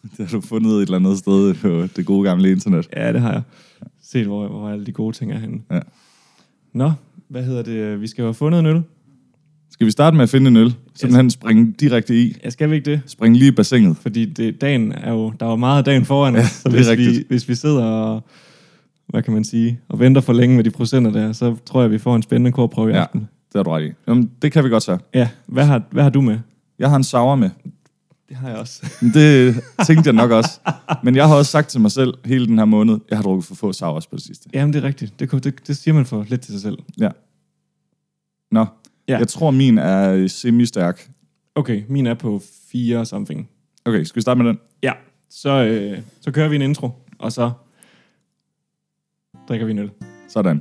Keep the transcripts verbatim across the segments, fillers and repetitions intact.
Det har du fundet et eller andet sted på det gode gamle internet. Ja, det har jeg. Set, hvor, hvor alle de gode ting er henne. Ja. Nå, hvad hedder det? Vi skal jo have fundet en øl. Skal vi starte med at finde en øl? Simpelthen springe direkte i. Ja, skal vi ikke det? Springe lige i bassinet. Fordi det, dagen er jo, der er jo meget af dagen foran os. Ja, så det er hvis rigtigt. vi, hvis vi sidder og, hvad kan man sige, og venter for længe med de procenter der, så tror jeg, vi får en spændende korprøve i Ja, aften. det har du ret i. Jamen, det kan vi godt tage. Ja, hvad har, hvad har du med? Jeg har en sour med. Det har jeg også. Det tænkte jeg nok også. Men jeg har også sagt til mig selv hele den her måned, jeg har drukket for få sours på det sidste. Jamen, det er rigtigt. Det, det, det siger man for lidt til sig selv. Ja. Nå, Ja. jeg tror min er semi-stærk. Okay, min er på fire something. Okay, skal vi starte med den? Ja, så, øh, så kører vi en intro, og så drikker vi en øl. Sådan.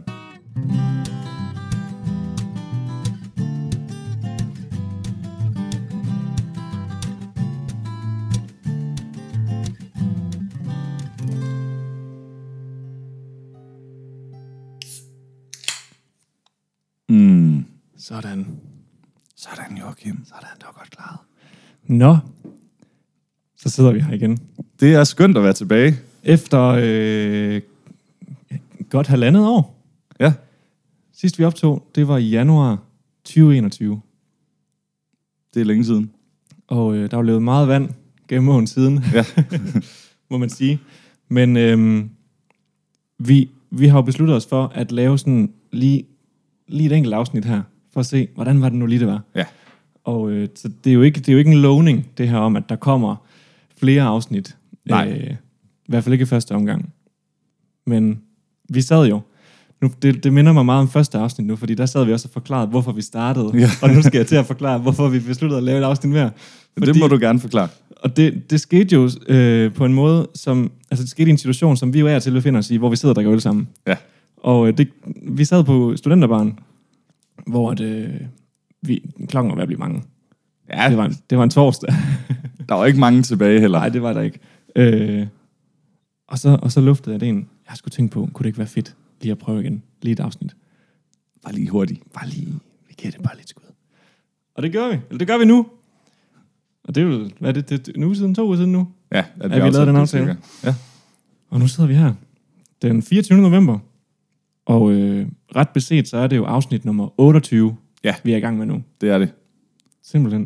Mm. Sådan. Sådan, Joachim. Sådan, det var godt klaret. Nå, så sidder vi her igen. Det er skønt at være tilbage. Efter øh, godt halvandet år. Ja. Sidst vi optog, det var i januar tyve enogtyve. Det er længe siden. Og øh, der var løbet meget vand gennem måneden siden, Ja. må man sige. Men øh, vi, vi har jo besluttet os for at lave sådan lige, lige et enkelt afsnit her, for at se, hvordan var det nu lige, det var. Ja. Og øh, så det er, jo ikke, det er jo ikke en lovning, det her om, at der kommer flere afsnit. Nej. Øh, I hvert fald ikke i første omgang. Men vi sad jo. Nu, det, det minder mig meget om første afsnit nu, fordi der sad vi også og forklarede, hvorfor vi startede. Ja. Og nu skal jeg til at forklare, hvorfor vi besluttede at lave et afsnit mere. Fordi, Det må du gerne forklare. Og det, det skete jo øh, på en måde, som... Altså det skete i en situation, som vi jo er til befinder os i, hvor vi sidder og drikker øl sammen. Ja. Og øh, det, vi sad på studenterbaren, hvor at, øh, vi, klokken var ved at blive mange. Ja, Det var, en, det var en torsdag. der var ikke mange tilbage heller. Nej, det var der ikke. Øh, og, så, og så luftede jeg det en. Jeg skulle tænke på, kunne det ikke være fedt lige at prøve igen? Lige et afsnit. Bare lige hurtigt. Bare lige, vi giver det bare lidt skud. Og det gør vi. Eller det gør vi nu. Og det er jo, hvad er det, det, en uge siden, to uger siden nu. Ja, at vi lavet den det aftale? cirka. Ja. Og nu sidder vi her. Den fireogtyvende november. Og øh, ret beset, så er det jo afsnit nummer otteogtyve, Ja. vi er i gang med nu. Det er det. Simpelthen.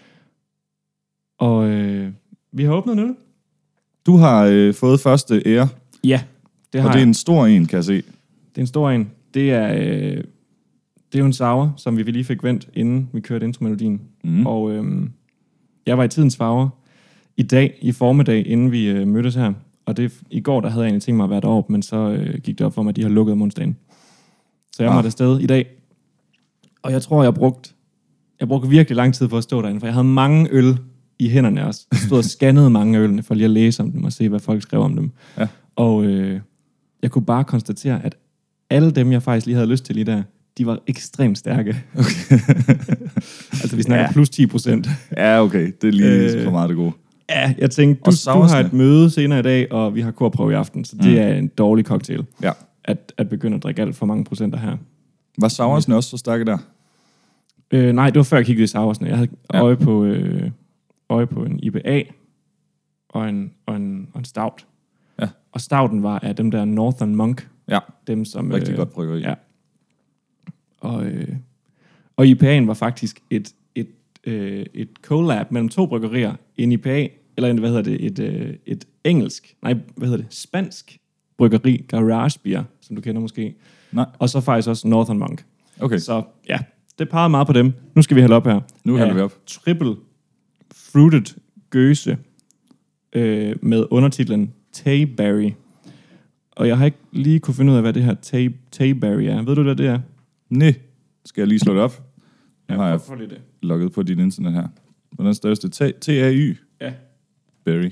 Og øh, vi har åbnet en øl. Du har øh, fået første ære, Ja, det har og det er jeg. en stor en, kan jeg se. Det er en stor en. Det er, øh, det er jo en sour, som vi lige fik vendt, inden vi kørte intromelodien. Mm. Og øh, jeg var i tidens farver i dag, i formiddag, inden vi øh, mødtes her. Og det, i går, der havde jeg egentlig tænkt mig at være deroppe, men så øh, gik det op for mig, at de har lukket om onsdagen. Så jeg Ah. måtte afsted i dag. Og jeg tror, jeg brugte, jeg brugte virkelig lang tid på at stå derinde, for jeg havde mange øl i hænderne også. Jeg stod og scannede mange af ølene, for lige at læse om dem og se, hvad folk skrev om dem. Ja. Og øh, jeg kunne bare konstatere, at alle dem, jeg faktisk lige havde lyst til lige der, de var ekstremt stærke. Okay. Altså, vi snakker Ja. plus ti procent. Ja, okay. Det er lige Øh, for meget det gode. Ja, jeg tænkte, du, Og du saucerne. har et møde senere i dag, og vi har korprøve i aften, så det Mm. er en dårlig cocktail, Ja. at, at begynde at drikke alt for mange procenter her. Var sauersen også så stærke der? Øh, nej, det var før jeg kiggede i sauersne. Jeg havde Ja. øje på, øh, øje på en I P A og en, og en, og en stout. Ja. Og stouten var af dem der Northern Monk. Ja. Dem, som... Rigtig øh, godt bryggeri. Ja. Og, øh, og I P A'en var faktisk et, et, øh, et collab mellem to bryggerier. En I P A, eller en, hvad hedder det, et, øh, et engelsk, nej, hvad hedder det, spansk bryggeri, Garage Beer, som du kender måske. Nej. Og så faktisk også Northern Monk. Okay, Så ja, det pegede meget på dem. Nu skal vi hælde op her. nu hælder vi op. Triple fruited gøse øh, med undertitlen Tayberry. Og jeg har ikke lige kunne finde ud af, hvad det her Tay, Tayberry er. Ved du, hvad det er? Næ. Skal jeg lige slå det op? Nu Ja, har jeg prøv lige det. logget på dit internet her. Hvordan staves det? T A Y Ja, Berry.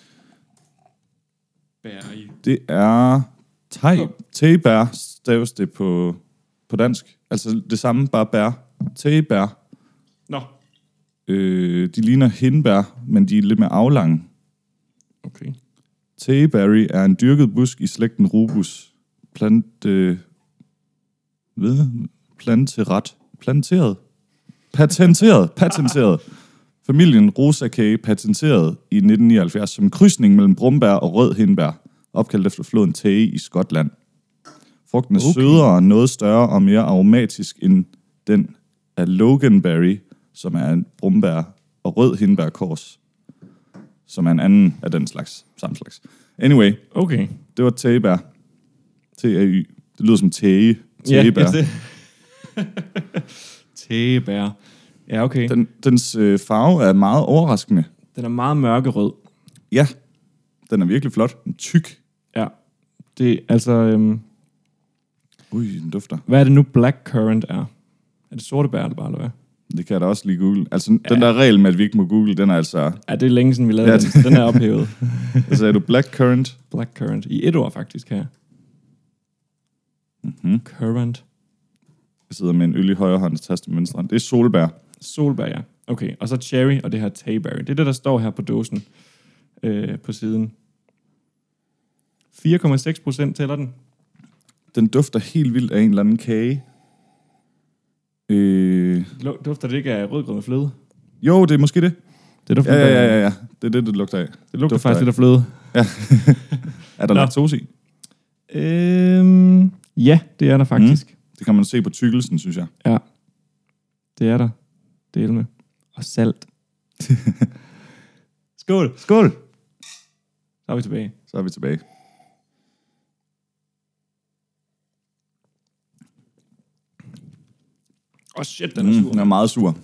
berry. Det er thai. Taebær staves det på, på dansk. Altså det samme, bare bær. Taebær. Nå, Øh, de ligner hindbær, men de er lidt mere aflange. okay. Tayberry er en dyrket busk i slægten rubus. Plant... Øh, ved? Planteret. Planteret. Patenteret. Patenteret. Familien Rosakage patenterede i nitten nioghalvfjerds som en krydsning mellem brumbær og rød hindbær, opkaldt efter floden Tay i Skotland. Frugten er okay. sødere, noget større og mere aromatisk end den af Loganberry, som er en brumbær, og rød hindbærkors, som er en anden af den slags, samme slags. Anyway, okay. Det var tagebær. T A Y. Det lyder som tage. Tagebær. Ja, tagebær. Ja, okay. Den, dens øh, farve er meget overraskende. Den er meget mørkerød. Ja, den er virkelig flot. Den tyk. Ja, det altså... Øhm, Ui, den dufter. hvad er det nu blackcurrant er? Er det sorte bær, eller bare, eller hvad? Det kan jeg da også lige google. Altså, ja. Den der regel med, at vi ikke må google, den er altså... Ja, det er længe siden, vi lavede ja, den. Den er ophævet. Så sagde du blackcurrant? Blackcurrant. I et ord, faktisk, her. Mm-hmm. Currant. Jeg sidder med en øl i højre hånd og taster med venstre hånd. Det er solbær. Solbær, ja. Okay, og så cherry, og det her tayberry. Det er det, der står her på dåsen øh, på siden. fire komma seks procent tæller den. Den dufter helt vildt af en eller anden kage. Øh... Dufter det ikke af rødgrød med fløde? Jo, det er måske det. Det dufter ja, ja, ja, ja. Det er det, det lugter af. Det lugter faktisk lidt af fløde. Ja. Er der laktose i? Øhm, ja, det er der faktisk. Mm. Det kan man se på tykkelsen, synes jeg. Ja, det er der. Del med. Og salt. Skål. Skål. Så er vi tilbage. Så er vi tilbage. Åh oh shit, den er sur. Mm, den er meget sur.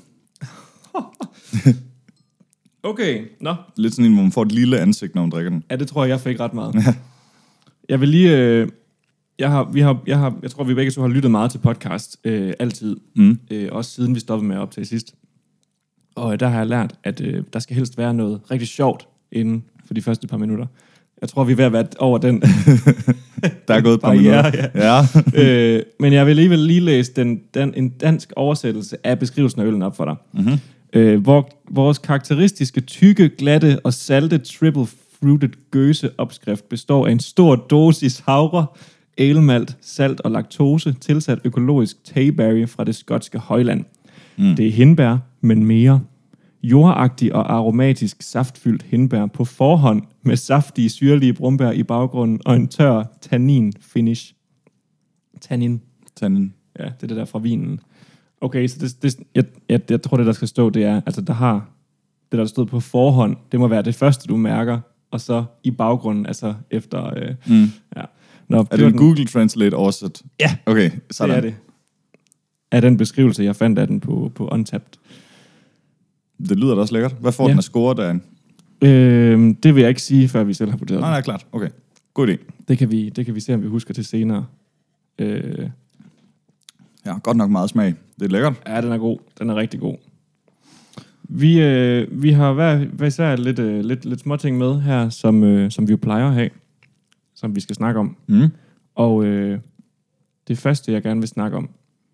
Okay, nå. Lidt sådan en, hvor man får et lille ansigt, når man drikker den. Ja, det tror jeg, jeg fik ret meget. Jeg vil lige... Øh, jeg, har, vi har, jeg, har, jeg tror, vi begge to har lyttet meget til podcast. Øh, altid. Mm. Øh, også siden vi stoppede med at optage sidst. Og øh, der har jeg lært, at øh, der skal helst være noget rigtig sjovt inden for de første par minutter. Jeg tror, vi er ved at være over den. Der er gået et par minutter. Ja. ja. øh, men jeg vil alligevel lige læse den, den, en dansk oversættelse af beskrivelsen af øllen op for dig. Mm-hmm. Øh, hvor, vores karakteristiske, tykke, glatte og salte triple fruited gøse opskrift består af en stor dosis havre, ælmalt, salt og laktose, tilsat økologisk tayberry fra det skotske højland. Mm. Det er hindbær, men mere. Jordagtig og aromatisk saftfyldt hindbær på forhånd med saftige, syrlige brumbær i baggrunden og en tør tannin finish. Tannin. Tannin. Ja, det er det der fra vinen. Okay, så det, det, jeg, jeg, jeg tror, det der skal stå, det er, altså der har, det der stod på forhånd, det må være det første, du mærker, og så i baggrunden, altså efter, øh, mm. ja. Nå, er det en Google Translate oversat? Ja, okay, sådan. Det er det. Af den beskrivelse, jeg fandt af den på, på Untapped. Det lyder da også lækkert. Hvad får ja. den af score derinde? Øh, det vil jeg ikke sige, før vi selv har vurderet. Nej, nej, klart. Okay, god idé. Det kan vi, det kan vi se, om vi husker til senere. Øh, ja, godt nok meget smag. Det er lækkert. Ja, den er god. Den er rigtig god. Vi, øh, vi har hver, hver især lidt, øh, lidt, lidt småting med her, som, øh, som vi jo plejer at have, som vi skal snakke om. Mm. Og øh, det første, jeg gerne vil snakke om,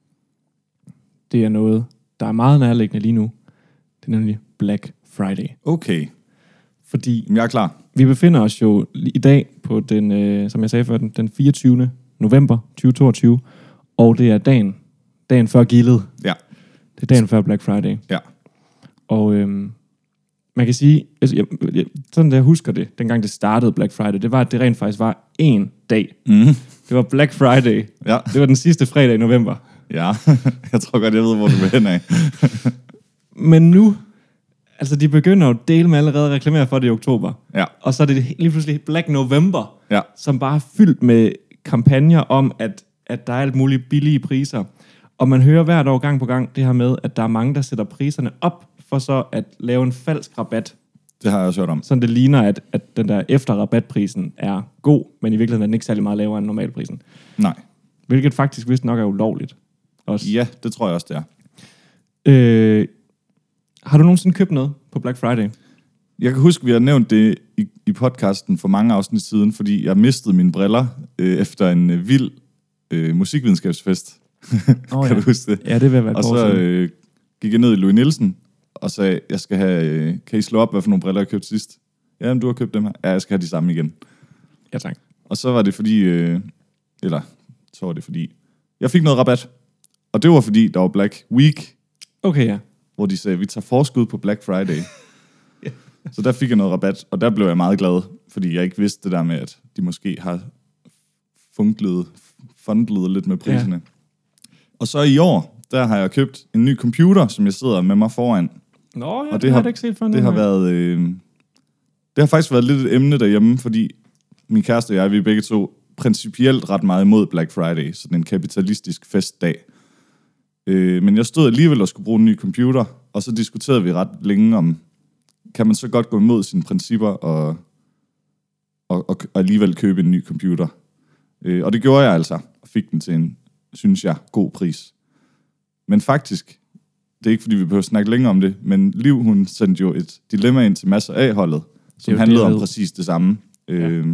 det er noget, der er meget nærliggende lige nu. Det er nemlig Black Friday. Okay. Fordi jeg er klar. Vi befinder os jo i dag på den, øh, som jeg sagde før, den, den fireogtyvende november tyve toogtyve, og det er dagen, dagen før gildet. Ja. Det er dagen før Black Friday. Ja. Og øhm, man kan sige, altså, jeg, jeg, sådan der jeg husker det, dengang det startede Black Friday, det var, at det rent faktisk var én dag. Mm. Det var Black Friday. Ja. Det var den sidste fredag i november. Ja, jeg tror godt, jeg ved, hvor du vil hen af. Men nu, altså de begynder jo at dele med allerede at reklamere for det i oktober. Ja. Og så er det lige pludselig Black November, ja. som bare er fyldt med kampagner om, at, at der er alt muligt billige priser. Og man hører hvert år gang på gang det her med, at der er mange, der sætter priserne op, for så at lave en falsk rabat. Det har jeg også hørt om. Sådan det ligner, at, at den der efter rabatprisen er god, men i virkeligheden er den ikke særlig meget lavere end normalprisen. Nej. Hvilket faktisk vist nok er ulovligt. Også. Ja, det tror jeg også, det er. Øh, har du nogensinde købt noget på Black Friday? Jeg kan huske, vi har nævnt det i, i podcasten for mange afsnit siden, fordi jeg mistede mine briller øh, efter en øh, vild øh, musikvidenskabsfest. Oh, kan ja. du huske det? Ja, det vil være. Og så øh, gik jeg ned i Louis Nielsen og sagde, jeg skal have, øh, kan I slå op, hvad for nogle briller jeg købte sidst? Ja, men du har købt dem her. Ja, jeg skal have de samme igen. Ja, tak. Og så var det fordi, øh, eller så var det fordi, jeg fik noget rabat. Og det var fordi, der var Black Week. Okay, ja. hvor de sagde, vi tager forskud på Black Friday. yeah. Så der fik jeg noget rabat, og der blev jeg meget glad, fordi jeg ikke vidste det der med, at de måske har funklet, fundlet lidt med priserne. Ja. Og så i år, der har jeg købt en ny computer, som jeg sidder med mig foran. Nå, ja, og det, det har har jeg ikke set for Det har været... Øh, det har faktisk været lidt et emne derhjemme, fordi min kæreste og jeg, vi er begge to principielt ret meget imod Black Friday, sådan en kapitalistisk festdag. Øh, men jeg stod alligevel og skulle bruge en ny computer, og så diskuterede vi ret længe om, kan man så godt gå imod sine principper og, og, og, og alligevel købe en ny computer. Øh, og det gjorde jeg altså, og fik den til en, synes jeg, god pris. Men faktisk, det er ikke fordi vi behøver snakke længere om det, men Liv, hun sendte jo et dilemma ind til Masser A-holdet, som handlede om præcis det samme. Ja. Øh,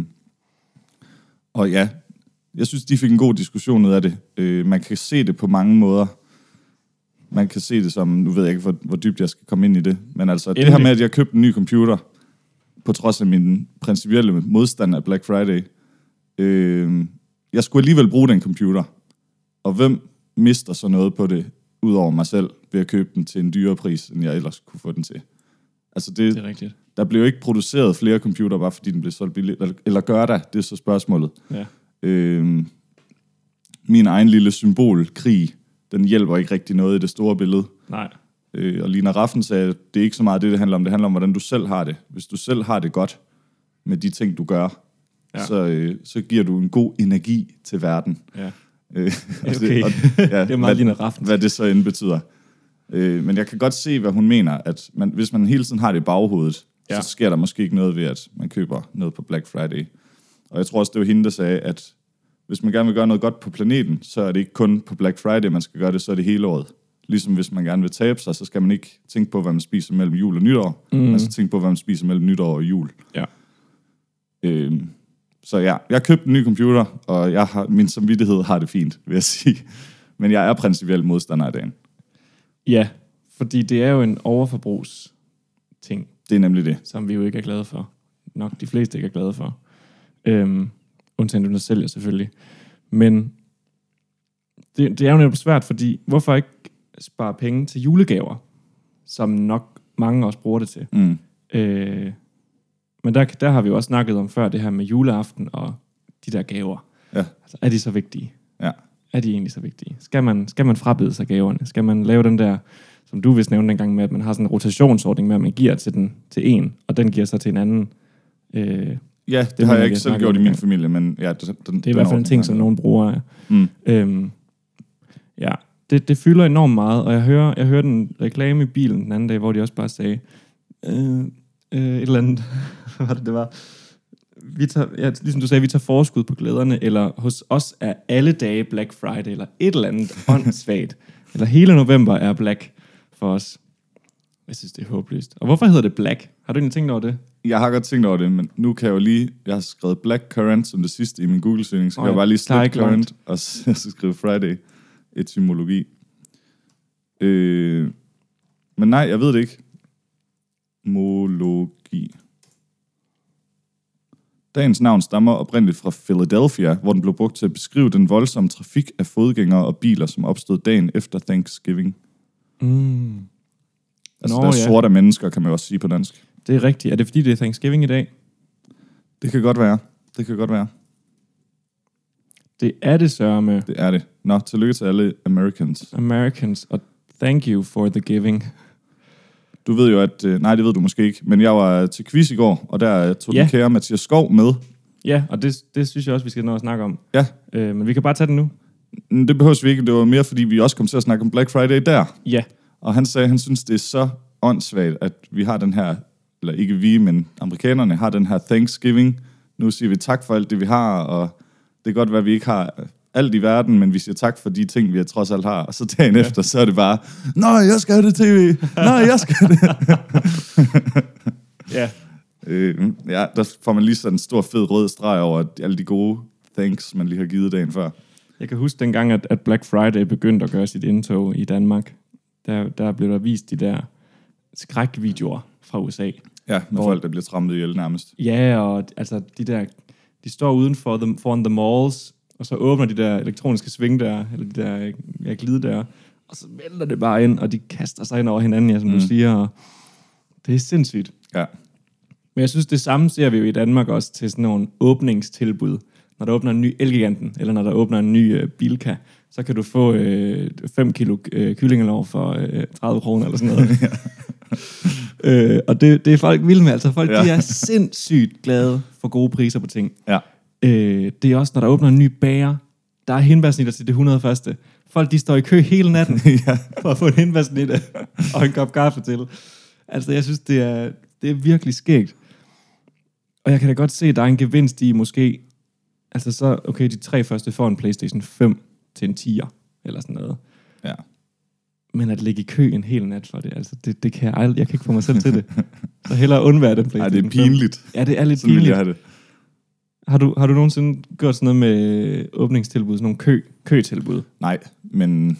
og ja, jeg synes, de fik en god diskussion ud af det. Øh, man kan se det på mange måder. Man kan se det som, nu ved jeg ikke, hvor, hvor dybt jeg skal komme ind i det, men altså Endelig. Det her med, at jeg købte en ny computer, på trods af min principielle modstand af Black Friday, øh, jeg skulle alligevel bruge den computer. Og hvem mister så noget på det, ud over mig selv, ved at købe den til en dyrere pris, end jeg ellers kunne få den til? Altså det, det er rigtigt. Der blev jo ikke produceret flere computer, bare fordi den blev solgt billigt. Eller, eller gør der? Det er så spørgsmålet. Ja. Øh, min egen lille symbolkrig, den hjælper ikke rigtig noget i det store billede. Nej. Øh, og Lina Raffen sagde, at det er ikke så meget det, det handler om. Det handler om, hvordan du selv har det. Hvis du selv har det godt med de ting, du gør, ja. så, øh, så giver du en god energi til verden. Ja. Øh, og okay. det, og, ja, det er meget Lina Raffen. Hvad det så end betyder. Øh, men jeg kan godt se, hvad hun mener, at man, hvis man hele tiden har det i baghovedet, ja. så sker der måske ikke noget ved, at man køber noget på Black Friday. Og jeg tror også, det var hende, der sagde, at hvis man gerne vil gøre noget godt på planeten, så er det ikke kun på Black Friday, man skal gøre det, så er det hele året. Ligesom hvis man gerne vil tabe sig, så skal man ikke tænke på, hvad man spiser mellem jul og nytår. Mm. Man skal tænke på, hvad man spiser mellem nytår og jul. Ja. Øhm, så ja, jeg har købt en ny computer, og jeg har, min samvittighed har det fint, vil jeg sige. Men jeg er principielt modstander af dagen. Ja, fordi det er jo en overforbrugsting. Det er nemlig det. Som vi jo ikke er glade for. Nok de fleste ikke er glade for. Øhm, undtagen du der sælger selvfølgelig. Men det, det er jo netop svært, fordi hvorfor ikke spare penge til julegaver, som nok mange også bruger det til. Mm. Øh, men der, der har vi jo også snakket om før, det her med juleaften og de der gaver. Ja. Altså, er de så vigtige? Ja. Er de egentlig så vigtige? Skal man, skal man frabede sig gaverne? Skal man lave den der, som du vist nævnte dengang med, at man har sådan en rotationsordning med, at man giver til, den, til en, og den giver så til en anden? Øh, ja, det, det har jeg ikke selv gjort i min familie, men ja, den, den, det er i hvert fald en ting, som nogen bruger. Ja. Mm. Øhm, ja, det, det fylder enormt meget, og jeg hører, jeg hørte en reklame i bilen den anden dag, hvor de også bare sagde, øh, øh, et eller andet, hvad var det, det var? Vi tager, ja, ligesom du sagde, vi tager forskud på glæderne, eller hos os er alle dage Black Friday, eller et eller andet åndssvagt. Eller hele november er Black for os. Jeg synes, det er håbløst. Og hvorfor hedder det Black? Har du egentlig tænkt over det? Jeg har godt tænkt over det, men nu kan jeg jo lige... Jeg har skrevet Black Current som det sidste i min Google-søgning, så oh, kan jeg bare lige slette Current og så skrive Friday. Etymologi. Øh, men nej, jeg ved det ikke. Mologi. Dagens navn stammer oprindeligt fra Philadelphia, hvor den blev brugt til at beskrive den voldsomme trafik af fodgængere og biler, som opstod dagen efter Thanksgiving. Mm. Altså, Nå, der er ja. sorte mennesker, kan man også sige på dansk. Det er rigtigt. Er det fordi, det er Thanksgiving i dag? Det kan godt være. Det kan godt være. Det er det, sørme. Det er det. Nå, tillykke til alle Americans. Americans, og thank you for the giving. Du ved jo, at... Nej, det ved du måske ikke, men jeg var til quiz i går, og der tog ja. den kære Mathias Skov med. Ja, og det, det synes jeg også, vi skal nå at snakke om. Ja. Øh, men vi kan bare tage den nu. Det behøver vi ikke. Det var mere, fordi vi også kom til at snakke om Black Friday der. Ja. Og han sagde, at han synes, det er så åndssvagt, at vi har den her... Eller ikke vi, men amerikanerne har den her Thanksgiving. Nu siger vi tak for alt det, vi har, og det kan godt være, at vi ikke har alt i verden, men vi siger tak for de ting, vi trods alt har. Og så dagen ja. efter, så er det bare, nej, jeg skal have det tv. Nej, jeg skal have det. ja. Øh, ja, der får man lige sådan en stor, fed rød streg over alle de gode thanks, man lige har givet dagen før. Jeg kan huske dengang, at, at Black Friday begyndte at gøre sit indtog i Danmark. Der, der blev der vist de der skrækvideoer fra U S A. Ja, med hvor, folk, der bliver trampet ihjel nærmest. Ja, og altså de der, de står uden for the, foran the malls, og så åbner de der elektroniske sving der, eller de der ja, glide der, og så vælter det bare ind, og de kaster sig ind over hinanden, ja, som mm. du siger, og det er sindssygt. Ja. Men jeg synes, det samme ser vi jo i Danmark også til sådan nogle åbningstilbud. Når der åbner en ny Elgiganten, eller når der åbner en ny øh, Bilka, så kan du få øh, fem kilo øh, kyllingelår for øh, tredive kroner eller sådan noget. øh, og det, det er folk vilde med. Altså folk ja. de er sindssygt glade for gode priser på ting. Ja. Øh, det er også, når der åbner en ny bager, der er hindbærsnitter til det hundrede første. Folk, de står i kø hele natten ja. for at få en hindbærsnitte og en kop kaffe til. Altså, jeg synes, det er, det er virkelig skægt. Og jeg kan da godt se, at der er en gevinst i måske... Altså så, okay, de tre første får en PlayStation fem til en tier, eller sådan noget. Ja. Men at ligge i kø en hel nat for det, altså, det, det kan jeg aldrig... Jeg kan ikke få mig selv til det. Så hellere undvære den PlayStation fem. Ej, det er pinligt. fem. Ja, det er lidt sådan pinligt. Vil jeg have det. Har du, har du nogensinde gjort sådan noget med åbningstilbud, sådan nogle kø, køtilbud? Nej, men...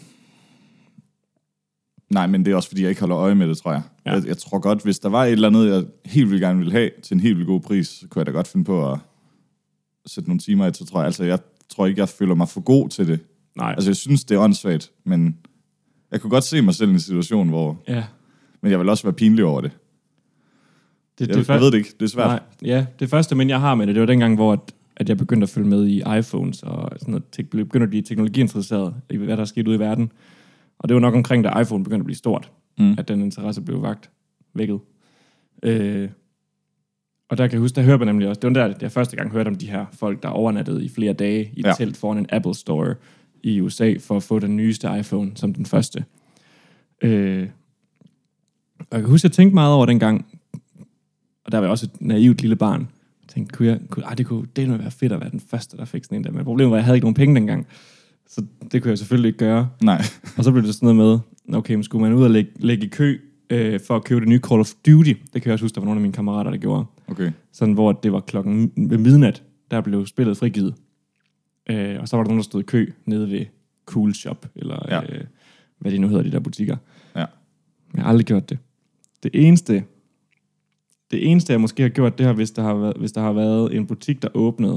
Nej, men det er også, fordi jeg ikke holder øje med det, tror jeg. Ja. Jeg, jeg tror godt, hvis der var et eller andet, jeg helt vildt gerne ville have til en helt vildt god pris, så kunne jeg da godt finde på at sætte nogle timer i, så tror jeg, altså, jeg tror ikke, jeg føler mig for god til det. Nej. Altså, jeg synes, det er åndssvagt, men jeg kunne godt se mig selv i en situation, hvor... Ja. Men jeg vil også være pinlig over det. det, jeg, det jeg ved det ikke, det er svært. Nej. Ja, det første, men jeg har med det, det var dengang, hvor at, at jeg begyndte at følge med i iPhones, og sådan noget, te- begyndte at blive teknologiinteresseret i, hvad der er sket ude i verden. Og det var nok omkring, da iPhone begyndte at blive stort, mm. at den interesse blev vagt, vækket. Øh, og der kan jeg huske, der hørte man nemlig også, det var der, jeg første gang hørte om de her folk, der overnattede i flere dage i et ja. telt foran en Apple Store i U S A, for at få den nyeste iPhone som den første. Øh, og jeg kan huske, jeg tænkte meget over dengang, og der var jeg også et naivt lille barn, jeg tænkte, kunne jeg, kunne, ej, det kunne det ville være fedt at være den første, der fik sådan en der. Men problemet var, at jeg havde ikke nogen penge dengang. Så det kunne jeg selvfølgelig ikke gøre. Nej. Og så blev det sådan noget med, okay, men skulle man ud og lægge, lægge i kø øh, for at købe det nye Call of Duty? Det kan jeg også huske, der var nogle af mine kammerater, der gjorde. Okay. Sådan, hvor det var klokken ved midnat, der blev spillet frigivet. Øh, og så var der nogen, der stod i kø nede ved Cool Shop, eller ja. øh, hvad de nu hedder, de der butikker. Ja. Jeg har aldrig gjort det. Det eneste, det eneste jeg måske har gjort, det har, hvis der har været, hvis der har været en butik, der åbnede,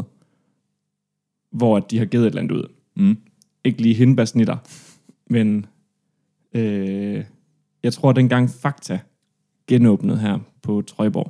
hvor de har givet et eller andet ud. Mm. Ikke lige hindbærsnitter, men øh, jeg tror, at dengang Fakta genåbnede her på Trøjborg,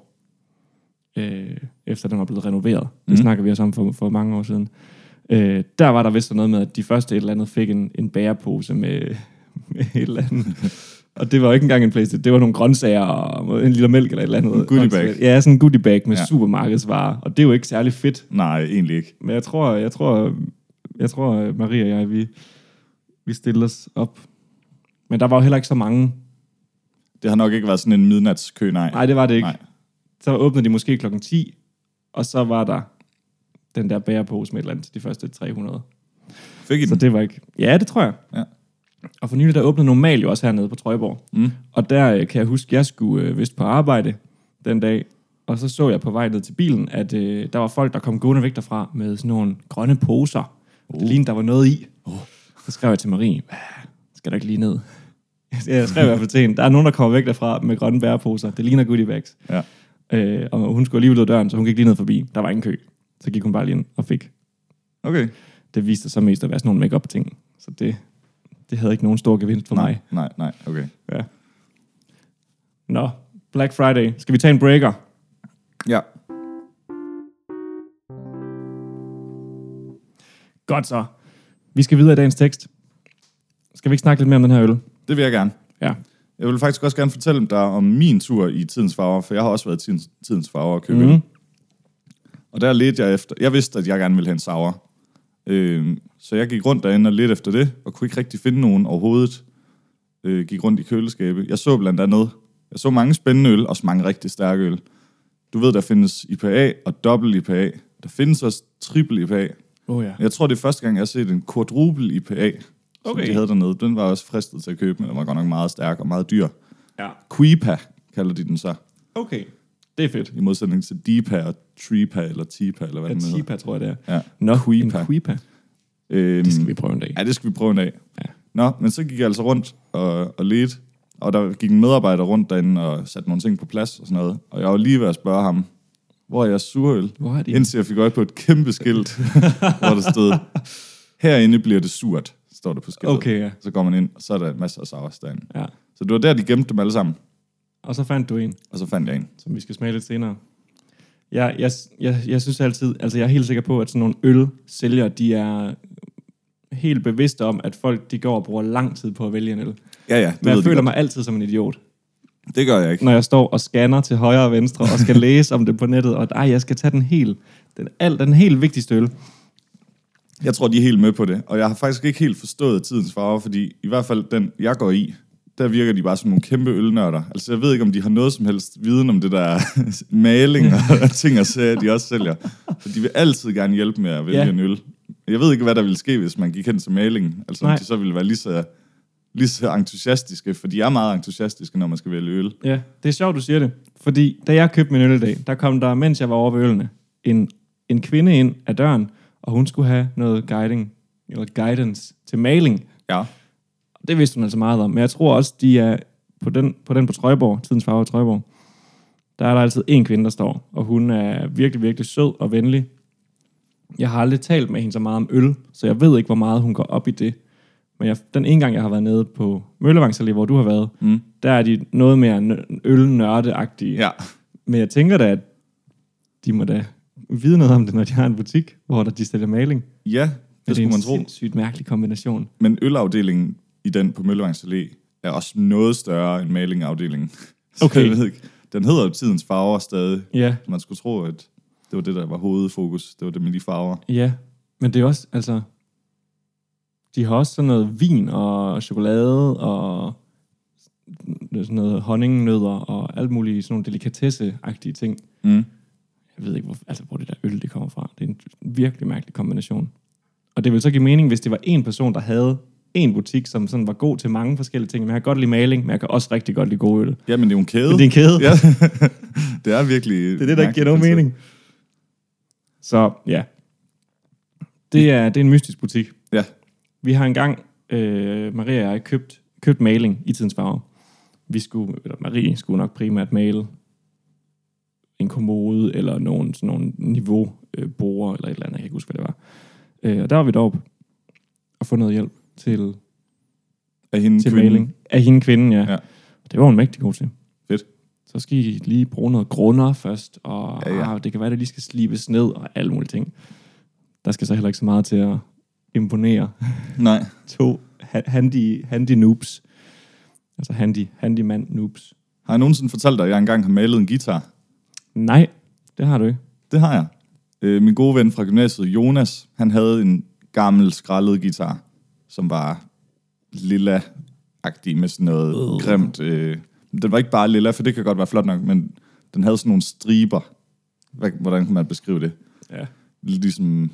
øh, efter den var blevet renoveret. Det mm. snakker vi også om for, for mange år siden. Øh, der var der vist noget med, at de første et eller andet fik en, en bærepose med, med et eller andet. Og det var jo ikke engang en PlayStation, det var nogle grøntsager og en liter mælk eller et eller andet. En goodie bag. Ja, sådan en goodie bag med ja. supermarkedsvarer. Og det er jo ikke særlig fedt. Nej, egentlig ikke. Men jeg tror, jeg tror, jeg tror Marie og jeg, vi, vi stiller os op. Men der var jo heller ikke så mange. Det har nok ikke været sådan en midnatskø, nej. Nej, det var det ikke. Nej. Så åbnede de måske klokken ti, og så var der den der bærepose med et eller andet til de første tre hundrede. Fik I den? Så det var ikke... Ja, det tror jeg. Ja. Og for nylig, der åbnede Normal jo også hernede på Trøjborg. Mm. Og der øh, kan jeg huske, jeg skulle øh, vist på arbejde den dag, og så så jeg på vej ned til bilen, at øh, der var folk, der kom gående væk derfra med sådan nogle grønne poser. Oh. Det lignede, der var noget i. Oh. Så skrev jeg til Marie, skal der ikke lige ned? Jeg skrev i hvert fald til hende, der er nogen, der kommer væk derfra med grønne bæreposer. Det ligner goodie bags. Ja. Øh, og hun skulle alligevel ud af døren, så hun gik lige ned forbi. Der var ingen kø. Så gik hun bare lige ind og fik. Okay. Det viste sig mest at være sådan nogle make-up ting. Så det, det havde ikke nogen stor gevinst for nej, mig. Nej, nej, okay. Ja. Nå, Black Friday. Skal vi tage en breaker? Ja. Godt så. Vi skal videre i dagens tekst. Skal vi ikke snakke lidt mere om den her øl? Det vil jeg gerne. Ja. Jeg vil faktisk også gerne fortælle dig om min tur i Tidens Farver, for jeg har også været i Tidens, tidens Farver og købe mm. øl. Og der ledte jeg efter... Jeg vidste, at jeg gerne ville have en sour. Øh, så jeg gik rundt derinde og ledte efter det, og kunne ikke rigtig finde nogen overhovedet. Øh, gik rundt i køleskabet. Jeg så blandt andet... Jeg så mange spændende øl, og mange rigtig stærke øl. Du ved, der findes I P A og dobbelt I P A. Der findes også triple I P A. Oh, ja. Jeg tror, det er første gang, jeg har set en quadruple I P A, som okay. de havde dernede. Den var også fristet til at købe, men den var godt nok meget stærk og meget dyr. Ja. Quipa kalder de den så. Okay, det er fedt. I modsætning til Deepa og Treepa eller Teepa, eller hvad ja, den hedder. Teepa, tror jeg, det er. Ja. Nå, Quipa. Quipa. Øhm, det skal vi prøve en dag. Ja, det skal vi prøve en dag. Ja. Nå, men så gik jeg altså rundt og, og ledte, og der gik en medarbejder rundt derinde og satte nogle ting på plads og sådan noget. Og jeg var lige ved at spørge ham, hvor er jeres surøl? Hvor er det? Indtil jeg fik øje på et kæmpe skilt, hvor der stod, herinde bliver det surt, står der på skiltet. Okay, ja. Så går man ind, og så er der masser af sours derinde. Ja. Så det var der, de gemte dem alle sammen. Og så fandt du en. Og så fandt jeg en. Som vi skal smage lidt senere. Jeg, jeg, jeg, jeg synes altid, altså jeg er helt sikker på, at sådan nogle ølsælgere, de er helt bevidste om, at folk, de går og bruger lang tid på at vælge en øl. Ja, ja. Men jeg føler mig altid som en idiot. Det gør jeg ikke. Når jeg står og scanner til højre og venstre, og skal læse om det på nettet, og ej, jeg skal tage den helt, den, al, den helt vigtigste øl. Jeg tror, de er helt med på det. Og jeg har faktisk ikke helt forstået tidens farver, fordi i hvert fald den, jeg går i, der virker de bare som nogle kæmpe ølnørder. Altså, jeg ved ikke, om de har noget som helst viden om det der maling og ting og sager, de også sælger. For de vil altid gerne hjælpe med at vælge ja. en øl. Jeg ved ikke, hvad der ville ske, hvis man gik hen til malingen. Altså, om de så ville være lige så, lige så entusiastiske, for de er meget entusiastiske, når man skal vælge øl. Ja, det er sjovt, du siger det. Fordi da jeg købte min øl i dag, der kom der, mens jeg var over ved ølene, en, en kvinde ind ad døren, og hun skulle have noget guiding, eller guidance til maling. Ja. Det vidste hun altså meget om. Men jeg tror også, de er på den på, den på Trøjborg, Tidens Farve i Trøjborg, der er der altid en kvinde, der står. Og hun er virkelig, virkelig sød og venlig. Jeg har aldrig talt med hende så meget om øl, så jeg ved ikke, hvor meget hun går op i det. Men jeg, den ene gang, jeg har været nede på Møllevangs Allé, hvor du har været, mm. der er de noget mere ølnørdeagtige. Ja. Men jeg tænker da, at de må da vide noget om det, når de har en butik, hvor der de sælger maling. Ja, det, det skulle man tro. Det er en sindssygt mærkelig kombination. Men ølafdelingen i den på Møllevangs Allé er også noget større end malingafdelingen. Okay. Jeg ved ikke. Den hedder jo Tidens Farver stadig. Ja. Man skulle tro, at det var det, der var hovedfokus. Det var det med de farver. Ja, men det er også, altså... De har også sådan noget vin og chokolade og sådan noget honningnødder og alt muligt sådan nogle delikatesse-agtige ting. Mm. Jeg ved ikke, hvor, altså, hvor det der øl, det kommer fra. Det er en virkelig mærkelig kombination. Og det vil så give mening, hvis det var en person, der havde en butik, som sådan var god til mange forskellige ting. Men jeg kan godt lide maling, men jeg kan også rigtig godt lide god øl. Ja, men det er jo en kæde. Men det er en kæde. Ja. Det er virkelig... Det er det, der giver nogen mening. Så ja. Det er, det er en mystisk butik. Ja. Vi har engang, øh, Maria og jeg, købt, købt maling i Tidens Farve. Vi skulle, eller Marie skulle nok primært male en kommode, eller nogen, sådan nogle niveauborer, eller et eller andet, jeg kan ikke huske, hvad det var. Øh, og der var vi deroppe og få noget hjælp til, af hende til kvinden. maling. Af hende kvinden, ja. ja. Det var hun mægtig god til. Fedt. Så skal I lige bruge noget grunder først, og ja, ja. Ah, det kan være, at det lige skal slibes ned, og alle mulige ting. Der skal så heller ikke så meget til at imponere. Nej. To handy, handy noobs. Altså handy, handyman noobs. Har jeg nogensinde fortalt dig, at jeg engang har malet en guitar? Nej, det har du ikke. Det har jeg. Øh, min gode ven fra gymnasiet, Jonas, han havde en gammel skrællet guitar, som var lilla-agtig med sådan noget uh. grimt. Øh, den var ikke bare lilla, for det kan godt være flot nok, men den havde sådan nogle striber. Hvordan kan man beskrive det? Ja. Ligesom...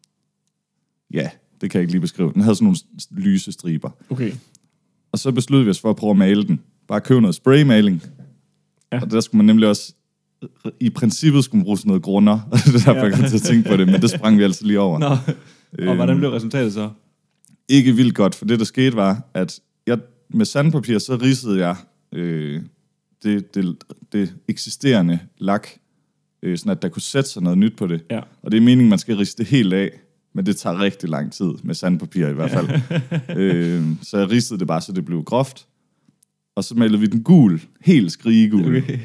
Ja, det kan jeg ikke lige beskrive. Den havde sådan nogle lyse striber. Okay. Og så besluttede vi os for at prøve at male den. Bare købe noget spraymaling. Ja. Og der skulle man nemlig også... I princippet skulle man bruge sådan noget grunder. Og det er derfor, ja. jeg kom til at tænke på det. Men det sprang vi altså lige over. Nå. Øhm, og hvordan blev resultatet så? Ikke vildt godt, for det der skete var, at jeg med sandpapir, så ridsede jeg øh, det, det, det eksisterende lak, øh, sådan at der kunne sætte sig noget nyt på det. Ja. Og det er meningen, man skal ridse det helt af. Men det tager rigtig lang tid med sandpapir i hvert fald. øh, så jeg ridsede det bare, så det blev groft. Og så malede vi den gul. Helt skrigegul. Okay.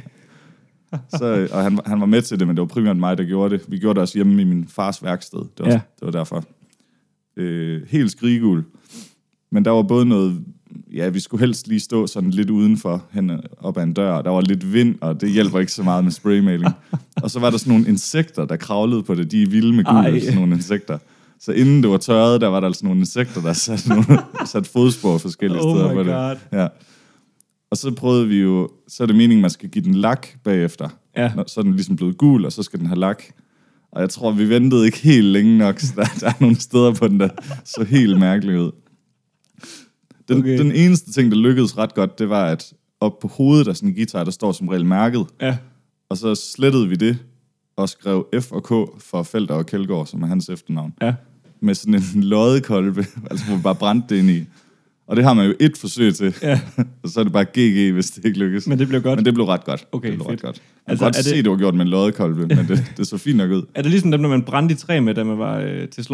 så, og han, han var med til det, men det var primært mig, der gjorde det. Vi gjorde det også hjemme i min fars værksted. Det var, ja. det var derfor. Øh, helt skrigegul. Men der var både noget... Ja, vi skulle helst lige stå sådan lidt udenfor, hen op ad en dør. Der var lidt vind, og det hjælper ikke så meget med spraymaling. Og så var der sådan nogle insekter, der kravlede på det. De er vilde med guld, sådan nogle insekter. Så inden det var tørret, der var der altså nogle insekter, der satte, nogle, satte fodspor forskellige oh steder på God. det. Ja. Og så prøvede vi jo, så er det meningen, man skal give den lak bagefter. Ja. Så er den ligesom blevet gul, og så skal den have lak. Og jeg tror, vi ventede ikke helt længe nok, så der, der er nogle steder på den, der så helt mærkeligt ud. Den, okay. den eneste ting, der lykkedes ret godt, det var, at op på hovedet af sådan en guitar, der står som regel mærket. Ja. Og så slettede vi det, og skrev F og K for Felter og Kjeldgaard, som er hans efternavn. Ja. Med sådan en loddekolbe, altså hvor vi bare brændte det ind i. Og det har man jo et forsøg til. Ja. Og så er det bare G G, hvis det ikke lykkes. Men det blev godt? Men det blev ret godt. Okay, det blev fedt. ret godt. Jeg altså, kan godt se, det... det var gjort med en loddekolbe, men det, det så fint nok ud. Er det ligesom dem, når man brændte i træ med, da man var øh, til sløjt?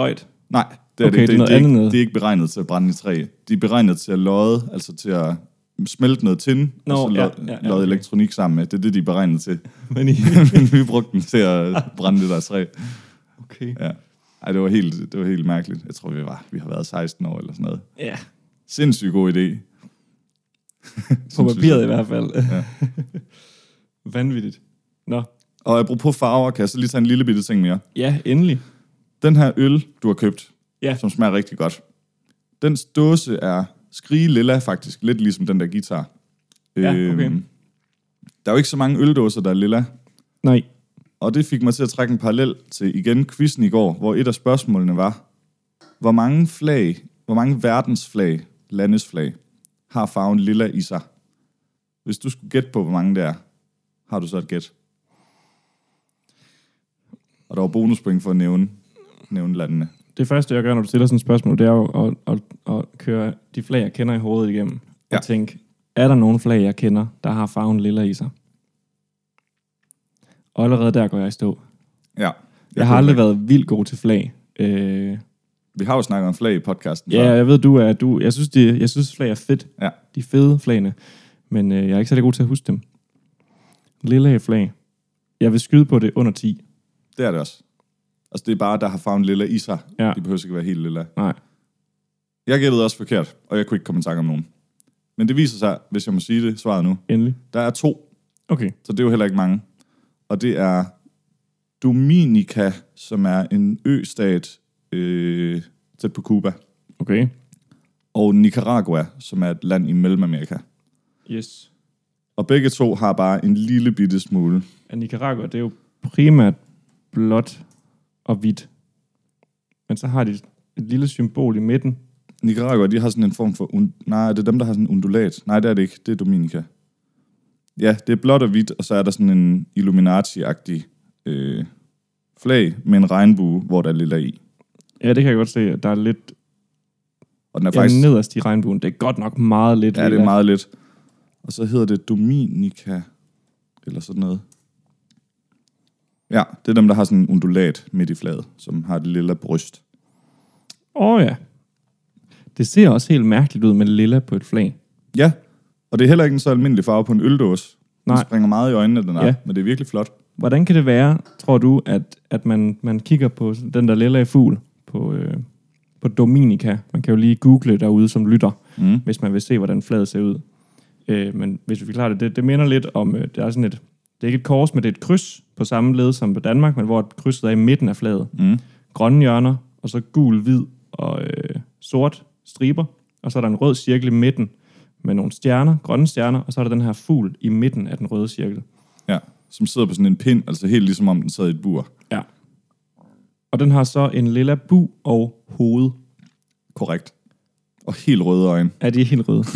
Nej, det er Okay, det ikke. det er noget det, er andet ikke, noget. det er ikke beregnet til at brænde i træ. De er beregnet til at lodde, altså til at smelte noget tin, Nå, og så ja, lod, ja, ja, lodde okay. elektronik sammen med. Det er det, de er beregnet til. Men I... Men vi brugte den til at brænde det der træ. Okay. Ja. Ej, det var helt, det var helt mærkeligt. Jeg tror, vi var, vi har været seksten år eller sådan noget. Ja, Sindssygt god idé. på papiret i hvert fald. Ja. Vanvittigt. Nå. Og apropos farver, kan jeg så lige tage en lille bitte ting mere. Ja, endelig. Den her øl, du har købt, Ja. som smager rigtig godt. Dens dåse er skrige lilla faktisk, lidt ligesom den der guitar. Ja, okay. Øhm, der er jo ikke så mange øldåser, der er lilla. Nej. Og det fik mig til at trække en parallel til igen quizzen i går, hvor et af spørgsmålene var, hvor mange flag, hvor mange verdensflag, landesflag, har farven lilla i sig? Hvis du skulle gætte på, hvor mange det er, har du så et gæt? Og der var bonuspoint for at nævne, nævne landene. Det første, jeg gør, når du stiller sådan et spørgsmål, det er jo at, at, at køre de flag, jeg kender i hovedet igennem. Ja. Og tænke, er der nogen flag, jeg kender, der har farven lilla i sig? Og allerede der går jeg i stå. Ja. Jeg, Jeg har aldrig været vildt god til flag. Øh, Vi har jo snakket om flag i podcasten. ja, jeg ved, du er... Du, jeg, synes, det, jeg synes, flag er fedt. Ja. De er fede flagene. Men øh, jeg er ikke særlig god til at huske dem. Lilla flag. Jeg vil skyde på det under ti. Det er det også. Altså, det er bare, der har farven lilla i sig. Ja. De behøver ikke være helt lilla. Nej. Jeg gættede også forkert, og jeg kunne ikke komme i tanke om nogen. Men det viser sig, hvis jeg må sige det, svaret nu. Endelig. Der er to, Okay. så det er jo heller ikke mange. Og det er Dominica, som er en østat øh, tæt på Cuba. Okay. Og Nicaragua, som er et land i Mellemamerika. Yes. Og begge to har bare en lille bitte smule. Af Nicaragua, det er jo primært blåt og hvidt. Men så har de et lille symbol i midten. Nicaragua, de har sådan en form for... Und- Nej, det er dem, der har sådan en undulat. Nej, det er det ikke. Det er Dominica. Ja, det er blåt og hvidt, og så er der sådan en Illuminati-agtig øh, flag med en regnbue, hvor der er lilla i. Ja, det kan jeg godt se, at der er lidt Og den er ja, faktisk... nederst i regnbuen. Det er godt nok meget lidt. Ja, det er meget lidt. Og så hedder det Dominica, eller sådan noget. Ja, det er dem, der har sådan en undulat midt i flaget, som har et lilla bryst. Åh oh, ja. Det ser også helt mærkeligt ud med lilla på et flag. Ja, og det er heller ikke en så almindelig farve på en øldåse. Den Nej. springer meget i øjnene, den er, Ja. men det er virkelig flot. Hvordan kan det være, tror du, at, at man, man kigger på den der lilla fugl på, øh, på Dominica? Man kan jo lige google derude som lytter, Mm. hvis man vil se, hvordan flaget ser ud. Øh, men hvis vi forklarer det, det, det minder lidt om, øh, det er sådan et, det er ikke et kors, men det er et kryds på samme led som på Danmark, men hvor krydset er i midten af flaget. Mm. Grønne hjørner, og så gul, hvid og øh, sort striber, og så er der en rød cirkel i midten med nogle stjerner, grønne stjerner, og så er der den her fugl i midten af den røde cirkel. Ja, som sidder på sådan en pind, altså helt ligesom om den sad i et bur. Ja. Og den har så en lilla bu og hoved. Korrekt. Og helt røde øjne. Er de helt røde?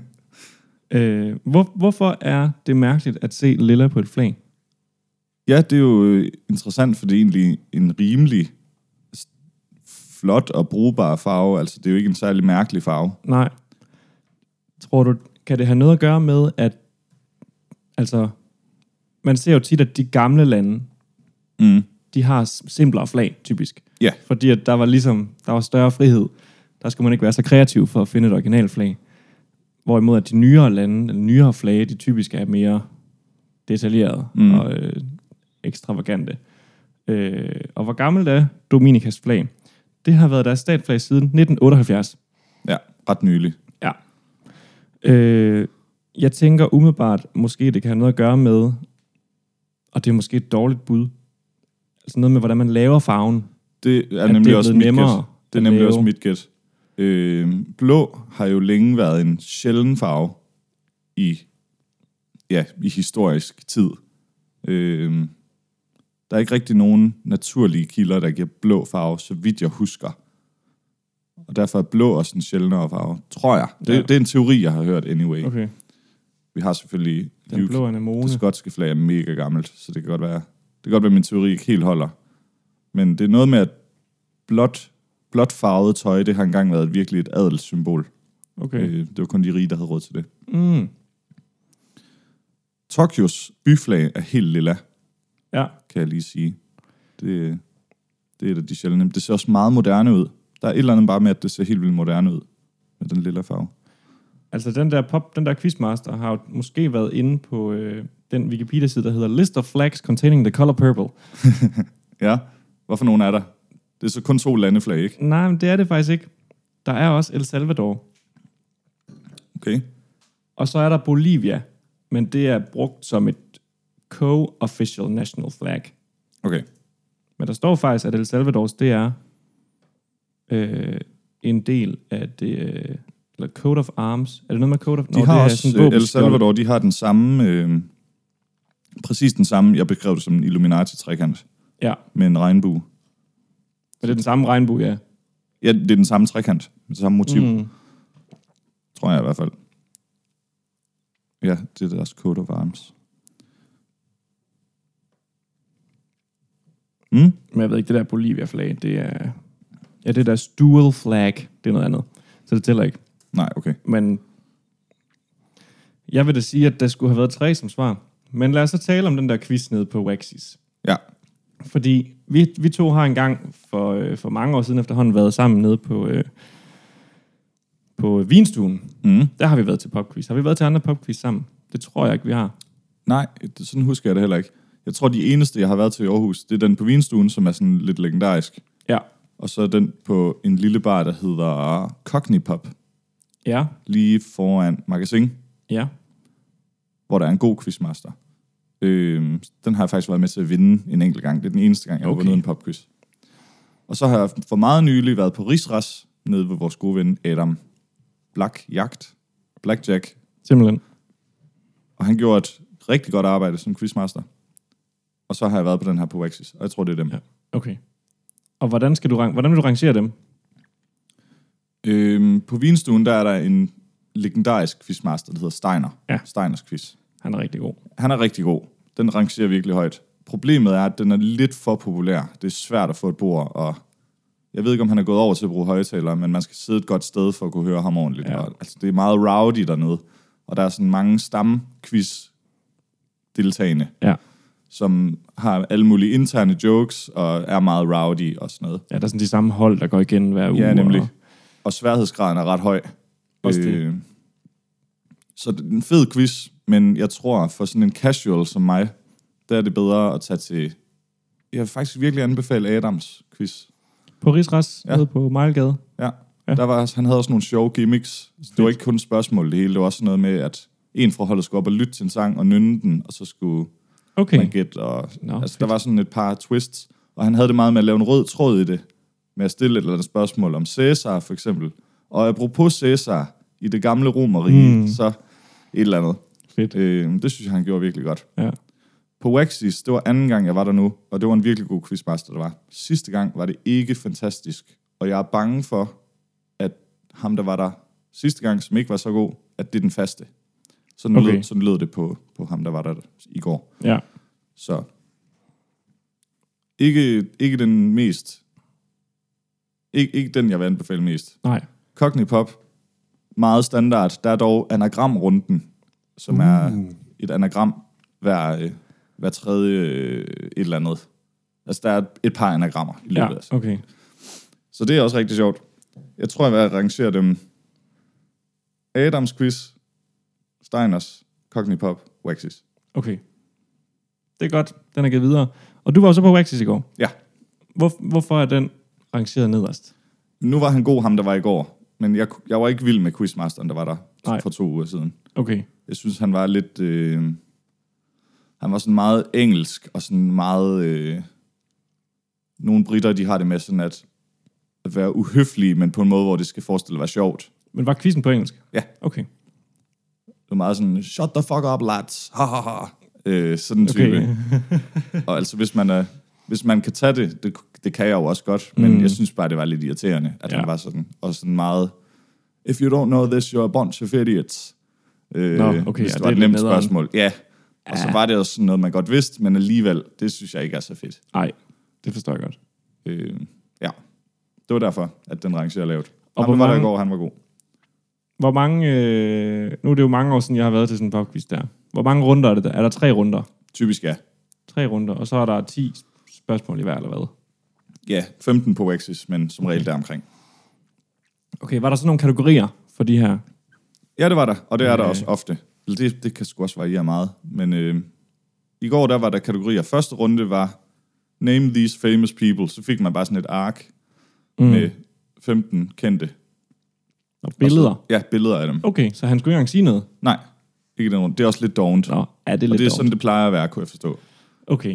øh, hvor, hvorfor er det mærkeligt at se lilla på et flag? Ja, det er jo øh, interessant, for det er egentlig en rimelig s- flot og brugbar farve. Altså, det er jo ikke en særlig mærkelig farve. Nej. Tror du, kan det have noget at gøre med, at altså, man ser jo tit, at de gamle lande, Mm. de har s- simplere flag, typisk. Ja. Fordi at der var ligesom, der var større frihed. Der skulle man ikke være så kreativ for at finde et originalt flag. Hvorimod at de nyere lande, eller nyere flag, de typisk er mere detaljerede Mm. og øh, ekstravagante. Øh, og hvor gammelt er Dominicas flag? Det har været deres statsflag siden nitten otteoghalvfjerds. Ja, ret nylig. Ja. Øh, jeg tænker umiddelbart, måske det kan have noget at gøre med, og det er måske et dårligt bud, altså noget med, hvordan man laver farven. Det er At nemlig det er også blevet mit nemmere gæt. Det er at nemlig lave. også mit gæt. Øh, blå har jo længe været en sjælden farve i, ja, i historisk tid. Øh, der er ikke rigtig nogen naturlige kilder, der giver blå farve, så vidt jeg husker. Og derfor er blå også en sjældnere farve, tror jeg. Det, Ja. det er en teori, jeg har hørt anyway. Okay. Vi har selvfølgelig... Den blå anemone. Det skotske flag er mega gammelt, så det kan godt være, det kan godt være, at min teori ikke helt holder. Men det er noget med, at blåt, blåt farvet tøj, det har engang været virkelig et adelssymbol. Okay. Øh, det var kun de rige, der havde råd til det. Mm. Tokyos byflag er helt lilla, Ja. kan jeg lige sige. Det, det er et af de sjældne. Det ser også meget moderne ud. Der er et eller andet bare med, at det ser helt vildt moderne ud med den lille farve. Altså den der pop, den der quizmaster har jo måske været inde på øh, den Wikipedia-side, der hedder List of Flags Containing the Color Purple. Ja, hvorfor nogen er der? Det er så kun to landeflag, ikke? Nej, men det er det faktisk ikke. Der er også El Salvador. Okay. Og så er der Bolivia, men det er brugt som et co-official national flag. Okay. Men der står faktisk, at El Salvadors, det er øh, en del af det, øh, eller Coat of Arms. Er det noget med Coat of... De Nå, har også, øh, El Salvador, de har den samme, øh, præcis den samme, jeg beskrev det som en Illuminati-trekant. Ja. Med en regnbue. Og det er den samme regnbue, ja. Ja, det er den samme trekant, med det samme motiv. Mm. Tror jeg i hvert fald. Ja, det er deres Coat of Arms. Mm? Men jeg ved ikke, det der Bolivia-flag, det er... Ja, det der dual flag, det er noget andet. Så det tæller ikke. Nej, okay. Men jeg vil da sige, at der skulle have været tre som svar. Men lad os så tale om den der quiz nede på Waxis. Ja. Fordi vi, vi to har engang for, øh, for mange år siden efterhånden været sammen nede på, øh, på Vinstuen. Mm. Der har vi været til popquiz. Har vi været til andre popquiz sammen? Det tror jeg ikke, vi har. Nej, det, sådan husker jeg det heller ikke. Jeg tror, de eneste, jeg har været til i Aarhus, det er den på Vinstuen, som er sådan lidt legendarisk. Ja. Og så den på en lille bar, der hedder Cockney Pub. Ja. Lige foran Magasin. Ja. Hvor der er en god quizmaster. Øh, den har jeg faktisk været med til at vinde en enkelt gang. Det er den eneste gang, jeg har okay. vundet en popquiz. Og så har jeg for meget nylig været på Rigsras, nede ved vores gode ven Adam Black Jagt. Blackjack. Simpelthen. Og han gjorde et rigtig godt arbejde som quizmaster. Og så har jeg været på den her på Waxis, og jeg tror, det er dem. Ja. Okay. Og hvordan, skal du, hvordan vil du rangere dem? Øhm, på Vinstuen, der er der en legendarisk quizmaster, der hedder Steiner. Ja. Steiners quiz. Han er rigtig god. Han er rigtig god. Den rangerer virkelig højt. Problemet er, at den er lidt for populær. Det er svært at få et bord, og jeg ved ikke, om han er gået over til at bruge højtalere, men man skal sidde et godt sted for at kunne høre ham ordentligt. Ja. Og, altså, det er meget rowdy dernede, og der er sådan mange stamquiz-deltagende, ja. som har alle mulige interne jokes, og er meget rowdy og sådan noget. Ja, der er sådan de samme hold, der går igen hver uge. Ja, nemlig. Og, og sværhedsgraden er ret høj. Også det. Øh, så det er en fed quiz, men jeg tror, for sådan en casual som mig, der er det bedre at tage til... Jeg vil faktisk virkelig anbefale Adams quiz. På Rigsras, ja. Nede på Mejlgade. Ja, ja. Der var, han havde også nogle sjove gimmicks. Det var ikke kun spørgsmål det hele, det var også noget med, at en fra holdet skulle op og lytte til en sang og nynne den, og så skulle okay. man gætte. Og, no, altså, der var sådan et par twists, og han havde det meget med at lave en rød tråd i det, med at stille et eller andet spørgsmål om Cæsar for eksempel. Og apropos Cæsar, i det gamle Romerrige, mm. så et eller andet. Fedt. Øh, det synes jeg, han gjorde virkelig godt. Ja. På Waxis, det var anden gang, jeg var der nu, og det var en virkelig god quizmaster, der var. Sidste gang var det ikke fantastisk, og jeg er bange for, at ham, der var der sidste gang, som ikke var så god, at det er den faste. Sådan, okay. lød, sådan lød det på, på ham, der var der i går. Ja. Så ikke, ikke den mest... Ikke, ikke den, jeg vil anbefale mest. Nej. Cockney Pop, meget standard. Der er dog anagramrunden, som uh. er et anagram hver, hver tredje et eller andet. Altså, der er et par anagrammer i løbet ja, af. Okay. Så det er også rigtig sjovt. Jeg tror, jeg vil rangere dem. Adams quiz, Steiners, Cockney Pop, Waxis. Okay. Det er godt. Den er givet videre. Og du var også på Waxis i går. Ja. Hvor, hvorfor er den rangeret nederst? Nu var han god, ham der var i går. Men jeg, jeg var ikke vild med quizmasteren, der var der Nej. for to uger siden. Okay. Jeg synes, han var lidt... Øh, han var sådan meget engelsk, og sådan meget... Øh, nogle britter, de har det med sådan at, at være uhøflige, men på en måde, hvor det skal forestille at være sjovt. Men var quizzen på engelsk? Ja. Okay. Det var meget sådan, shut the fuck up, lads. Ha, ha, ha. Øh, sådan en type. Okay. Og altså, hvis man, er, hvis man kan tage det, det, det kan jeg jo også godt, men mm. jeg synes bare, det var lidt irriterende, at ja. han var sådan, og sådan meget, if you don't know this, you're a bunch of idiots. Øh, Nå, okay. Hvis det ja, var det et nemt nederen. spørgsmål. Ja. Og så var det også sådan noget, man godt vidste, men alligevel, det synes jeg ikke er så fedt. Nej, det forstår jeg godt. Øh, ja. Det var derfor, at den rangerer lavt. Og han var mange, der i går, han var god. Hvor mange... Øh, nu er det jo mange år siden, jeg har været til sådan en popquiz der. Hvor mange runder er det der? Er der tre runder? Typisk ja. Tre runder, og så er der ti spørgsmål i hver, eller hvad? Ja, femten på Waxis, men som regel deromkring. Okay, var der så nogle kategorier for de her? Ja, det var der, og det er Øh. der også ofte. Eller Det, det kan sgu også variere meget. Men øh, i går, der var der kategorier. Første runde var Name These Famous People. Så fik man bare sådan et ark mm. med femten kendte. Og billeder? Og så, ja, billeder af dem. Okay, så han skulle ikke engang sige noget? Nej, ikke den runde. Det er også lidt dovent. Nå, er det lidt og det er dovent? sådan, det plejer at være, kunne jeg forstå. Okay.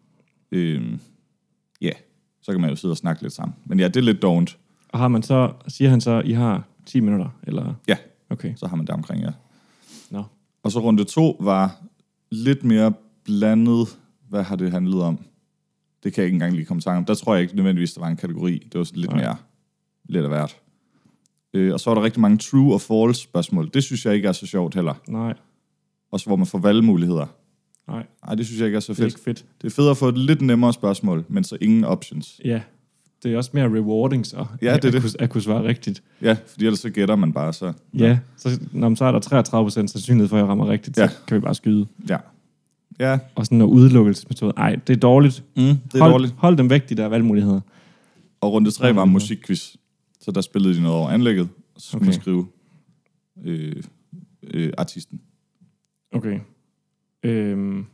Øh, ja, så kan man jo sidde og snakke lidt sammen. Men ja, det er lidt dovent. Og har man så, siger han så, I har ti minutter? Eller? Ja, okay. Så har man der omkring, ja. Nå. Og så runde to var lidt mere blandet. Hvad har det handlet om? Det kan jeg ikke engang lige komme i tanke om. Der tror jeg ikke nødvendigvis, der var en kategori. Det var lidt Nej. mere lidt af hvert. Øh, og så var der rigtig mange true og false spørgsmål. Det synes jeg ikke er så sjovt heller. Nej. Også hvor man får valgmuligheder. Nej. Nej, det synes jeg ikke er så fedt. Det er ikke fedt. Det er fedt at få et lidt nemmere spørgsmål, men så ingen options. Ja, det er også mere rewarding så, ja, det er at, det. Kunne, at kunne svare rigtigt. Ja, fordi ellers så gætter man bare så. Ja, så, når, så er der treogtredive procent sandsynlighed for, at jeg rammer rigtigt, ja. Så kan vi bare skyde. Ja. Ja. Og sådan noget udelukkelsesmetode. Ej, det er dårligt. Mm, det er hold, dårligt. Hold dem væk, de der valgmuligheder. Og runde tre var musikquiz. Så der spillede de noget over anlægget, og så skulle okay. man skrive øh, øh, artisten. Okay. Øhm.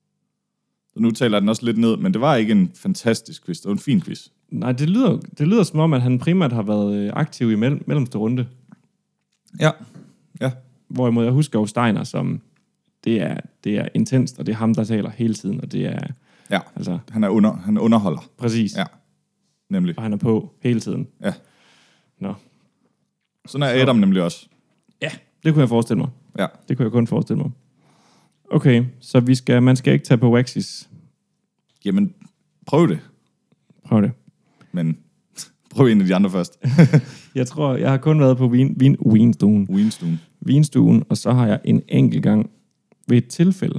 Så nu taler jeg den også lidt ned, men det var ikke en fantastisk quiz. Det var en fin quiz. Nej, det lyder, det lyder som om, at han primært har været aktiv i mellem, mellemste runde. Ja. Ja. Hvorimod jeg husker jo Steiner, som det er, det er intenst, og det er ham, der taler hele tiden, og det er... Ja, altså, han, er under, han underholder. Præcis. Ja, nemlig. Og han er på hele tiden. Ja. Nå. Sådan er Adam så. Nemlig også. Ja, det kunne jeg forestille mig. Ja. Det kunne jeg kun forestille mig. Okay, så vi skal, man skal ikke tage på Waxis. Jamen, prøv det. Prøv det. Men prøv en af de andre først. Jeg tror, jeg har kun været på vin, vin, vinstuen. Vinstuen. Vinstuen, og så har jeg en enkelt gang ved et tilfælde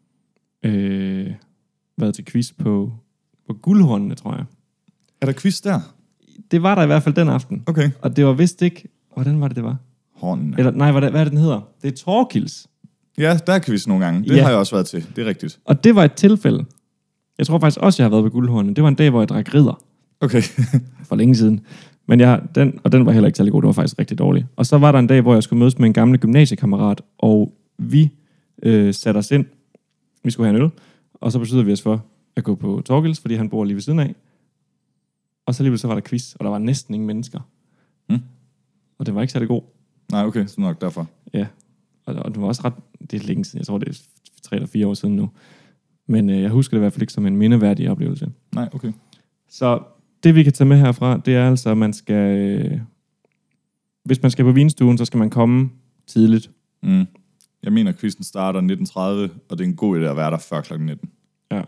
øh, været til quiz på, på Guldhornene, tror jeg. Er der quiz der? Det var der i hvert fald den aften. Okay. Og det var vist ikke... Hvordan var det, det var? Hornene. Eller, nej, hvad, hvad er det, den hedder? Det er Torkils. Ja, der er quiz nogle gange. Det ja. har jeg også været til. Det er rigtigt. Og det var et tilfælde. Jeg tror faktisk også, jeg har været på Guldhornene. Det var en dag, hvor jeg drak ridder. Okay. For længe siden. Men jeg, den, og den var heller ikke særlig god. Det var faktisk rigtig dårlig. Og så var der en dag, hvor jeg skulle mødes med en gammel gymnasiekammerat, og vi øh, satte os ind. Vi skulle have en øl. Og så besluttede vi os for at gå på Torkils, fordi han bor lige ved siden af. Og så lige så var der quiz, og der var næsten ingen mennesker. Hmm. Og det var ikke særlig god. Nej, okay. Så nok derfor. Ja. Og, og det var også ret... Det er længe siden. Jeg tror, det er tre eller fire år siden nu. Men øh, jeg husker det i hvert fald ikke som en mindeværdig oplevelse. Nej, okay. Så det, vi kan tage med herfra, det er altså, at man skal... Øh, hvis man skal på vinstuen, så skal man komme tidligt. Mm. Jeg mener, at quizzen starter nitten tredive, og det er en god idé at være der før klokken nitten. Ja.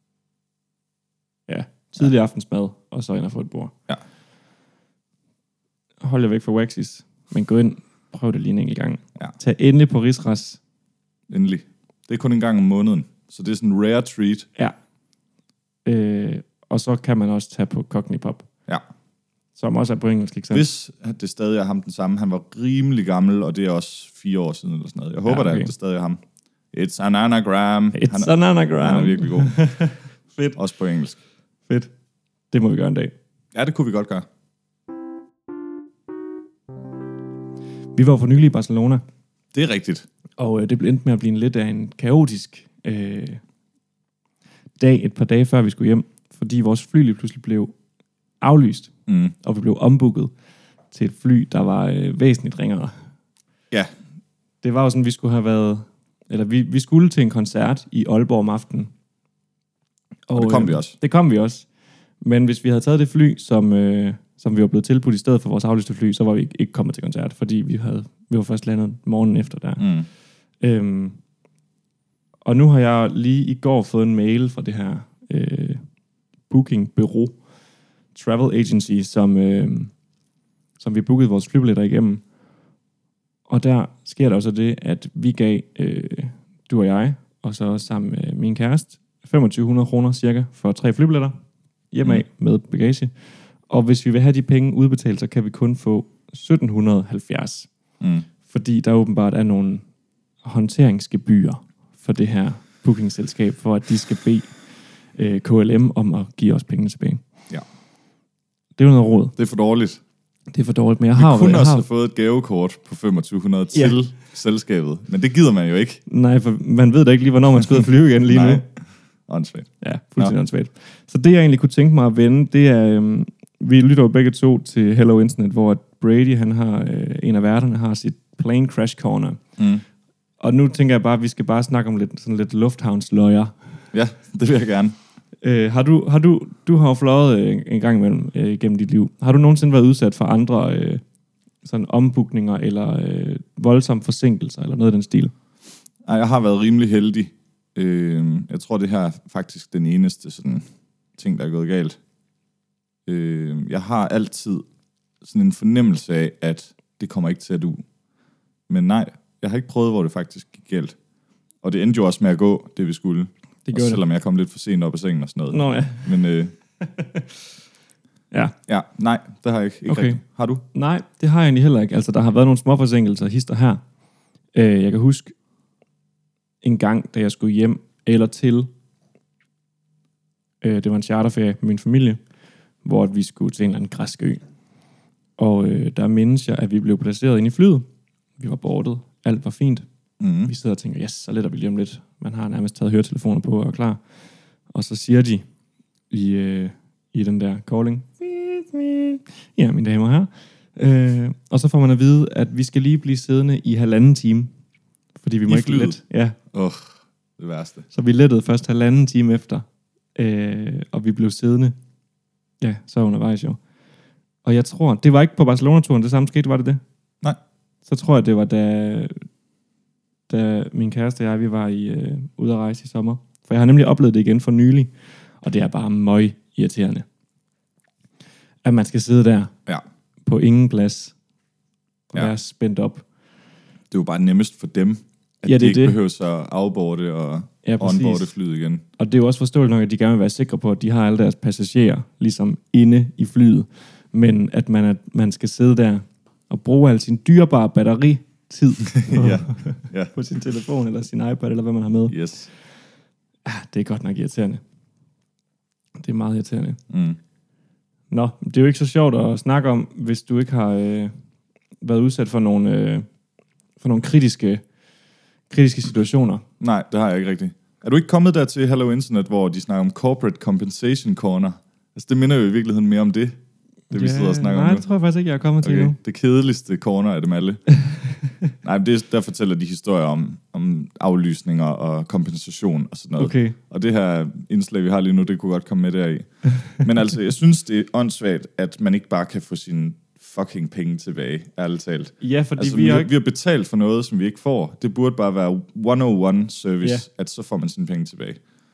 Ja, tidlig ja. aftensmad, og så ind og få et bord. Ja. Hold jer væk fra Waxis, men gå ind, prøv det lige en enkelt gang. Ja. Tag endelig på Rigsras. Endelig. Det er kun en gang om måneden, så det er sådan en rare treat. Ja. Øh, og så kan man også tage på Cockney Pop. Ja. Som også er på engelsk, ikke sant? Hvis det stadig er ham den samme. Han var rimelig gammel, og det er også fire år siden eller sådan noget. Jeg håber ja, okay. da, at det stadig er ham. It's an anagram. It's han er, an anagram. Han er virkelig god. Fedt. Også på engelsk. Fedt. Det må vi gøre en dag. Ja, det kunne vi godt gøre. Vi var for nylig i Barcelona. Det er rigtigt. Og øh, det endte med at blive en lidt af en kaotisk øh, dag, et par dage før vi skulle hjem. Fordi vores fly lige pludselig blev aflyst. Mm. Og vi blev ombooket til et fly, der var øh, væsentligt ringere. Ja. Det var jo sådan, vi skulle have været... Eller vi, vi skulle til en koncert i Aalborg om aftenen. Og, og det kom øh, vi også. Det kom vi også. Men hvis vi havde taget det fly, som, øh, som vi var blevet tilbudt i stedet for vores aflyste fly, så var vi ikke, ikke kommet til koncert, fordi vi, havde, vi var først landet morgenen efter der. Mm. Øhm, og nu har jeg lige i går fået en mail fra det her øh, booking-bureau, travel agency, som, øh, som vi bookede vores flybilletter igennem. Og der sker der også det, at vi gav, øh, du og jeg, og så sammen med min kæreste, femogtyve hundrede kroner cirka for tre flybilletter hjemme mm. med bagage. Og hvis vi vil have de penge udbetalt, så kan vi kun få sytten halvfjerds. Mm. Fordi der åbenbart er nogle håndteringsgebyrer for det her bookingselskab, for at de skal bede øh, K L M om at give os pengene tilbage. Ja. Det er jo noget råd. Det er for dårligt. Det er for dårligt, men jeg Vi har... kunne jeg også har, have fået et gavekort på femogtyve hundrede til Ja. selskabet, men det gider man jo ikke. Nej, for man ved da ikke lige, hvornår man skal ud og flyve igen lige Nej. nu. Åndssvagt. Ja, fuldstændig åndssvagt. Så det, jeg egentlig kunne tænke mig at vende, det er... Øhm, vi lytter jo begge to til Hello Internet, hvor Brady, han har... Øh, en af værterne har sit plane crash corner. Mm. Og nu tænker jeg bare, at vi skal bare snakke om lidt, sådan lidt lufthavnsløjer. Ja, det vil jeg gerne. Øh, har du, har du, du har jo fløjet øh, en gang imellem øh, gennem dit liv. Har du nogensinde været udsat for andre øh, sådan ombookninger eller øh, voldsomme forsinkelser eller noget af den stil? Ej, jeg har været rimelig heldig. Øh, jeg tror, det her er faktisk den eneste sådan, ting, der er gået galt. Øh, jeg har altid sådan en fornemmelse af, at det kommer ikke til at du. Men nej, jeg har ikke prøvet, hvor det faktisk gik galt. Og det endte jo også med at gå, det vi skulle. Det også gjorde selvom jeg kom lidt for sent op af sengen og sådan noget. Nå ja. Men øh, Ja. ja, nej, det har jeg ikke, ikke Okay. rigtigt. Har du? Nej, det har jeg egentlig heller ikke. Altså, der har været nogle små forsinkelser, hister her. Øh, jeg kan huske en gang, da jeg skulle hjem eller til, øh, det var en charterferie med min familie, hvor vi skulle til en eller anden græsk ø. Og øh, der mindes jeg, at vi blev placeret inde i flyet. Vi var bordet. Alt var fint. Mm. Vi sidder og tænker, yes, så letter vi lige om lidt. Man har nærmest taget høretelefoner på og er klar. Og så siger de i, øh, i den der calling, ja, mine damer her. Øh, og så får man at vide, at vi skal lige blive siddende i halvanden time. Fordi vi må I ikke flyet? lette. Ja, Åh, oh, det værste. så vi lettede først halvanden time efter. Øh, og vi blev siddende. Ja, så undervejs jo. Og jeg tror, det var ikke på Barcelona-turen, det samme skete, var det det? Nej. Så tror jeg, det var da, da min kæreste og jeg, vi var i, øh, ude at rejse i sommer. For jeg har nemlig oplevet det igen for nylig. Og det er bare møg irriterende. At man skal sidde der Ja. på ingen plads og Ja. være spændt op. Det er jo bare nemmest for dem, at Ja, ja, det de er ikke det. behøver at afboarde og Ja, præcis. onboarde flyet igen. Og det er jo også forståeligt nok, at de gerne vil være sikre på, at de har alle deres passagerer ligesom inde i flyet. Men at man, at man skal sidde der og bruge al sin dyrebare batteritid på, Ja, ja. på sin telefon eller sin iPad, eller hvad man har med. Yes. Ah, det er godt nok irriterende. Det er meget irriterende. Mm. Nå, det er jo ikke så sjovt at snakke om, hvis du ikke har øh, været udsat for nogle, øh, for nogle kritiske, kritiske situationer. Nej, det har jeg ikke rigtigt. Er du ikke kommet der til Hello Internet, hvor de snakker om Corporate Compensation Corner? Altså, det minder jo i virkeligheden mere om det, det vi sidder og snakker nej, om nu. det tror jeg faktisk ikke, jeg er kommet til Okay, nu. det kedeligste corner af dem alle. Nej, men det, der fortæller de historier om, om aflysninger og kompensation og sådan noget. Okay. Og det her indslag, vi har lige nu, det kunne godt komme med deri. Men altså, jeg synes, det er åndssvagt, at man ikke bare kan få sine fucking penge tilbage, ærligt talt. Ja, fordi Altså, vi vi, har har, ikke... vi har betalt for noget, som vi ikke får. Det burde bare være et nul et service, Ja. at så får man sine penge tilbage.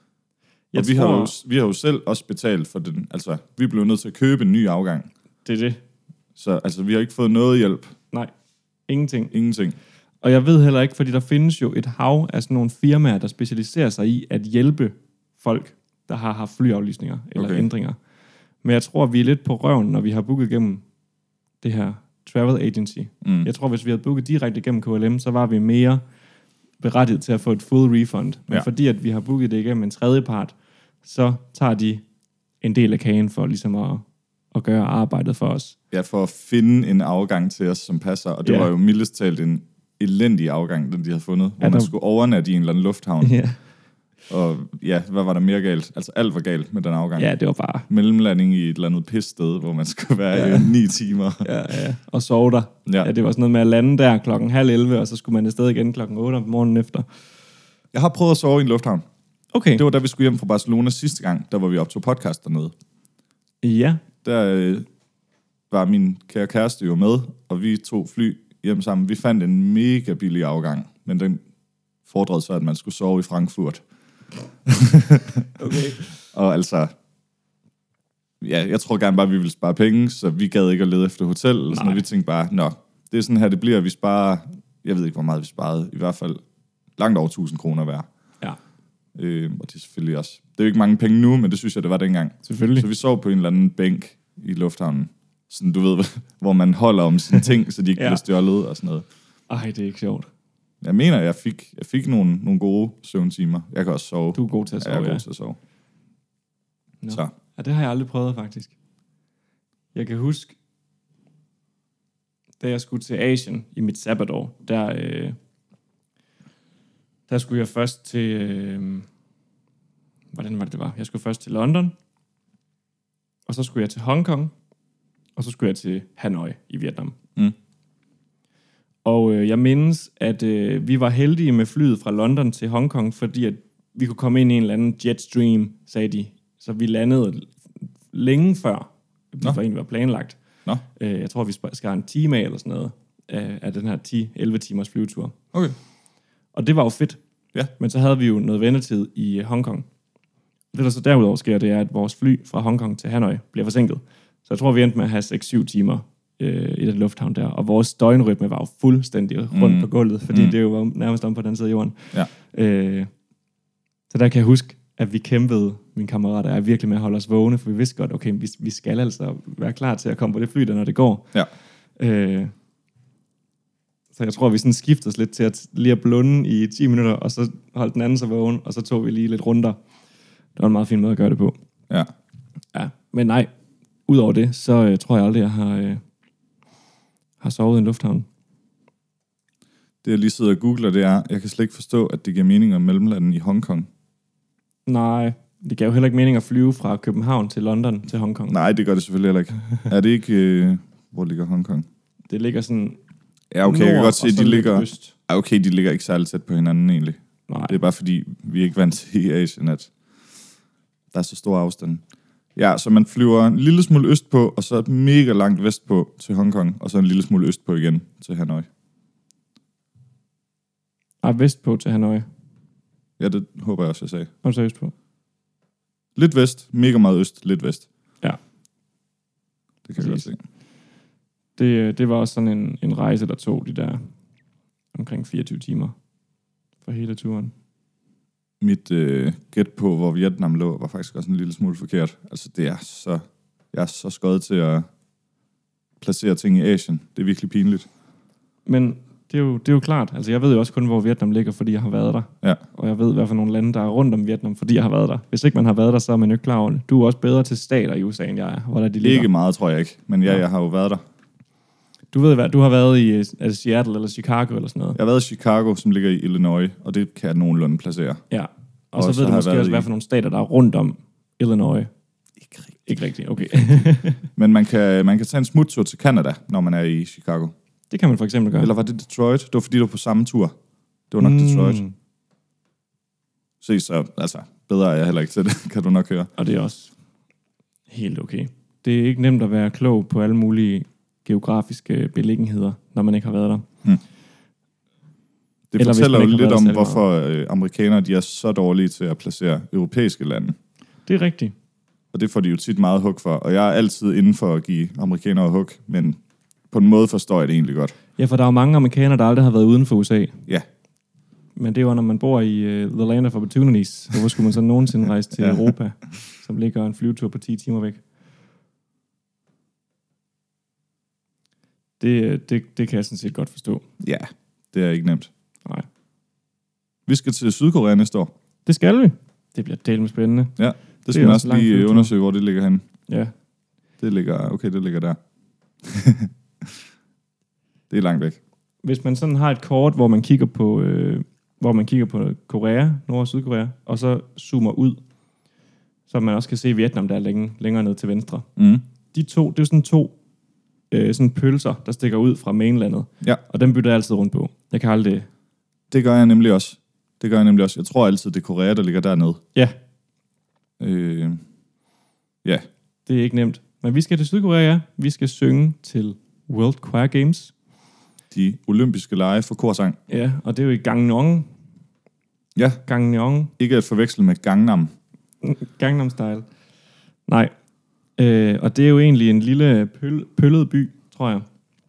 Jeg Og vi, tror, har jo, vi har jo selv også betalt for den. Altså, vi blev nødt til at købe en ny afgang. det er det. Så altså, vi har ikke fået noget hjælp. Nej, ingenting. Ingenting. Og jeg ved heller ikke, fordi der findes jo et hav af sådan nogle firmaer, der specialiserer sig i at hjælpe folk, der har haft flyaflysninger eller Okay. ændringer. Men jeg tror, vi er lidt på røven, når vi har booket gennem det her travel agency. Mm. Jeg tror, hvis vi havde booket direkte gennem K L M, så var vi mere berettiget til at få et full refund. Men Ja. fordi at vi har booket det igennem en tredje part, så tager de en del af kagen for ligesom at, at gøre arbejdet for os. Ja, for at finde en afgang til os, som passer. Og det Ja. var jo mildest talt en elendig afgang, den de havde fundet. Hvor Ja, man der- skulle overnatte i en eller anden lufthavn. Ja, Og ja, hvad var der mere galt? Altså alt var galt med den afgang. ja det var bare... Mellemlanding i et eller andet pissted, hvor man skulle være Ja. ja. i ni timer. Ja, ja. Og sove der. Ja. Ja, det var sådan noget med at lande der klokken halv elleve, og så skulle man afsted igen klokken otte om morgenen efter. Jeg har prøvet at sove i en lufthavn. Okay. Det var da vi skulle hjem fra Barcelona sidste gang, der var vi optog podcast dernede. Ja. Der øh, var min kære kæreste jo med, og vi tog fly hjem sammen. Vi fandt en mega billig afgang, men den fordrede så, at man skulle sove i Frankfurt. Okay. Og altså, ja, jeg tror gerne bare, at vi ville spare penge, så vi gad ikke at lede efter hotel. Eller sådan Nej. noget. Vi tænkte bare, nå, det er sådan her, det bliver. Vi sparer, jeg ved ikke, hvor meget vi sparede. I hvert fald langt over tusind kroner hver. Ja, Øh, og det er selvfølgelig også, det er jo ikke mange penge nu, men det synes jeg, det var dengang. selvfølgelig. Så vi sov på en eller anden bænk i lufthavnen. Sådan, du ved, hvor man holder om sine ting, så de ikke Ja. bliver stjålet og sådan noget. Ej, det er ikke sjovt. Jeg mener, jeg fik, jeg fik nogle, nogle gode søvntimer. Jeg kan også sove. Du er god til at Ja, jeg sove, er ja. god til at sove. Nå. Så. Ja, det har jeg aldrig prøvet, faktisk. Jeg kan huske, da jeg skulle til Asien i mit sabbatår, der, øh, der skulle jeg først til... Øh, hvordan var det, det var? Jeg skulle først til London, og så skulle jeg til Hongkong, og så skulle jeg til Hanoi i Vietnam. Mm. Og øh, jeg mindes, at øh, vi var heldige med flyet fra London til Hongkong, fordi at vi kunne komme ind i en eller anden jetstream, sagde de. Så vi landede længe før, det var egentlig var planlagt. Nå. Øh, jeg tror, vi skar en time af eller sådan noget af, af den her ti til elleve timers flyvetur. Okay. Og det var jo fedt. Ja. Men så havde vi jo noget ventetid i Hongkong. Det, der så derudover sker, det er, at vores fly fra Hongkong til Hanoi bliver forsinket. Så jeg tror, vi endte med at have seks syv timer øh, i den lufthavn der. Og vores døgnrytme var jo fuldstændig rundt mm. på gulvet, fordi mm. det jo var nærmest om på den side af jorden. Ja. Øh, så der kan jeg huske, at vi kæmpede, mine kammerater, er virkelig med at holde os vågne, for vi vidste godt, okay, vi, vi skal altså være klar til at komme på det fly, der når det går. Ja. Øh, så jeg tror, vi sådan skiftede os lidt til at lige at blunde i ti minutter, og så holdt den anden sig vågen, og så tog vi lige lidt runder. Det var en meget fin måde at gøre det på. Ja. Ja, men nej, udover det, så øh, tror jeg aldrig, jeg har, øh, har sovet i en lufthavn. Det jeg lige sidder og googler, det er, jeg kan slet ikke forstå, at det giver mening om mellemlanden i Hongkong. Nej, det gav jo heller ikke mening at flyve fra København til London til Hongkong. Nej, det gør det selvfølgelig heller ikke. Er det ikke... Øh, hvor ligger Hongkong? Det ligger sådan... Ja, okay, nord, jeg kan godt se, at de ligger... øst. Ja, okay, de ligger ikke særlig tæt på hinanden egentlig. Nej. Det er bare fordi, vi er ikke vant til i Asien, at der er så stor afstand. Ja, så man flyver en lille smule øst på, og så mega langt vest på til Hongkong, og så en lille smule øst på igen til Hanoi. Ej, vest på til Hanoi. Ja, det håber jeg også, jeg sagde. Og så øst på. Lidt vest, mega meget øst, lidt vest. Ja. Det kan jeg godt se. Det, det var også sådan en, en rejse, der tog de der omkring fireogtyve timer for hele turen. Mit øh, gæt på, hvor Vietnam lå, var faktisk også en lille smule forkert. Altså, det er så... Jeg er så skøjet til at placere ting i Asien. Det er virkelig pinligt. Men det er jo, det er jo klart. Altså, jeg ved jo også kun, hvor Vietnam ligger, fordi jeg har været der. Ja. Og jeg ved, hvad for nogle lande, der er rundt om Vietnam, fordi jeg har været der. Hvis ikke man har været der, så er man jo ikke klar over det. Du er også bedre til stater i U S A, end jeg er. Hvor der de ligger. Ikke meget, tror jeg ikke. Men ja, ja, jeg har jo været der. Du ved hvad, du har været i er det Seattle eller Chicago eller sådan noget. Jeg har været i Chicago, som ligger i Illinois, og det kan jeg nogenlunde placere. Ja, og, og så, så ved du måske også, hvad for nogle stater, der er rundt om Illinois. Ikke rigtigt. Ikke rigtigt, okay. Men man kan, man kan tage en smuttur til Canada, når man er i Chicago. Det kan man for eksempel gøre. Eller var det Detroit? Det var fordi, du var på samme tur. Det var nok mm. Detroit. Se, så altså, bedre er jeg heller ikke til det, kan du nok høre. Og det er også helt okay. Det er ikke nemt at være klog på alle mulige geografiske beliggenheder, når man ikke har været der. Hmm. Det Eller fortæller jo lidt om, hvorfor hvorfor amerikanere de er så dårlige til at placere europæiske lande. Det er rigtigt. Og det får de jo tit meget hug for. Og jeg er altid inden for at give amerikanere hug, men på en måde forstår jeg det egentlig godt. Ja, for der er jo mange amerikanere, der aldrig har været uden for U S A. Ja. Men det er jo, når man bor i uh, The Land of Opportunities. Hvorfor skulle man så nogensinde rejse til ja. Europa, som ligger en flyvetur på ti timer væk? Det, det, det kan jeg sådan set godt forstå. Ja, det er ikke nemt. Nej. Vi skal til Sydkorea næste år. Det skal vi. Det bliver delt med spændende. Ja, det, det skal man også lige flyvetur. Undersøge, hvor det ligger henne. Ja. Det ligger, okay, det ligger der. Det er langt væk. Hvis man sådan har et kort, hvor man kigger på, øh, hvor man kigger på Korea, Nord- og Sydkorea, og så zoomer ud, så man også kan se Vietnam, der er længe, længere ned til venstre. Mm. De to, det er sådan to øh, sådan pølser, der stikker ud fra mainlandet. Ja. Og dem bytter jeg altid rundt på. Jeg kan aldrig... Det gør jeg nemlig også. Det gør jeg nemlig også. Jeg tror altid, det er Korea, der ligger dernede. Ja. Øh, ja. Det er ikke nemt. Men vi skal til Sydkorea. Vi skal synge til World Choir Games. De olympiske lege for korsang. Ja, og det er jo i Gangneung. Ja. Gangneung. Ikke at forveksle med Gangnam. Gangnam Style. Nej. Øh, og det er jo egentlig en lille pøl, pøllet by, tror jeg.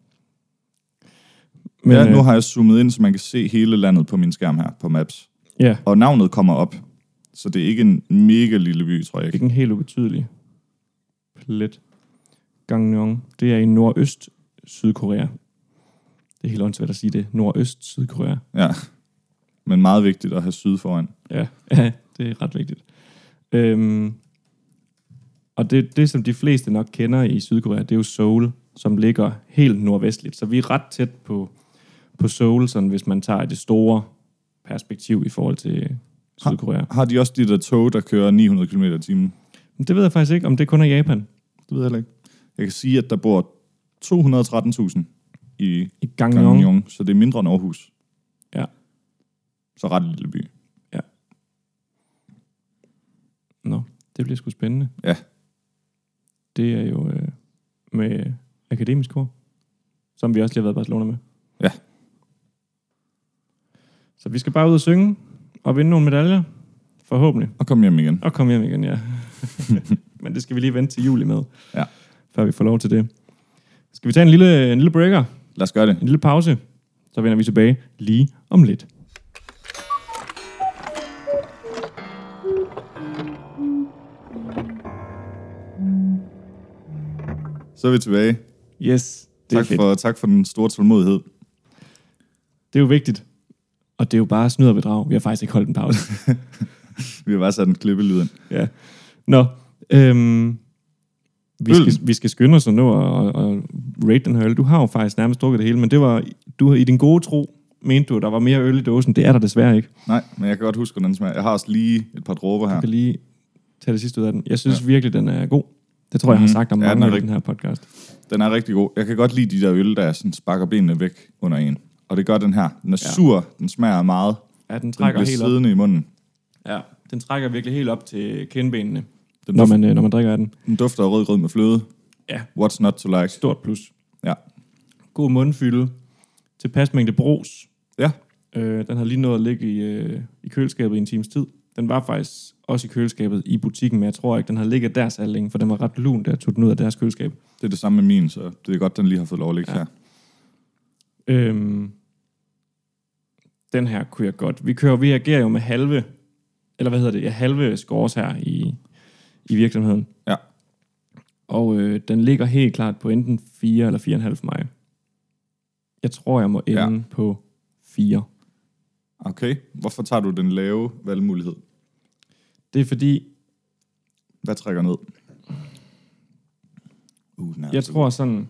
Men, ja, nu har jeg zoomet ind, så man kan se hele landet på min skærm her på Maps. Ja. Og navnet kommer op. Så det er ikke en mega lille by, tror jeg ikke. Ikke en helt ubetydelig plet. Gangneung. Det er i nordøst Sydkorea. Det er helt åndssvagt at sige det. Nordøst Sydkorea. Ja. Men meget vigtigt at have syd foran. Ja, ja, det er ret vigtigt. Øhm, og det, det, som de fleste nok kender i Sydkorea, det er jo Seoul, som ligger helt nordvestligt. Så vi er ret tæt på, på Seoul, sådan, hvis man tager det store perspektiv i forhold til Sydkorea. Har, har de også de der tog, der kører ni hundrede kilometer i timen? Det ved jeg faktisk ikke, om det kun er Japan. Det ved jeg heller ikke. Jeg kan sige, at der bor to hundrede og tretten tusind i, I Gangneung. Gangneung, så det er mindre end Aarhus. Ja. Så ret lille by. Ja. Nå, det bliver sgu spændende. Ja. Det er jo øh, med akademisk kor, som vi også lige har været i Barcelona med. Ja. Så vi skal bare ud og synge og vinde nogle medaljer, forhåbentlig. Og kom hjem igen. Og komme hjem igen, ja. Men det skal vi lige vente til juli med, ja. før vi får lov til det. Skal vi tage en lille, en lille breaker? Lad os gøre det. En lille pause, så vender vi tilbage lige om lidt. Så er vi tilbage. Yes, det tak er fedt. For, tak for den store tålmodighed. Det er jo vigtigt. Og det er jo bare snyd og bedrag. Vi har faktisk ikke holdt en pause. Vi har bare sat en klippelyd ind. Ja. Nå, øhm, vi, skal, vi skal skynde os nu og, og, og rate den her øl. Du har jo faktisk nærmest drukket det hele, men det var, du i din gode tro, mente du, at der var mere øl i dåsen. Det er der desværre ikke. Nej, men jeg kan godt huske, hvordan den smager. Jeg har også lige et par dråber her. Du kan lige tage det sidste ud af den. Jeg synes ja. virkelig, den er god. Det tror jeg, jeg har sagt om ja, mange af i den her podcast. Den er rigtig god. Jeg kan godt lide de der øl, der sådan sparker benene væk under en. Og det gør den her. Den er ja. sur, den smager meget. Ja, den trækker den helt op. siddende i munden. Ja, den trækker virkelig helt op til kindbenene, den når, duft, man, når man drikker af den. Den dufter af rød grød med fløde. Ja. What's not to like? Stort plus. Ja. God mundfylde. Tilpas mængde brus. Ja. Øh, den har lige nået at ligge i, øh, i køleskabet i en times tid. Den var faktisk også i køleskabet i butikken, men jeg tror ikke, den har ligget der så længe, for den var ret lun, da jeg tog den ud af deres køleskab. Det er det samme med min, så det er godt, den lige har fået lov at ligge ja. her. Øhm, den her kunne jeg godt. Vi kører, vi agerer jo med halve, eller hvad hedder det, ja, halve scores her i, i virksomheden. Ja. Og øh, den ligger helt klart på enten fire eller fire komma fem for mig. Jeg tror, jeg må ende ja. på fire. Okay. Hvorfor tager du den lave valgmulighed? Det er fordi... Hvad trækker ned? Uh, nej, jeg tror sådan...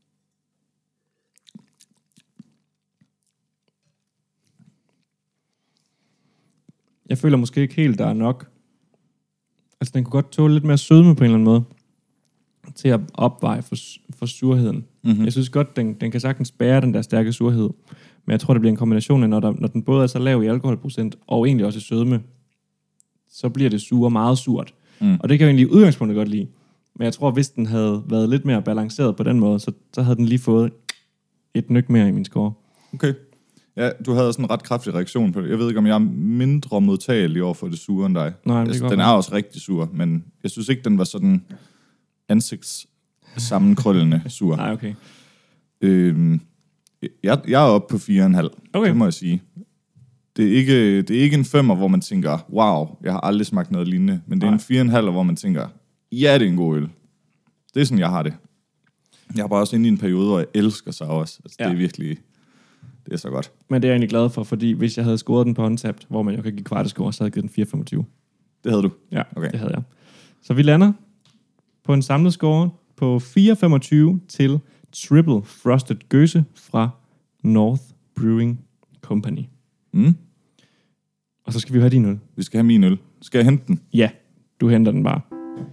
Jeg føler måske ikke helt, der er nok. Altså, den kunne godt tåle lidt mere sødme på en eller anden måde. Til at opveje for, for surheden. Mm-hmm. Jeg synes godt, den, den kan sagtens bære den der stærke surhed. Men jeg tror, det bliver en kombination af, når, der, når den både er så lav i alkoholprocent, og egentlig også i sødme, så bliver det sure meget surt. Mm. Og det kan jeg egentlig i udgangspunktet godt lide. Men jeg tror, hvis den havde været lidt mere balanceret på den måde, så, så havde den lige fået et nyk mere i min score. Okay. Ja, du havde sådan en ret kraftig reaktion på det. Jeg ved ikke, om jeg er mindre modtagelig over for det sure end dig. Nej, det altså, den er også rigtig sur, men jeg synes ikke, den var sådan ansigtssammenkrøllende sur. Nej, okay. Øhm, jeg, jeg er oppe på fire komma fem, okay. Det må jeg sige. Det er, ikke, det er ikke en femmer, hvor man tænker, wow, jeg har aldrig smagt noget lignende. Men det er Nej. en fire komma fem, hvor man tænker, ja, det er en god øl. Det er sådan, jeg har det. Jeg har bare også inde i en periode, hvor jeg elsker sours. Altså, ja. Det er virkelig... Det er så godt. Men det er jeg egentlig glad for, fordi hvis jeg havde scoret den på Untappd, hvor man jo kan give kvartescore, så havde jeg givet den fire komma femogtyve. Det havde du? Ja, okay. Det havde jeg. Så vi lander på en samlet score på fire komma femogtyve til Triple Frosted Gøse fra North Brewing Company. Mm. Og så skal vi have din øl. Vi skal have min øl. Skal jeg hente den? Ja, du henter den bare.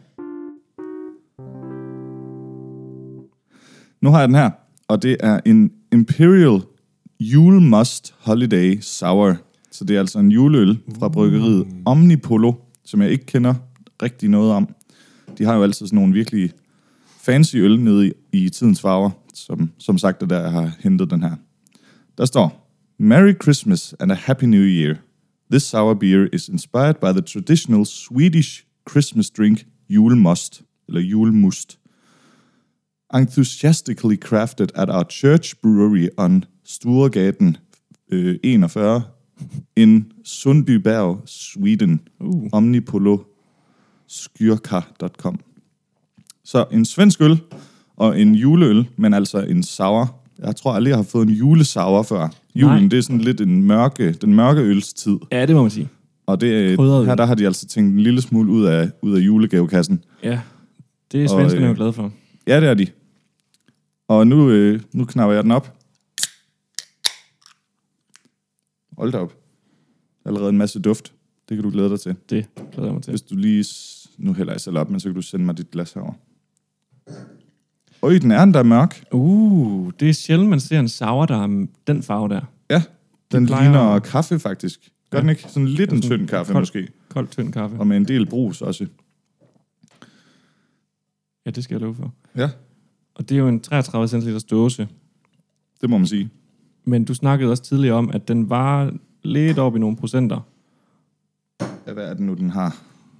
Nu har jeg den her, og det er en Imperial Jule Must Holiday Sour. Så det er altså en juleøl fra bryggeriet Omnipolo, som jeg ikke kender rigtig noget om. De har jo altid sådan nogle virkelig fancy øl nede i, i tidens farver, som, som sagt er der, jeg har hentet den her. Der står, Merry Christmas and a Happy New Year. This sour beer is inspired by the traditional Swedish Christmas drink Jule Must, eller Jule Must. Enthusiastically crafted at our church brewery on Sturegaten øh, enogfyrre in Sundbyberg, Sweden. Uh. Omnipolo skyrka punktum com. Så en svensk øl og en juleøl, men altså en sour. Jeg tror aldrig, jeg har fået en julesauer før. Julen, Nej. Det er sådan lidt en mørke, den mørke øls tid. Ja, det må man sige. Og det, her der har de altså tænkt en lille smule ud af, ud af julegavekassen. Ja, det er svenskerne jo glade for. Ja, det er de. Og nu, øh, nu knapper jeg den op. Hold da op. Allerede en masse duft. Det kan du glæde dig til. Det glæder jeg mig til. Hvis du lige... Nu hælder jeg selv op, men så kan du sende mig dit glas herover. Øj, den er endda mørk. Uh, det er sjældent, man ser en sour, der har den farve der. Ja, den plejer- ligner kaffe faktisk. Gør Ja. den ikke? Sådan lidt en Sådan tynd kaffe kold- måske. Kold, tynd kaffe. Og med en del brus også. Ja, det skal jeg love for. Ja, Og det er jo en treogtredive centiliters dåse. det må man sige. Men du snakkede også tidligere om, at den var lidt op i nogle procenter. Ja, hvad er det nu, den har?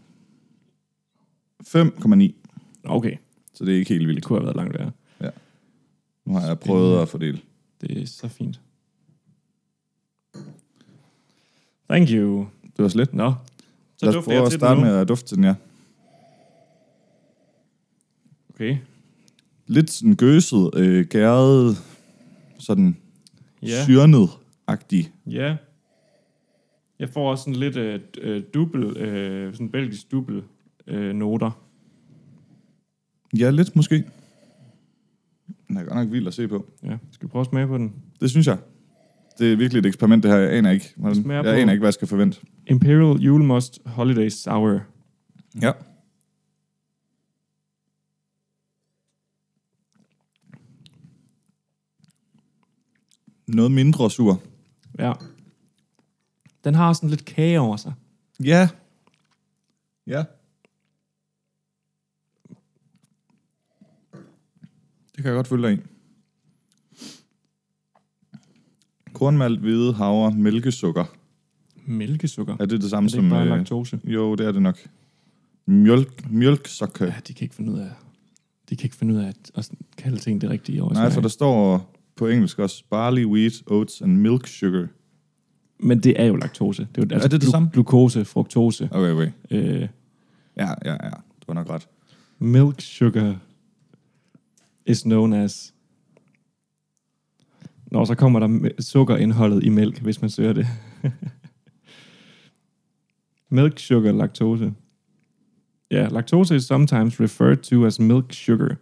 fem komma ni. Okay, Så det er ikke helt det vildt. kunne have været langt værre. Nu har jeg prøvet at fordele. Det er så fint. Thank you. Det var slet. Nå, så Lad os dufter prøve jeg at til starte den nu. med at dufte til den, ja. Okay. Lidt sådan gøset, øh, gæret, sådan Ja. syrnet-agtig. Ja. Jeg får også sådan lidt øh, øh, dubbel, øh, sådan belgisk dubbel øh, noter. Ja, lidt måske. Den er godt nok vild at se på. Ja, skal vi prøve at smage på den? Det synes jeg. Det er virkelig et eksperiment, det her. Jeg aner ikke, hvordan, Smager jeg på- aner ikke hvad jeg skal forvente. Imperial Julemust Holiday Sour. Ja. Noget mindre sur. Ja. Den har sådan lidt kage over sig. Ja. Ja. Det kan jeg godt følge dig i. Kornmalt, hvide, havre, mælkesukker. Mælkesukker. Er det det Er samme det ikke som... bare øh, laktose? Jo, det er det nok. Mjølk, mjølksukker. Ja, de kan ikke finde ud af, de kan ikke finde ud af at, at kalde ting det rigtige over i Nej, Sverige. for der står på engelsk også barley, wheat, oats and milk sugar. Men det er jo laktose. Det er, jo, altså Er det det glu- samme? Glukose, fruktose. Okay, okay. Øh, Ja, ja, ja. Du har nok ret. milk sugar is known as... Nå, så kommer der me- sukkerindholdet i mælk, hvis man søger det. Milk sugar laktose. Ja, yeah, lactose is sometimes referred to as milk sugar.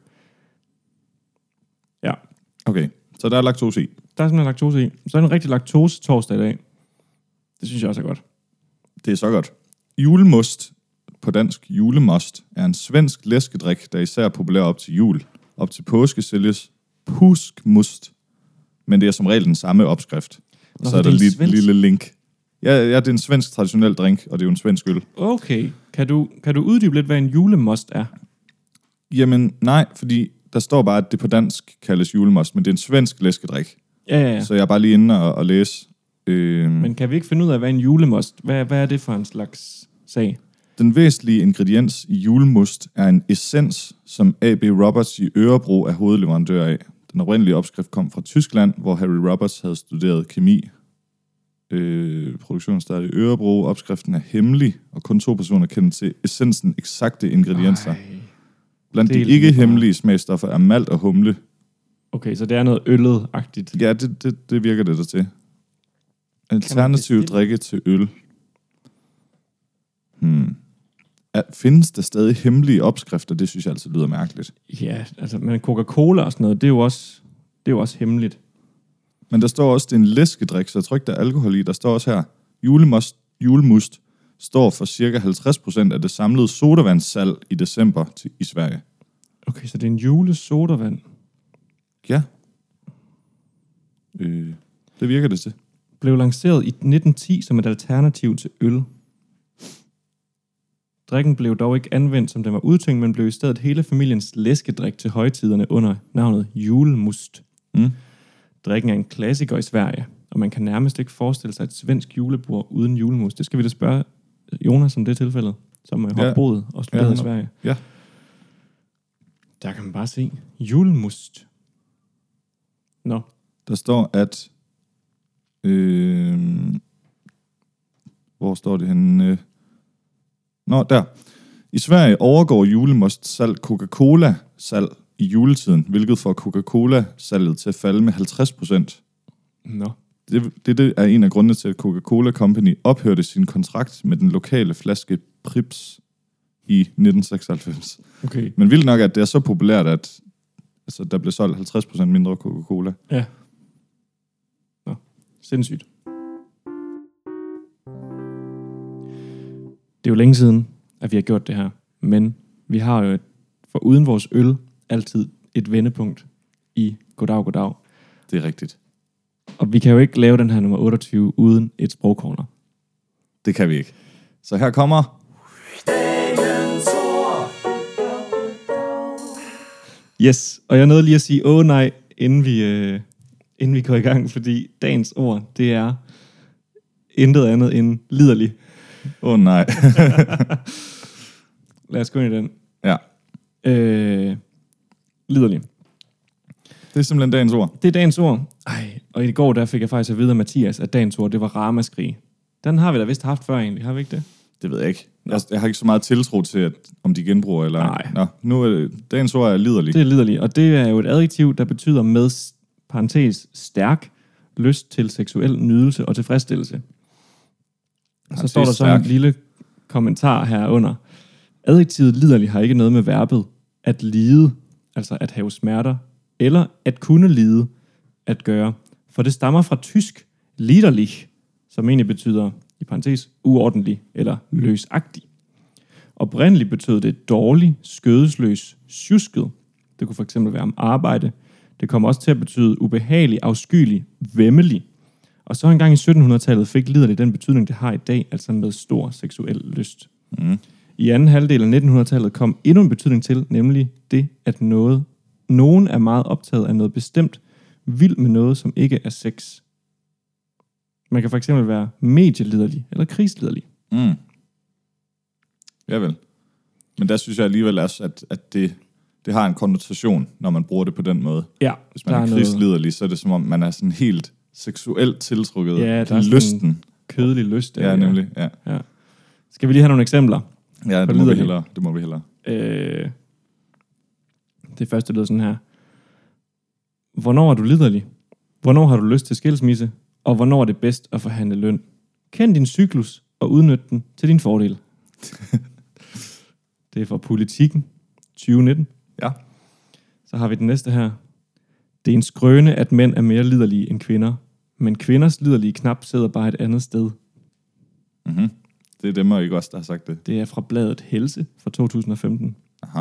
Ja, Okay, så der er laktose i. der er simpelthen laktose i. Så er det en rigtig laktose torsdag i dag. Det synes jeg også er godt. Det er så godt. Julemust, på dansk julemost, er en svensk læskedrik, der især er populær op til jul. Op til påske sælges puskmust, men det er som regel den samme opskrift. Nå, så så er det er der en lige et svensk- lille link. Ja, ja, det er en svensk traditionel drink, og det er jo en svensk øl. Okay, kan du, kan du uddybe lidt, hvad en julemost er? Jamen, nej, fordi der står bare, at det på dansk kaldes julemost, men det er en svensk læskedrik. Ja, ja, ja. Så jeg er bare lige inde og, og læse. Øh, Men kan vi ikke finde ud af, hvad en julemost, hvad, hvad er det for en slags sag? Den væsentlige ingrediens i julemust er en essens, som A B Roberts i Örebro er hovedleverandør af. Den oprindelige opskrift kom fra Tyskland, hvor Harry Roberts havde studeret kemi. Øh, produktionen startede i Örebro. Opskriften er hemmelig, og kun to personer kender til essensen eksakte ingredienser. Ej. Blandt det er de ikke lige bare- hemmelige smagstoffer er malt og humle. Okay, så det er noget øllet-agtigt. Ja, det, det, det virker det der til. Alternativ bestille- drikke til øl. Hmm. Er, findes der stadig hemmelige opskrifter? Det synes jeg altid lyder mærkeligt. Ja, altså, men Coca-Cola og sådan noget, det er jo også, det er jo også hemmeligt. Men der står også, det er en læskedrik, så jeg tror ikke, der er alkohol i. Der står også her, julemust, julemust står for cirka halvtreds procent af det samlede sodavandssalg i december til, i Sverige. Okay, så det er en julesodavand. Ja. Øh, det virker det til. Blev lanceret i nitten ti som et alternativ til øl. Drikken blev dog ikke anvendt, som den var udtænkt, men blev i stedet hele familiens læskedrik til højtiderne under navnet julemust. Mm. Drikken er en klassiker i Sverige, og man kan nærmest ikke forestille sig et svensk julebord uden julemust. Det skal vi da spørge Jonas om det tilfælde, som har Ja. boet og studeret Ja, i Sverige. Ja. Der kan man bare se julemust. Nå, Der står, at... Øh, hvor står det henne? Øh, Nå, der. I Sverige overgår julemost salg Coca-Cola-salg i juletiden, hvilket får Coca-Cola-salget til at falde med halvtreds procent. nå. Det, det, det er en af grundene til, at Coca-Cola Company ophørte sin kontrakt med den lokale flaske Prips i nitten seksoghalvfems. Okay. Men vildt nok, at det er så populært, at, Altså, der blev solgt halvtreds procent mindre Coca-Cola. Ja. Nå, sindssygt. Det er jo længe siden, at vi har gjort det her. Men vi har jo, et, for uden vores øl, altid et vendepunkt i Goddag, Goddag. Det er rigtigt. Og vi kan jo ikke lave den her nummer otteogtyve uden et sprogcorner. Det kan vi ikke. Så her kommer... Yes, og jeg nåede lige at sige, åh nej, inden vi, øh, inden vi går i gang, fordi dagens ord, det er intet andet end liderlig. Åh oh, nej. Lad os gå ind i den. Ja. Øh, liderlig. Det er simpelthen dagens ord. Det er dagens ord. Ej, og i går der fik jeg faktisk at vide af Mathias, at dagens ord, det var ramaskrig. Den har vi da vist haft før egentlig, har vi ikke det? Det ved jeg ikke. Jeg, jeg har ikke så meget tiltro til, at, om de genbruger eller... Nej. Nå, nu er det, dagens ord er liderlig. Det er liderlig, og det er jo et adjektiv, der betyder med, parentes, stærk, lyst til seksuel nydelse og tilfredsstillelse. Og så står der så en lille kommentar herunder. Adjektivet liderlig har ikke noget med verbet at lide, altså at have smerter, eller at kunne lide, at gøre. For det stammer fra tysk liderlich, som egentlig betyder, i parentes, uordentlig eller løsagtig. Oprindeligt betød det dårlig, skødesløs, sjusket. Det kunne fx være om arbejde. Det kom også til at betyde ubehagelig, afskyelig, væmmelig. Og så engang i syttenhundredetallet fik liderlig den betydning, det har i dag, altså med stor seksuel lyst. Mm. I anden halvdel af nittenhundredetallet kom endnu en betydning til, nemlig det, at noget, nogen er meget optaget af noget bestemt, vild med noget, som ikke er sex. Man kan for eksempel være medieliderlig eller krigsliderlig. Mm. Ja vel. Men der synes jeg alligevel også, at, at det, det har en konnotation, når man bruger det på den måde. Ja, hvis man er, er krigsliderlig, noget... så er det som om, man er sådan helt seksuelt tiltrukket ja, til lysten. Kødelig lyst. Ja, nemlig. Ja. Ja. Skal vi lige have nogle eksempler? Ja, det må, vi hellere. det må vi hellere. Øh, det første lyder sådan her. Hvornår er du liderlig? Hvornår har du lyst til skilsmisse? Og hvornår er det bedst at forhandle løn? Kend din cyklus og udnyt den til din fordel. Det er fra Politikken tyve nitten. Ja. Så har vi den næste her. Det er en skrøne, at mænd er mere liderlige end kvinder. Men kvinders liderlige knap sidder bare et andet sted. Mhm. Det er dem og ikke også, der har sagt det. Det er fra bladet Helse fra to tusind og femten. Aha.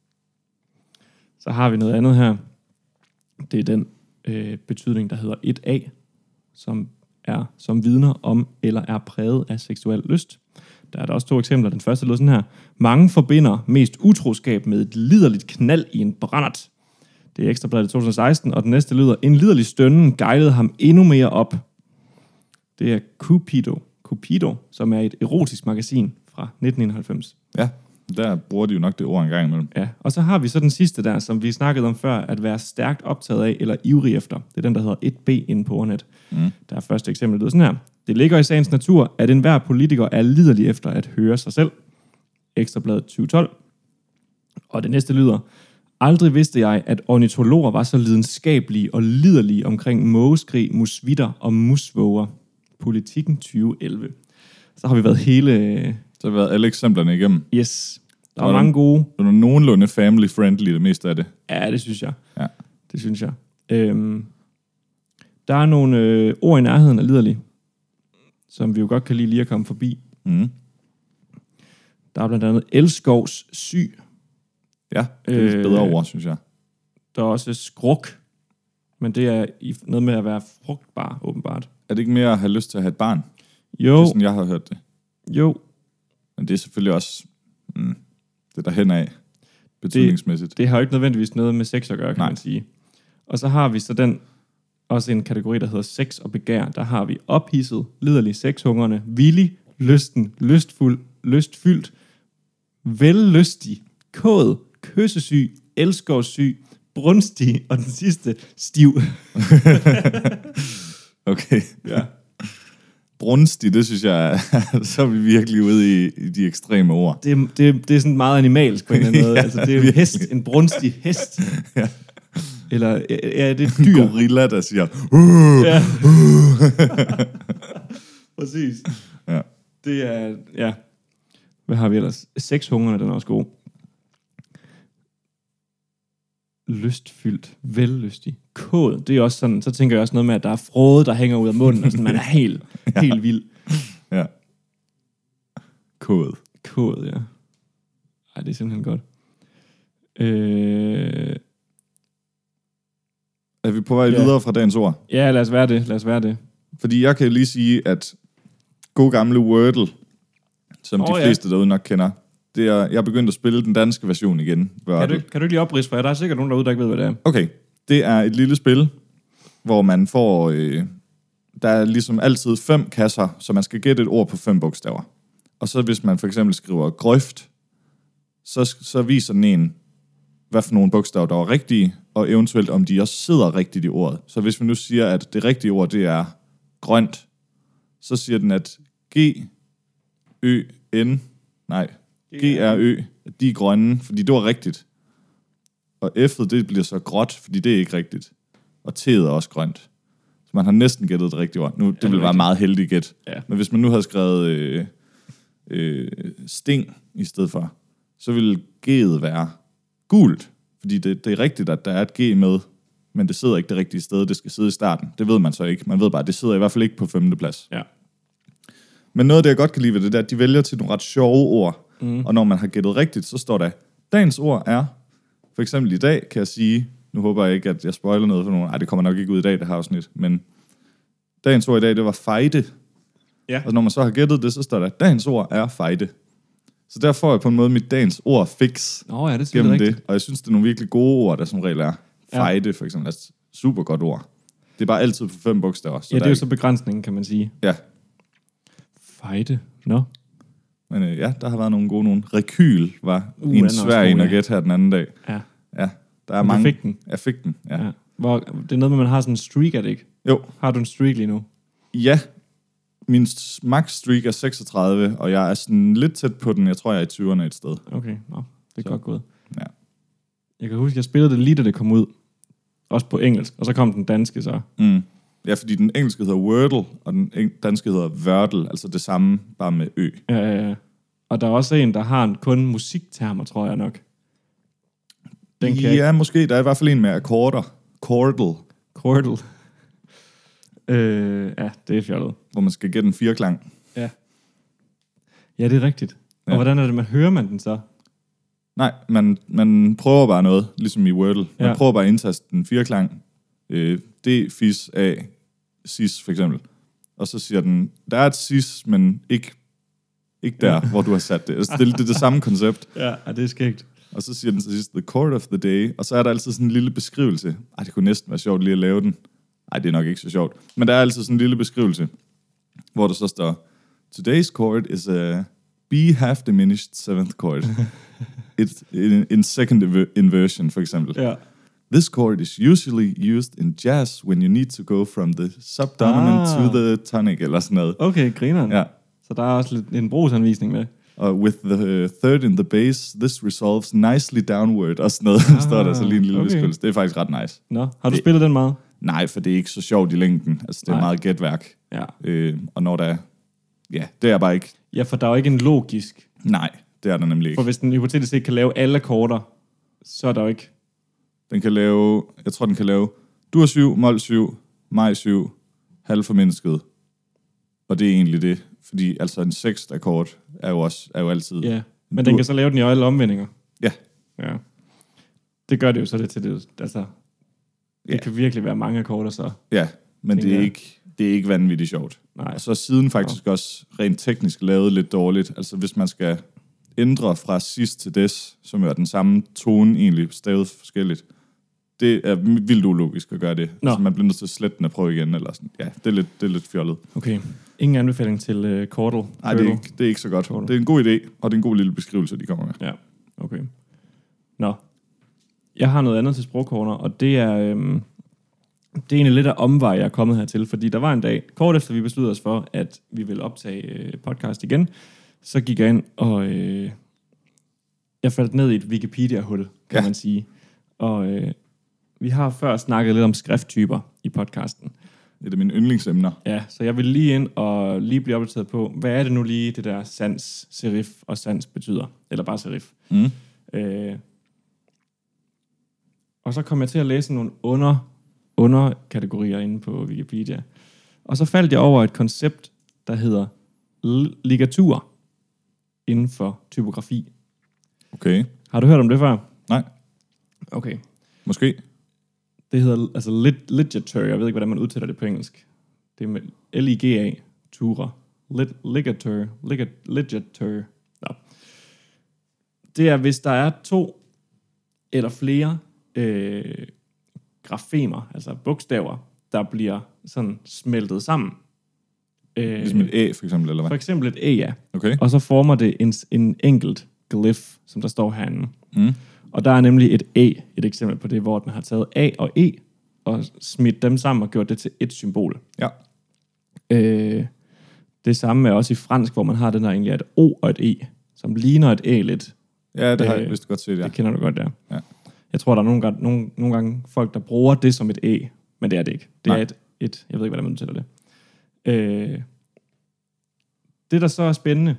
Så har vi noget andet her. Det er den øh, betydning, der hedder et A, som er som vidner om eller er præget af seksuel lyst. Der er der også to eksempler. Den første lyder sådan her. Mange forbinder mest utroskab med et liderligt knald i en brændert. Det er Ekstrabladet to tusind og seksten, og den næste lyder, en liderlig stønnen guidede ham endnu mere op. Det er Cupido, Cupido, som er et erotisk magasin fra nitten enoghalvfems. Ja, der bruger de jo nok det ord en gang imellem. Ja, og så har vi så den sidste der, som vi snakkede om før, at være stærkt optaget af eller ivrig efter. Det er den, der hedder et B inde på ordnet. Mm. Der er første eksempel, det er sådan her. Det ligger i sagens natur, at enhver politiker er liderlig efter at høre sig selv. Ekstrabladet tyve tolv. Og det næste lyder, aldrig vidste jeg, at ornitologer var så lidenskabelige og liderlige omkring mågeskrig, musvitter og musvåger. Politikken tyve elleve. Så har vi været hele... Så har vi været alle eksemplerne igennem. Yes. Der er mange gode. Det er nogenlunde family-friendly, det meste af det. Ja, det synes jeg. Ja. Det synes jeg. Øhm, der er nogle øh, ord i nærheden af liderlig, som vi jo godt kan lide lige at komme forbi. Mm. Der er blandt andet elskovs syg. Ja, det er et bedre ord, synes jeg. Der er også skruk, men det er noget med at være frugtbar, åbenbart. Er det ikke mere at have lyst til at have et barn? Jo. Det er sådan, jeg har hørt det. Jo. Men det er selvfølgelig også mm, det der hen af betydningsmæssigt. Det, det har jo ikke nødvendigvis noget med sex at gøre, kan Nej. man sige. Og så har vi så den, også en kategori, der hedder sex og begær. Der har vi ophidset, liderlig, sexhungerne, villig, lysten, lystfuld, lystfyldt, vellystig, kåd, kyssesyg, elskovssyg, brunstig, og den sidste, stiv. Okay. Ja. Brunstig, det synes jeg, så er vi virkelig ude i, i de ekstreme ord. Det, det, det er sådan meget animalsk på en eller anden måde. Ja, altså, det er jo en hest, en brunstig hest. Ja. Eller ja, det er et dyr. En gorilla, der siger... Uh, ja. uh. Præcis. Ja. Det er... Ja. Hvad har vi ellers? Sexhungerne, den er også god. lystfyldt, vellystig. Kåd, det er også sådan, så tænker jeg også noget med, at der er frode, der hænger ud af munden, og sådan, man er helt, ja. helt vild. Ja. Kåd. Kåd, ja. Ej, det er simpelthen godt. Øh... Er vi på vej Ja. videre fra dagens ord? Ja, lad os være det, lad os være det. Fordi jeg kan lige sige, at god gamle Wordle, som oh, de fleste ja. derude nok kender, det er, jeg er begyndt at spille den danske version igen. Kan du, kan du ikke lige opridse, for der er sikkert nogen derude, der ikke ved, hvad det er. Okay, det er et lille spil, hvor man får, øh, der er ligesom altid fem kasser, så man skal gætte et ord på fem bogstaver. Og så hvis man for eksempel skriver grøft, så, så viser den en, hvad for nogle bogstaver, der er rigtige, og eventuelt om de også sidder rigtigt i ordet. Så hvis vi nu siger, at det rigtige ord, det er grønt, så siger den, at G, Ø, N, nej, G, R, Ø, at de er grønne, fordi det var rigtigt. Og F'et, det bliver så gråt, fordi det er ikke rigtigt. Og T'et er også grønt. Så man har næsten gættet det rigtige ord. Nu, det ja, ville være meget heldigt gæt. Ja. Men hvis man nu havde skrevet øh, øh, sting i stedet for, så ville G'et være gult. Fordi det, det er rigtigt, at der er et G med, men det sidder ikke det rigtige sted. Det skal sidde i starten. Det ved man så ikke. Man ved bare, at det sidder i hvert fald ikke på femte plads. Ja. Men noget af det, jeg godt kan lide ved det, der, at de vælger til nogle ret sjove ord. Mm. Og når man har gættet rigtigt, så står der, dagens ord er, for eksempel i dag, kan jeg sige, nu håber jeg ikke, at jeg spoiler noget for nogen. Ej, det kommer nok ikke ud i dag, det her afsnit. Men dagens ord i dag, det var fejde. Ja. Og når man så har gættet det, så står der, dagens ord er fejde. Så der får jeg på en måde mit dagens ord fix oh, ja, det gennem det. Rigtigt. Og jeg synes, det er nogle virkelig gode ord, der som regel er. Fejde, for eksempel, er et super godt ord. Det er bare altid på fem bogstaver. Så ja, det er jo ikke... så begrænsningen, kan man sige. Ja. Fejde, nå. No. Men øh, ja, der har været nogle gode nogle. Rekyl var uh, en svær en at gætte her den anden dag. Ja. Ja, der er Men mange. Fik den. Jeg fik den, ja. ja. Hvor, det er noget med, man har sådan en streak, er det ikke? Jo. Har du en streak lige nu? Ja. Min max streak er seksogtredive, og jeg er sådan lidt tæt på den. Jeg tror, jeg er i tyverne et sted. Okay, nå. Det er så. Godt gået. Ja. Jeg kan huske, jeg spillede det lige, da det kom ud. Også på engelsk, og så kom den danske så. Mm. Ja, fordi den engelske hedder Wordle, og den danske hedder Wordle, altså det samme, bare med ø. Ja, ja, ja. Og der er også en, der har en kun musiktermer, tror jeg nok. Den kan ja, ikke... måske. Der er i hvert fald en med akkorder. Chordal. Chordal. øh, ja, det er fjollet. Hvor man skal gætte en firklang. Ja. Ja, det er rigtigt. Ja. Og hvordan er det, man hører man den så? Nej, man, man prøver bare noget, ligesom i Wordle. Man ja. prøver bare at indtaste den firklang. Øh, D, fis, A, sis for eksempel. Og så siger den, der er et sis, men ikke, ikke der, ja. hvor du har sat det. Altså, det, det er det samme koncept. Ja, det er skægt. Og så siger den til sidst, the chord of the day. Og så er der altid sådan en lille beskrivelse. Ej, det kunne næsten være sjovt lige at lave den. Ej, det er nok ikke så sjovt. Men der er altid sådan en lille beskrivelse, hvor der så står, today's chord is a B half diminished seventh chord. It, in, in second inversion, for eksempel. Ja. This chord is usually used in jazz when you need to go from the subdominant ah. to the tonic, eller sådan noget. Okay, grineren. Ja. Så der er også lidt en brugsanvisning med. Og with the third in the bass, this resolves nicely downward, og sådan noget, ah, står der så lige en lille okay. beskrivelse. Det er faktisk ret nice. Nå, har du det, spillet den meget? Nej, for det er ikke så sjovt i længden. Altså, det er nej. meget gætværk. Ja. Øh, og når der er... Ja, det er bare ikke... Ja, for der er jo ikke en logisk... Nej, det er der nemlig ikke. For hvis den hypotetisk ikke kan lave alle akkorder, så er der jo ikke... Den kan lave... Jeg tror, den kan lave... Dur syv, mol syv, maj syv, halvformindsket. Og det er egentlig det. Fordi altså en sekst akkord er jo også er jo altid... Ja, men dur... den kan så lave den i alle omvendinger. Ja. Ja. Det gør det jo så det til det. Altså, det ja. kan virkelig være mange akkorder så. Ja, men det er, ikke, det er ikke vanvittigt sjovt. Nej. Og så er siden faktisk ja. også rent teknisk lavet lidt dårligt. Altså hvis man skal ændre fra sis til des, som er den samme tone egentlig stavet forskelligt. Det er vildt ulogisk at gøre det. Altså man bliver nødt til at slette den og prøve igen. Eller sådan. Ja, det er, lidt, det er lidt fjollet. Okay. Ingen anbefaling til uh, Chordal? Nej, det er, ikke, det er ikke så godt. Chordal. Det er en god idé, og det er en god lille beskrivelse, de kommer med. Ja, okay. Nå. Jeg har noget andet til sprogkorner, og det er... Øhm, det er egentlig lidt af omvej, jeg er kommet hertil, fordi der var en dag, kort efter vi besluttede os for, at vi ville optage øh, podcast igen, så gik jeg ind, og øh, jeg faldt ned i et Wikipedia-hul, kan ja. man sige. Og øh, vi har før snakket lidt om skrifttyper i podcasten. Det er mine yndlingsemner. Ja, så jeg vil lige ind og lige blive opdateret på, hvad er det nu lige, det der sans, serif og sans betyder? Eller bare serif. Mm. Øh, Og så kom jeg til at læse nogle under, underkategorier inde på Wikipedia. Og så faldt jeg over et koncept, der hedder ligatur inden for typografi. Okay. Har du hørt om det før? Nej. Okay. Måske. Det hedder altså lit, ligature. Jeg ved ikke, hvordan man udtaler det på engelsk. Det er med L I G A, tura. Lit, ligature. Ligat, ligature. Nå. Det er, hvis der er to eller flere øh, grafemer, altså bogstaver, der bliver sådan smeltet sammen. Øh, ligesom et æ, for eksempel, eller hvad? For eksempel et æ, ja. Okay. Og så former det en, en enkelt glyph, som der står herinde. Mm. Og der er nemlig et æ, et eksempel på det, hvor den har taget A og E, og smidt dem sammen og gjort det til et symbol. Ja. Øh, det samme er også i fransk, hvor man har den der egentlig et O og et E, som ligner et æ lidt. Ja, det har jeg Øh, vist godt set, ja. Det kender du godt, ja. Ja. Jeg tror, der er nogle gange, nogle, nogle gange folk, der bruger det som et æ, men det er det ikke. Det Nej. er et, et, jeg ved ikke, hvordan man udtaler det. Øh, det, der så er spændende,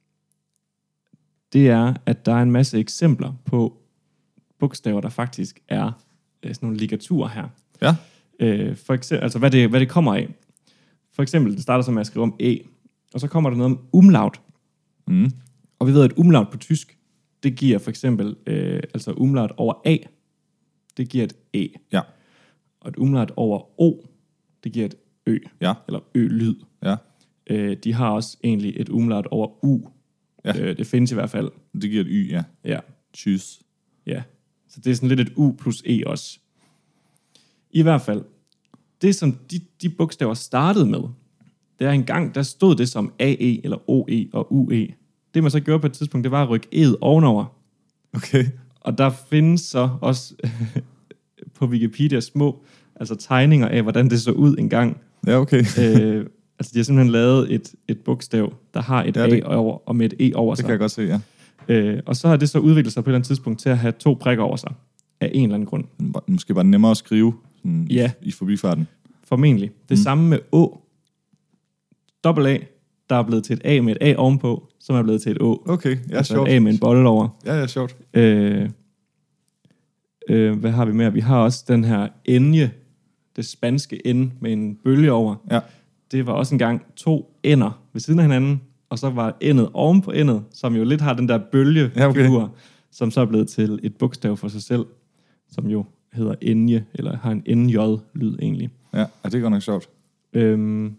det er, at der er en masse eksempler på bogstaver, der faktisk er øh, sådan nogle ligaturer her. Ja. Øh, for eksempel, altså hvad det, hvad det kommer af. For eksempel, det starter så med at skrive om æ, og så kommer der noget om umlaut. Mm. Og vi ved, at umlaut på tysk, det giver for eksempel, øh, altså umlaut over A, det giver et æ. Ja. Og et umlaut over O, det giver et ø, Ja. eller ø-lyd. Ja. Øh, de har også egentlig et umlaut over U. Ja. Øh, det findes i hvert fald. Det giver et y, ja. Ja, Tjus. ja. Så det er sådan lidt et U plus E også. I hvert fald, det som de, de bogstaver startede med, det er engang, der stod det som A E eller O E og U E. Det man så gjorde på et tidspunkt, det var at rykke E'et ovenover. Okay. Og der findes så også på Wikipedia små altså tegninger af, hvordan det så ud engang. Ja, okay. øh, altså de har simpelthen lavet et, et bogstav, der har et Ja, A det- over, og med et E over Det sig. kan jeg godt se, ja. Øh, og så har det så udviklet sig på et eller andet tidspunkt til at have to prikker over sig. Af en eller anden grund. Måske bare nemmere at skrive sådan Ja. i, i forbifarten. Formentlig. Det Mm. samme med Å. Dobbelt A, der er blevet til et A med et A ovenpå, som er blevet til et Å. Okay, ja, altså sjovt. et A med en bolle over. Ja, ja, sjovt. Øh, øh, hvad har vi mere? Vi har også den her enje, det spanske N med en bølge over. Ja. Det var også engang to ender ved siden af hinanden, og så var endet oven på endet, som jo lidt har den der bølgefigur, Ja, okay. som så er blevet til et bogstav for sig selv, som jo hedder enje, eller har en N J-lyd egentlig. Ja, ja, det er godt nok sjovt. Øhm,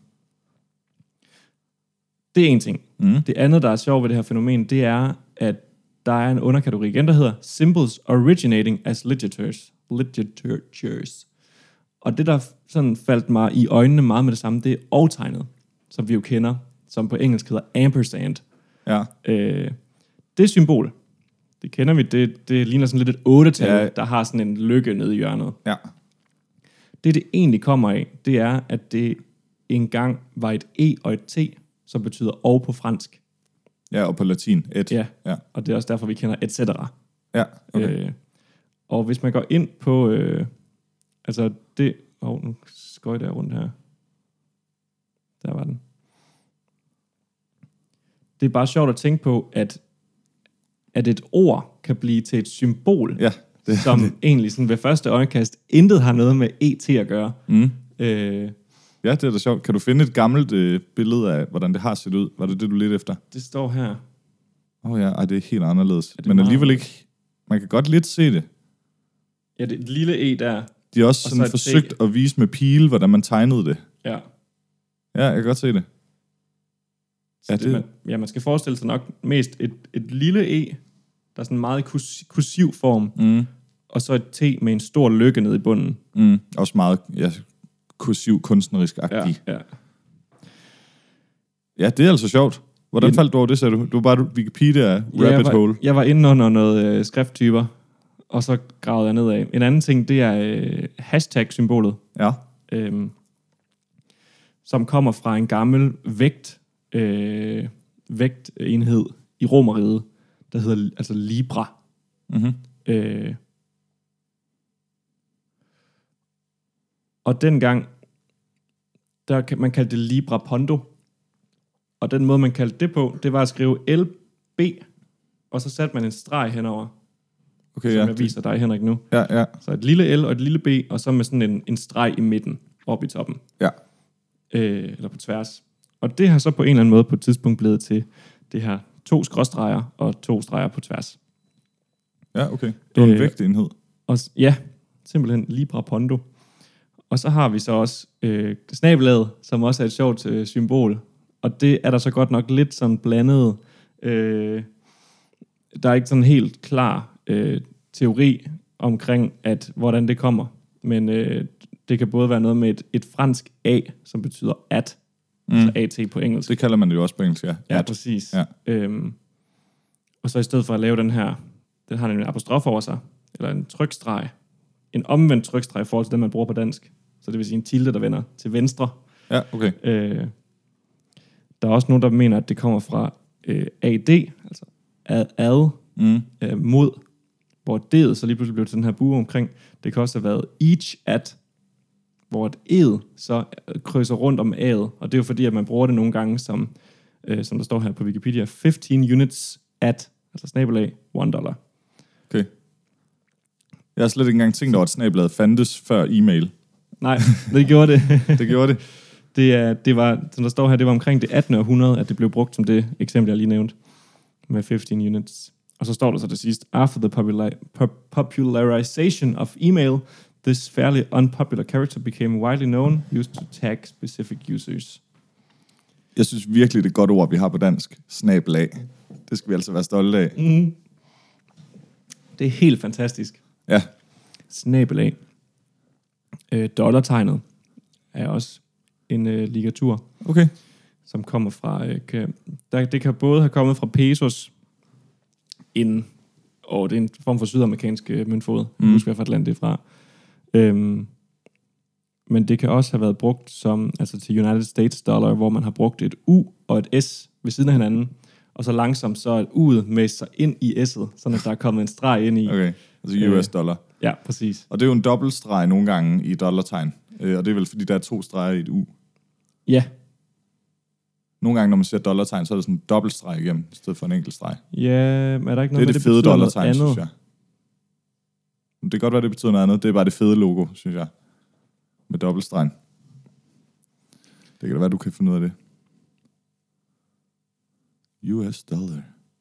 det er en ting. Mm. Det andet, der er sjovt ved det her fænomen, det er, at der er en underkategori igen, der hedder Symbols Originating as Ligatures. Ligatures. Og det, der sådan faldt mig i øjnene meget med det samme, det er overtegnet, som vi jo kender, som på engelsk hedder ampersand. Ja. Øh, det symbol, det kender vi, det, det ligner sådan lidt et otte-tal, Ja. der har sådan en lykke nede i hjørnet. Ja. Det, det egentlig kommer af, det er, at det engang var et E og et T, som betyder og på fransk. Ja, og på latin. Et. Ja, Ja. og det er også derfor, vi kender et cetera. Ja, okay. Øh, og hvis man går ind på, øh, altså det, åh, oh, nu skøjter jeg rundt her. Der var den. Det er bare sjovt at tænke på, at, at et ord kan blive til et symbol, Ja, det, som det. egentlig sådan ved første øjekast intet har noget med E T at gøre. Mm. Øh, Ja, det er da sjovt. Kan du finde et gammelt øh, billede af, hvordan det har set ud? Var det det, du lidt efter? det står her. Åh oh, ja, ej, det er helt anderledes. det Men meget alligevel ikke... Man kan godt lidt se det. Ja, det er et lille E der. De har også Og sådan så et forsøgt T. at vise med pile, hvordan man tegnede det. Ja. Ja, jeg kan godt se det. Så Ja, det, det- man, ja, man skal forestille sig nok mest et, et lille E, der er sådan en meget kus, kursiv form, Mm. og så et T med en stor lykke nede i bunden. Mm. Også meget ja, kursiv, kunstnerisk-agtig. Ja, ja. Ja, det er altså sjovt. Hvordan En- faldt du over det, sagde du? Du var bare Wikipedia jeg rabbit var, hole. Jeg var inde under noget øh, skrifttyper, og så gravede jeg nedad. En anden ting, det er øh, hashtag-symbolet, Ja. øh, som kommer fra en gammel vægt, øh, vægtenhed i Romeriget, der hedder altså Libra. Mm-hmm. Øh, og dengang, der kan man kalde det Libra Pondo. Og den måde, man kaldte det på, det var at skrive L B, og så satte man en streg henover. Okay, som ja. jeg viser dig, Henrik, nu. Ja, ja. Så et lille L og et lille B, og så med sådan en, en streg i midten, oppe i toppen. Ja. Øh, eller på tværs. Og det har så på en eller anden måde på et tidspunkt blevet til det her to skråstreger og to streger på tværs. Ja, okay. Det var en Øh, vægtenhed. Og s- ja, simpelthen Libra Pondo. Og så har vi så også øh, snabelaget, som også er et sjovt øh, symbol. Og det er der så godt nok lidt sådan blandet. Øh, der er ikke sådan helt klar øh, teori omkring, at hvordan det kommer. Men øh, det kan både være noget med et, et fransk A, som betyder at. Mm. Altså A T på engelsk. Det kalder man det jo også på engelsk, ja. Ja, At. præcis. Ja. Øhm, og så i stedet for at lave den her, den har en apostrof over sig, eller en trykstreg, en omvendt trykstreg i forhold til den, man bruger på dansk. Så det vil sige en tilde, der vender til venstre. Ja, okay. Øh, der er også nogen, der mener, at det kommer fra øh, A D, altså ad, ad Mm. øh, mod, hvor D'et så lige pludselig blev til den her bue omkring. Det kan også have været each at, hvor et ed så krydser rundt om A'et, og det er jo fordi, at man bruger det nogle gange som, øh, som der står her på Wikipedia, femten units at, altså snabelag, one dollar. Okay. Jeg har slet ikke engang tænkt over, at snabelaget fandtes før e-mail. Nej, det gjorde det. Det gjorde det. det, er, det var, som der står her, det var omkring det attende århundrede, at det blev brugt som det eksempel, jeg lige nævnte, med femten units. Og så står der så til sidst, after the popula- pop- popularization of email, this fairly unpopular character became widely known, used to tag specific users. Jeg synes virkelig, det er et godt ord, vi har på dansk. Snabelag. Det skal vi altså være stolte af. Mm. Det er helt fantastisk. Ja. Snabelag. Øh, dollartegnet er også en øh, ligatur, Okay. som kommer fra... Øh, kan, der, det kan både have kommet fra pesos, en, og det er en form for sydamerikansk øh, møntfod. Mm. Jeg husker, hvad for et land det er fra. Øhm, men det kan også have været brugt som, altså til United States dollar, hvor man har brugt et U og et S ved siden af hinanden, og så langsomt så et U'et med sig ind i S'et, sådan at der er kommet en streg ind i. Okay. Altså U S dollar. Ja, præcis. Og det er jo en dobbeltstreg nogle gange i dollartegn. Øh, og det er vel fordi, der er to streger i et U. Ja. Nogle gange, når man ser dollartegn, så er det sådan en dobbeltstreg igennem, i stedet for en enkelt streg. Ja, men er der ikke Det er noget det, med, fede betyder noget dollartegn, andet? synes jeg. Det kan godt være, det betyder noget andet. Det er bare det fede logo, synes jeg. Med dobbeltstregen. Det kan da være, du kan finde ud af det. U S dollar.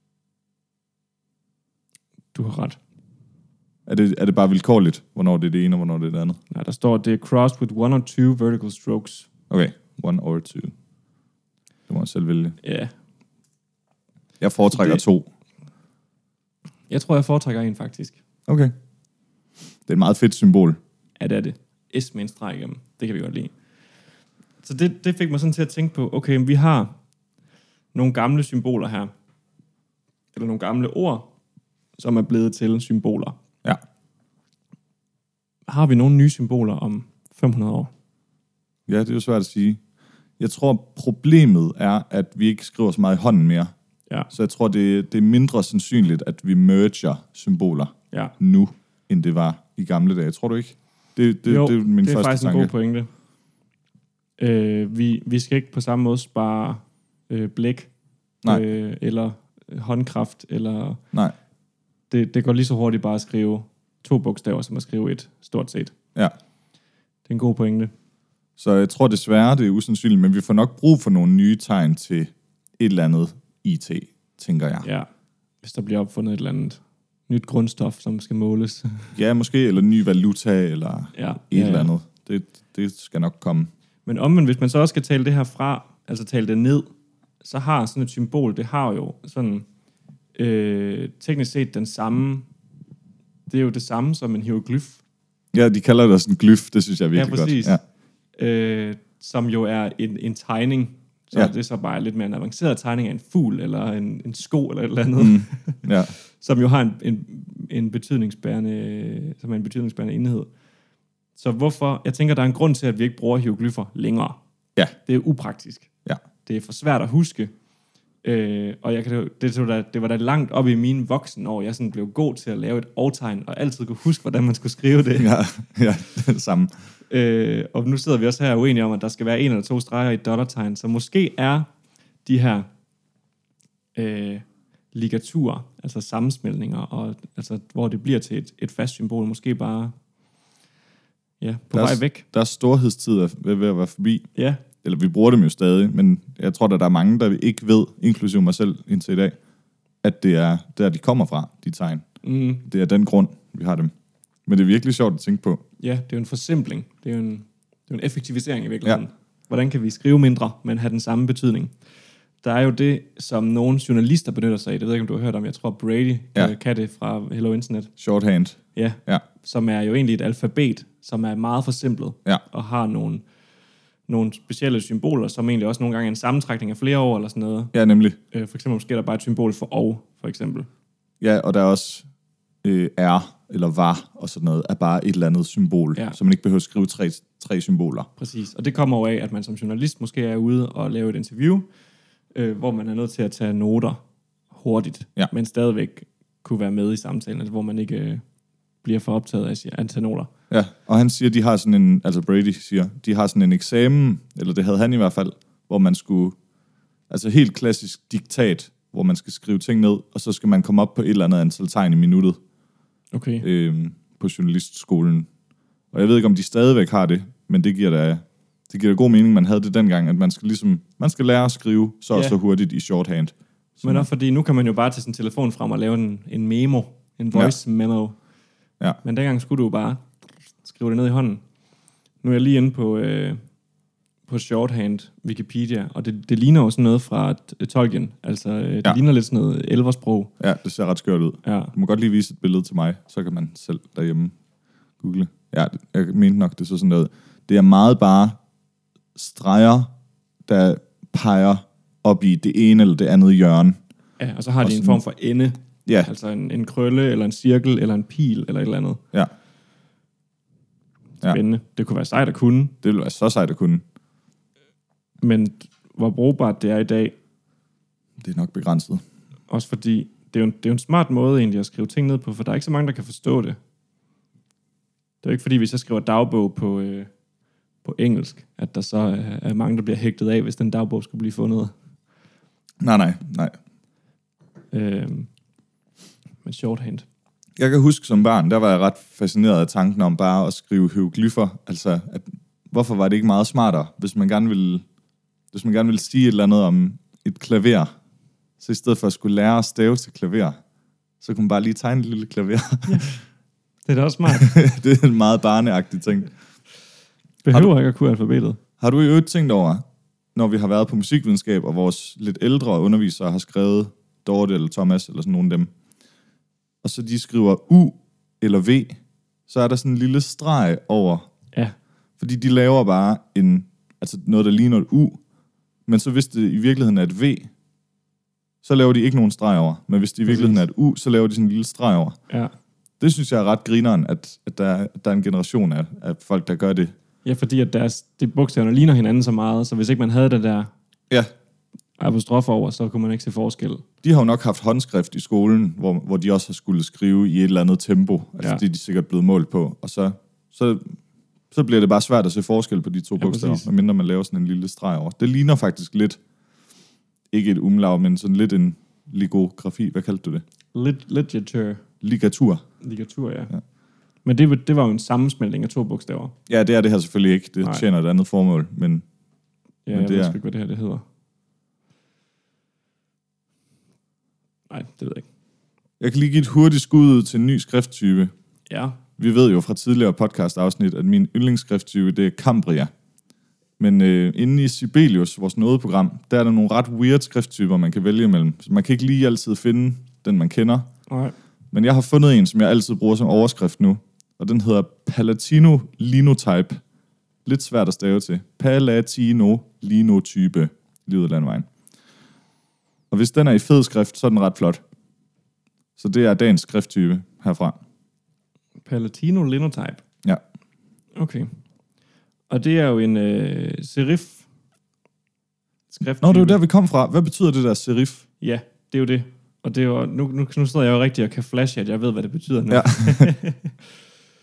Du har ret. Er det, er det bare vilkårligt, hvornår det er det ene, og hvornår det er det andet? Nej, der står, det er crossed with one or two vertical strokes. Okay, one or two. Det må jeg selv vælge. Ja. Jeg foretrækker Det- to. Jeg tror, jeg foretrækker en, faktisk. Okay. Det er et meget fedt symbol. Ja, det er det. S med en streg igennem. Det kan vi godt lide. Så det, det fik mig sådan til at tænke på, okay, vi har nogle gamle symboler her. Eller nogle gamle ord, som er blevet til symboler. Ja. Har vi nogle nye symboler om fem hundrede år? Ja, det er jo svært at sige. Jeg tror, problemet er, at vi ikke skriver så meget i hånden mere. Ja. Så jeg tror, det, det er mindre sandsynligt, at vi merger symboler Ja. nu, end det var i gamle dage. Tror du ikke? Det, det, Jo, det er min det er første faktisk tanke. en god pointe. Øh, vi, vi skal ikke på samme måde spare øh, blæk, Nej. øh, eller håndkraft, eller Nej. det, det går lige så hurtigt bare at skrive to bogstaver, som at skrive et, stort set. Ja. Det er en god pointe. Så jeg tror desværre, det er usandsynligt, men vi får nok brug for nogle nye tegn til et eller andet I T, tænker jeg. Ja, hvis der bliver opfundet et eller andet nyt grundstof, som skal måles. Ja, måske, eller ny valuta, eller Ja, et ja, ja. eller andet. Det, det skal nok komme. Men omvendt, hvis man så også skal tale det her fra, altså tale det ned, så har sådan et symbol, det har jo sådan øh, teknisk set den samme, det er jo det samme som en hieroglyf. Ja, de kalder det sådan en glyf, det synes jeg er Ja, virkelig præcis. godt. Ja. Øh, som jo er en, en tegning. Så Ja. ja. det er så bare lidt mere en avanceret tegning af en fugl, eller en, en sko, eller et eller andet. Mm. Ja. Som jo har en, en, en betydningsbærende, som er en betydningsbærende enhed. Så hvorfor? Jeg tænker, der er en grund til, at vi ikke bruger hieroglyffer længere. Ja. Det er upraktisk. Ja. Det er for svært at huske. Øh, og jeg kan, det, det, var da, det var da langt op i mine voksne år, jeg sådan blev god til at lave et årtegn, og altid kunne huske, hvordan man skulle skrive det. Ja, ja, det er det samme. Øh, og nu sidder vi også her uenige om, at der skal være en eller to streger i et dollartegn, så måske er de her øh, ligaturer, altså sammensmeltninger, og altså, hvor det bliver til et, et fast symbol, måske bare ja, på deres, vej væk. Deres storhedstid er ved, ved at være forbi. Ja. Eller vi bruger dem jo stadig, men jeg tror, at der er mange, der ikke ved, inklusive mig selv indtil i dag, at det er der, de kommer fra, de tegn. Mm. Det er den grund, vi har dem. Men det er virkelig sjovt at tænke på. Ja, det er jo en forsimpling. Det er jo en, det er jo en effektivisering i virkeligheden. Ja. Hvordan kan vi skrive mindre, men have den samme betydning? Der er jo det, som nogle journalister benytter sig af. Det ved jeg ikke, om du har hørt om. Jeg tror, Brady ja. kan det fra Hello Internet. Shorthand. Ja, ja, som er jo egentlig et alfabet, som er meget forsimplet. Ja. Og har nogle, nogle specielle symboler, som egentlig også nogle gange er en sammentrækning af flere ord eller sådan noget. Ja, nemlig. Øh, for eksempel måske er der bare et symbol for og, for eksempel. Ja, og der er også øh, er eller var og sådan noget, er bare et eller andet symbol, ja. Så man ikke behøver at skrive tre, tre symboler. Præcis, og det kommer jo af, at man som journalist måske er ude og lave et interview, øh, hvor man er nødt til at tage noter hurtigt, ja. Men stadigvæk kunne være med i samtalen, altså hvor man ikke øh, bliver for optaget af at tage noter. Ja, og han siger, de har sådan en, altså Brady siger, de har sådan en eksamen, eller det havde han i hvert fald, hvor man skulle, altså helt klassisk diktat, hvor man skal skrive ting ned, og så skal man komme op på et eller andet antal tegn i minuttet. Okay. Øhm, på journalistskolen. Og jeg ved ikke, om de stadigvæk har det, men det giver da, det giver da god mening, man havde det dengang, at man skal ligesom, man skal lære at skrive så og ja. så hurtigt i shorthand. Så men også fordi, nu kan man jo bare tage sin telefon frem og lave en, en memo, en voice ja. memo. Ja. Men dengang skulle du bare skrive det ned i hånden. Nu er jeg lige inde på, øh, på shorthand Wikipedia, og det, det ligner jo sådan noget fra Tolkien. Altså, øh, det ja. ligner lidt sådan noget elversprog. Ja, det ser ret skørt ud. Ja. Du må godt lige vise et billede til mig, så kan man selv derhjemme google. Ja, jeg mente nok, det så sådan noget. Det er meget bare streger, der peger op i det ene eller det andet hjørne. Ja, og så har og de en sådan, form for ende. Ja. Altså en, en krølle, eller en cirkel, eller en pil, eller et eller andet. Ja. Spændende. Ja. Det kunne være sejt at kunne. Det ville være så sejt at kunne. Men hvor brugbart det er i dag. Det er nok begrænset. Også fordi, det er, jo en, det er jo en smart måde egentlig at skrive ting ned på, for der er ikke så mange, der kan forstå det. Det er jo ikke fordi, hvis jeg skriver dagbog på, øh, på engelsk, at der så er, er mange, der bliver hægtet af, hvis den dagbog skulle blive fundet. Nej, nej, nej. Øhm, men shorthand. Jeg kan huske som barn, der var jeg ret fascineret af tanken om bare at skrive hieroglyffer. Altså, at, hvorfor var det ikke meget smartere, hvis man gerne ville, hvis man gerne ville sige et eller andet om et klaver, så i stedet for at skulle lære at stave til klaver, så kunne man bare lige tegne et lille klaver. Ja. Det er da også smart. Det er en meget barneagtig ting. Behøver du, ikke at kunne alfabetet. Har du i øvrigt tænkt over, når vi har været på musikvidenskab, og vores lidt ældre undervisere har skrevet Dorte eller Thomas, eller sådan nogle af dem, og så de skriver U eller V, så er der sådan en lille streg over. Ja. Fordi de laver bare en, altså noget, der ligner et U, men så hvis det i virkeligheden er et V, så laver de ikke nogen streg over. Men hvis det i virkeligheden er et U, så laver de sådan en lille streg over. Ja. Det synes jeg er ret grineren, at, at der, at der er en generation af, af folk, der gør det. Ja, fordi at deres, de bogstaverne ligner hinanden så meget, så hvis ikke man havde det der ja. apostrof over, så kunne man ikke se forskel. De har jo nok haft håndskrift i skolen, hvor, hvor de også har skulle skrive i et eller andet tempo. Altså ja. Det er de sikkert blevet målt på. Og så, så, så bliver det bare svært at se forskel på de to ja, bogstaver, medmindre man laver sådan en lille streg over. Det ligner faktisk lidt, ikke et umlaut, men sådan lidt en ligografi. Hvad kaldte du det? Lit, ligatur. Ligatur. Ligatur, ja. ja. Men det, det var jo en sammensmeltning af to bogstaver. Ja, det er det her selvfølgelig ikke. Det Nej. tjener et andet formål, men... Ja, men jeg det ved er... ikke, hvad det her det hedder. Nej, det ved jeg ikke. Jeg kan lige give et hurtigt skud ud til en ny skrifttype. Ja. Vi ved jo fra tidligere podcast-afsnit, at min yndlingsskrifttype, det er Cambria. Men øh, inde i Sibelius, vores nodeprogram, der er der nogle ret weird skrifttyper, man kan vælge imellem. Så man kan ikke lige altid finde den, man kender. Nej. Men jeg har fundet en, som jeg altid bruger som overskrift nu. Og den hedder Palatino Linotype. Lidt svært at stave til. Palatino Linotype. Lige ud af landvejen. Og hvis den er i fed skrift, så er den ret flot. Så det er dagens skrifttype herfra. Palatino Linotype? Ja. Okay. Og det er jo en øh, serif skrifttype. Nå, det er jo der, vi kom fra. Hvad betyder det der serif? Ja, det er jo det. Og det er jo, nu, nu, nu sidder jeg jo rigtig og kan flashe, at jeg ved, hvad det betyder nu. Ja.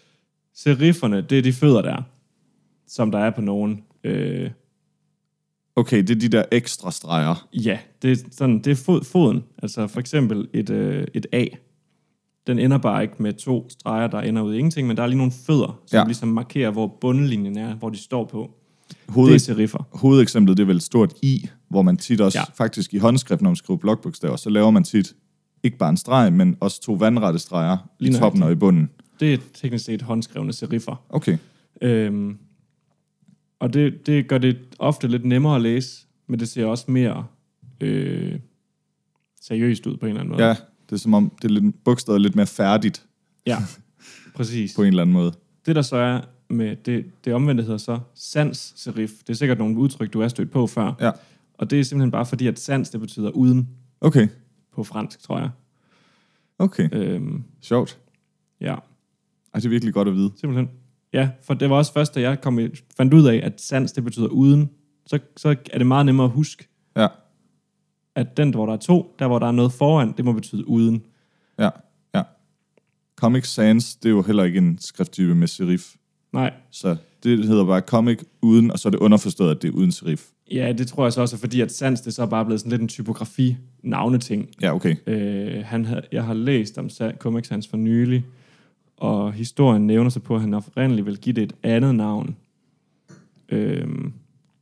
Seriferne, det er de fødder der, som der er på nogen, øh, Okay, det er de der ekstra streger. Ja, det er, sådan, det er fod, foden. Altså for eksempel et, øh, et A. Den ender bare ikke med to streger, der ender ud i ingenting, men der er lige nogle fødder, som Ja. ligesom markerer, hvor bundlinjen er, hvor de står på. Hoved, Det er seriffer. Hovedeksemplet, det er vel et stort I, hvor man tit også, Ja. faktisk i håndskrift, når man skriver blokbogstaver, så laver man tit ikke bare en streg, men også to vandrette streger i Lige toppen og i bunden. Det er teknisk set håndskrevne seriffer. Okay. Øhm, og det, det gør det ofte lidt nemmere at læse, men det ser også mere øh, seriøst ud på en eller anden måde. Ja, det er som om, det er lidt, bogstavet er lidt mere færdigt Ja, præcis. på en eller anden måde. Det der så er med det, det omvendte hedder så sans serif. Det er sikkert nogle udtryk, du har stødt på før. Ja. Og det er simpelthen bare fordi, at sans, det betyder uden Okay, på fransk, tror jeg. okay. Øhm, Sjovt. ja, Ej, det er virkelig godt at vide. simpelthen. Ja, for det var også først, da jeg kom i, fandt ud af, at sans, det betyder uden. Så, så er det meget nemmere at huske, Ja, at den, hvor der er to, der hvor der er noget foran, det må betyde uden. ja, ja. Comic Sans, det er jo heller ikke en skrifttype med serif. Nej, Så det hedder bare comic uden, og så er det underforstået, at det er uden serif. ja, det tror jeg så også er fordi, at sans, det så er bare blevet sådan lidt en typografi-navneting. Ja, okay. Øh, han havde, jeg har læst om Sa- Comic Sans for nylig, og historien nævner sig på, at han oprindeligt vil give det et andet navn. Øhm,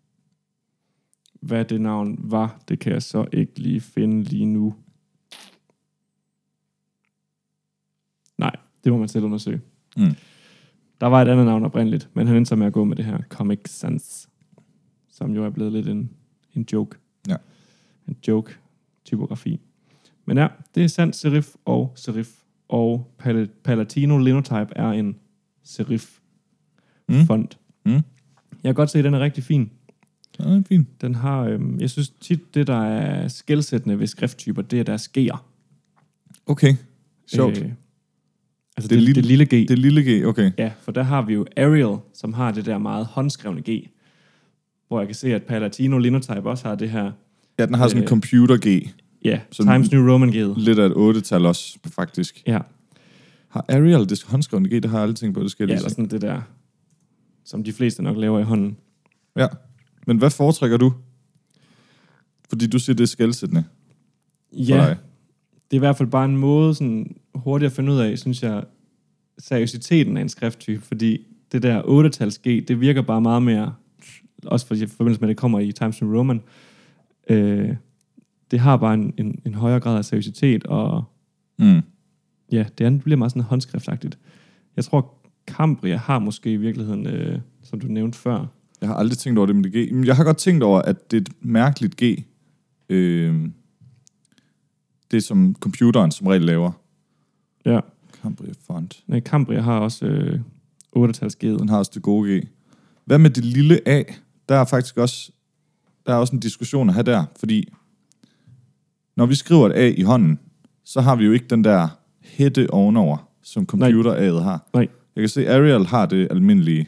hvad det navn var, det kan jeg så ikke lige finde lige nu. Nej, det må man selv undersøge. Mm. Der var et andet navn oprindeligt, men han endte så med at gå med det her Comic Sans, som jo er blevet lidt en, en joke. Ja. En joke-typografi. Men ja, det er sans serif og serif. Og Pal- Palatino Linotype er en serif-font. Mm. Mm. Jeg kan godt se, at den er rigtig fin. Ja, det er fint. Den har, øhm, jeg synes tit, det der er skelsættende ved skrifttyper, det er deres G'er. Okay, sjovt. Øh, altså Det er det, lille- det lille G. Det er lille G, okay. Ja, for der har vi jo Arial, som har det der meget håndskrevne G. Hvor jeg kan se, at Palatino Linotype også har det her, Ja, den har sådan en Øh, computer G. ja, Sådan- Times New Roman G'et. Lidt af et otte-tal også, faktisk. Ja, Har Arial det håndskrevne G? Det har jeg aldrig tænkt på, det skal jeg ja, lige eller se. sådan det der, som de fleste nok laver i hånden. Ja. Men hvad foretrækker du? Fordi du siger, det er skelsættende for Ja, dig. det er i hvert fald bare en måde sådan hurtigt at finde ud af, synes jeg, seriøsiteten af en skrifttype, fordi det der otte-tals G, det virker bare meget mere, også for i forbindelse med, at det kommer i Times New Roman, øh, det har bare en, en, en højere grad af seriøsitet, og Mm. ja, det andet bliver meget sådan håndskriftagtigt. Jeg tror, Cambria har måske i virkeligheden, øh, som du nævnte før. Jeg har aldrig tænkt over det med det G. Men jeg har godt tænkt over, at det er et mærkeligt G. Øh, det som computeren som regel laver. Ja, Cambria font. nej, Cambria har også øh, otte-tals G'et. Den har også det gode G. Hvad med det lille A? Der er faktisk også, der er også en diskussion at have der, fordi når vi skriver et A i hånden, så har vi jo ikke den der hætte ovenover, som computer-A'et har. Nej. Jeg kan se, Arial har det almindelige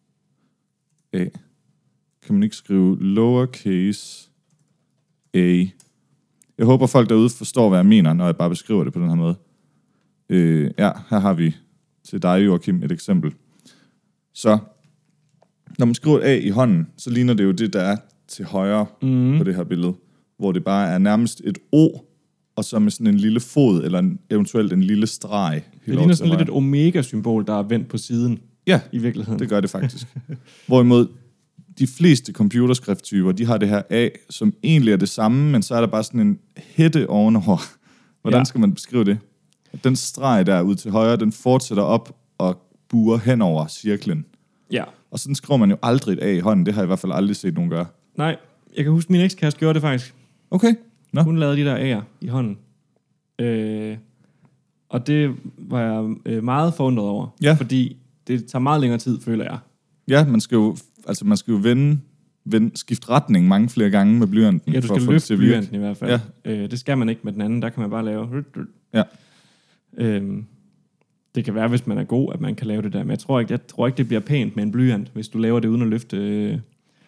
A. Kan man ikke skrive lowercase a? Jeg håber, folk derude forstår, hvad jeg mener, når jeg bare beskriver det på den her måde. Øh, ja, her har vi til dig, Joachim, et eksempel. Så, når man skriver et A i hånden, så ligner det jo det, der er til højre Mm. på det her billede, hvor det bare er nærmest et O, og så med sådan en lille fod, eller en, eventuelt en lille streg. helt Det over ligner til sådan lidt højre. et omega-symbol, der er vendt på siden Ja, i virkeligheden. det gør det faktisk. Hvorimod de fleste computerskrifttyper, de har det her A, som egentlig er det samme, men så er der bare sådan en hætte ovenover. Hvordan Ja. skal man beskrive det? Den streg der ud til højre, den fortsætter op og buer hen over cirklen. Ja. Og sådan skriver man jo aldrig et A i hånden. Det har jeg i hvert fald aldrig set nogen gøre. Nej, jeg kan huske, min ekskæreste gjorde det faktisk. Okay. Nå. Hun lavede de der A'er i hånden. Øh, og det var jeg øh, meget forundret over. Ja. Fordi det tager meget længere tid, føler jeg. Ja, man skal jo, altså man skal jo vende, vende, skifte retning mange flere gange med blyanten. Ja, du for at skal få det løfte til at virke. blyanten i hvert fald. Ja. Øh, det skal man ikke med den anden. Der kan man bare lave... Ja. Øhm, det kan være, hvis man er god, at man kan lave det der. Men jeg tror ikke, jeg tror ikke det bliver pænt med en blyant, hvis du laver det uden at løfte... Øh,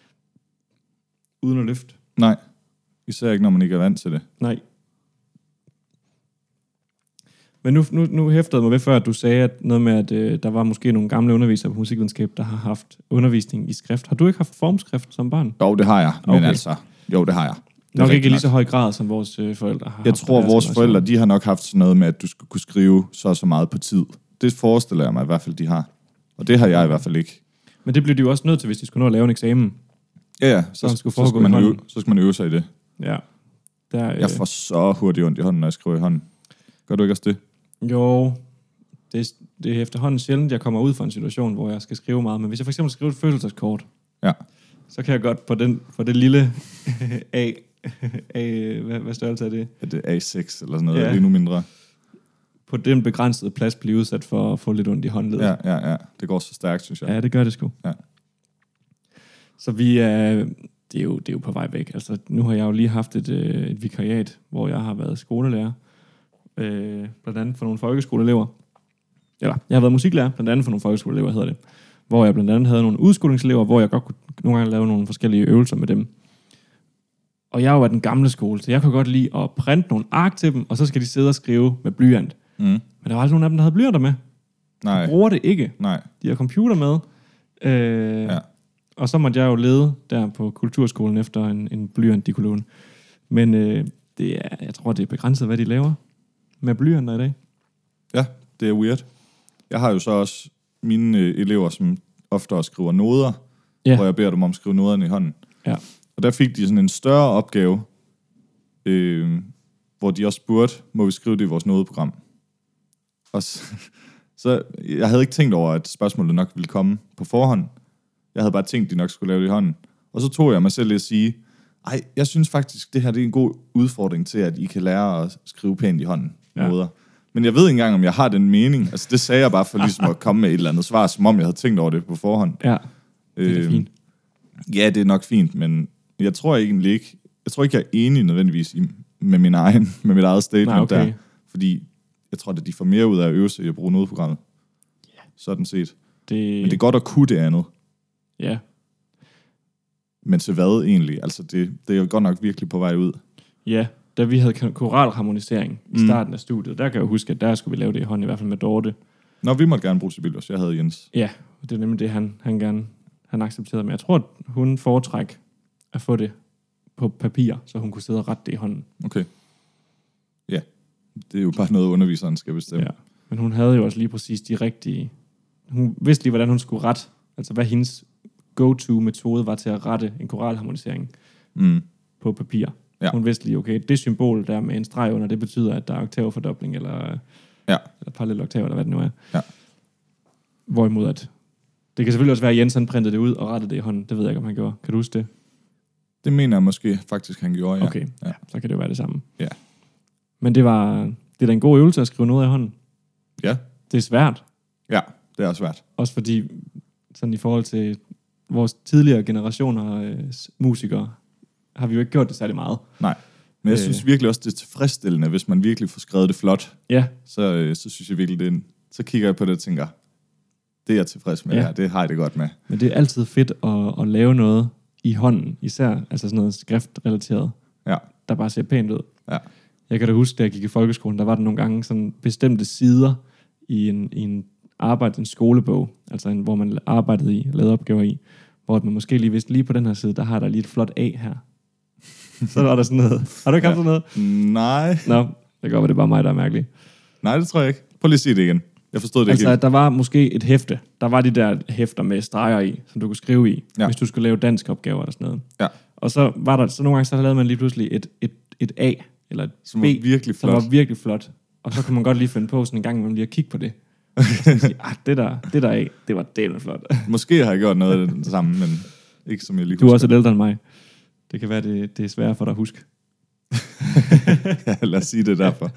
uden at løfte. Nej, især ikke, når man ikke er vant til det. Nej. Men nu, nu, nu hæftede jeg mig ved før, at du sagde at noget med, at øh, der var måske nogle gamle undervisere på musikvidenskab, der har haft undervisning i skrift. Har du ikke haft formskrift som barn? Jo, det har jeg. Men Okay. altså, jo, det har jeg. Det Nok er ikke i rigtigt lige så høj grad, som vores øh, forældre har Jeg haft. tror, på deres vores generation. forældre, de har nok haft sådan noget med, at du skulle kunne skrive så og så meget på tid. Det forestiller jeg mig i hvert fald, de har. Og det har jeg i hvert fald ikke. Men det blev de jo også nødt til, hvis de skulle nå at lave en eksamen. Ja, ja. Så Så, skulle så, foregå skal man i øve, hånden. så skal man øve sig i det. Ja. Der, øh, Jeg får så hurtigt ondt i hånden, når jeg skriver i hånden. Gør du ikke også det? Jo, det, er- det er efterhånden sjældent, jeg kommer ud fra en situation, hvor jeg skal skrive meget. Men hvis jeg for eksempel skriver et følelseskort, Ja. så kan jeg godt på, den, på det lille A, A hvad, hvad størrelse er det? Er det A seks eller sådan noget? Ja. Ja. Er det endnu mindre? På den begrænsede plads blive udsat for at få lidt ondt i håndledet. Ja, ja, ja. Det går så stærkt, synes jeg. Ja, det gør det sgu. Ja. Så vi er, det er, jo, det er jo på vej væk. Altså, nu har jeg jo lige haft et, øh, et vikariat, hvor jeg har været skolelærer, øh, blandt andet for nogle folkeskoleelever. Eller, jeg har været musiklærer, blandt andet for nogle folkeskoleelever, hedder det. Hvor jeg blandt andet havde nogle udskolingselever, hvor jeg godt kunne nogle gange lave nogle forskellige øvelser med dem. Og jeg er jo af den gamle skole, så jeg kan godt lide at printe nogle ark til dem, og så skal de sidde og skrive med blyant. Mm. Men der var aldrig nogen af dem, der havde blyanter med. Nej, Jeg bruger det ikke. nej. De har computer med. Øh, Ja. Og så måtte jeg jo lede der på kulturskolen efter en, en blyant, de kunne låne. Men øh, det er, jeg tror, det er begrænset, hvad de laver med blyanter i dag. Ja, det er weird. Jeg har jo så også mine øh, elever, som ofte også skriver noder, Ja. hvor jeg beder dem om at skrive noderne i hånden. Ja. Og der fik de sådan en større opgave, øh, hvor de også spurgte, må vi skrive det i vores nodeprogram? Og så, så jeg havde ikke tænkt over, at spørgsmålet nok ville komme på forhånd. Jeg havde bare tænkt, at de nok skulle lave det i hånden. Og så tog jeg mig selv i at sige, ej, jeg synes faktisk, det her det er en god udfordring til, at I kan lære at skrive pænt i hånden. Ja. Noder. Men jeg ved ikke engang, om jeg har den mening. Altså, det sagde jeg bare for ligesom at komme med et eller andet svar, som om jeg havde tænkt over det på forhånd. Ja, det er Øh, fint. Ja, det er nok fint, men jeg tror egentlig ikke, jeg tror ikke, jeg er enig nødvendigvis i, med min egen, med mit eget statement Nej, okay. der. Fordi jeg tror, at de får mere ud af at øve sig i at bruge nodeprogrammet. Ja. Sådan set. Det, Men det er godt at kunne det andet. Ja, Men til hvad egentlig? Altså, det, det er jo godt nok virkelig på vej ud. ja. Da vi havde koralharmonisering i Mm. starten af studiet, der kan jeg jo huske, at der skulle vi lave det i hånden, i hvert fald med Dorte. Nå, vi måtte gerne bruge Sibelius. Jeg havde Jens. Ja, det er nemlig det, han, han gerne han accepterede. Men jeg tror, at hun foretræk at få det på papir, så hun kunne sidde og rette det i hånden. Okay. Ja, det er jo bare noget, underviseren skal bestemme. Ja. Men hun havde jo også lige præcis de rigtige... Hun vidste lige, hvordan hun skulle rette. Altså, hvad hendes go-to-metode var til at rette en koralharmonisering Mm. på papir. Ja. Hun vidste lige, okay, det symbol der med en streg under, det betyder, at der er oktavfordobling, eller, Ja. eller parallel oktav, eller hvad det nu er. Ja. Hvorimod at... Det kan selvfølgelig også være, at Jens han printede det ud og rettede det i hånden. Det ved jeg ikke, om han gjorde. Kan du huske det? Det mener jeg måske faktisk, han gjorde, ja. Okay, Ja. så kan det jo være det samme. Ja. Men det var... Det er da en god øvelse at skrive noget i hånden. Ja, Det er svært. ja, det er svært. Også fordi, sådan i forhold til vores tidligere generationer øh, musikere, har vi jo ikke gjort det særlig meget. Nej, men jeg Øh. synes virkelig også, det er tilfredsstillende, hvis man virkelig får skrevet det flot. Ja, Så, øh, så synes jeg virkelig, det er en, så kigger jeg på det og tænker, det er jeg tilfreds med, Ja. ja. det, her. det har jeg det godt med. men det er altid fedt at, at lave noget i hånden, især altså sådan noget skriftrelateret, Ja, der bare ser pænt ud. ja, Jeg kan da huske, da jeg gik i folkeskolen, der var der nogle gange sådan bestemte sider i en, i en arbejde, en skolebog, altså en, hvor man arbejdede i, lavede opgaver i, hvor man måske lige vidste, lige på den her side, der har der lige et flot A her. Så var der sådan noget. Har du ikke haft sådan noget? nej, Nå, det kan godt være, det er bare mig, der er mærkelig. nej, det tror jeg ikke. Prøv lige at sige det igen. Jeg forstod det Altså, ikke at der var måske et hæfte. Der var de der hæfter med streger i, som du kunne skrive i, ja. Ja. hvis du skulle lave dansk opgaver eller sådan noget. Ja. Og så var der, så nogle gange, så lavede man lige pludselig et, et, et A, eller et Som B, var virkelig som flot. var virkelig flot. Og så kunne man godt lige finde på sådan en gang, man lige at kigge på det. Og så sige, ah, det der, det der A, det var delt flot. Måske har jeg gjort noget af det samme, men ikke som jeg lige Du er husker. også lidt ældre end mig. Det kan være, det, det er sværere for dig at huske. Ja, lad os sige det derfor.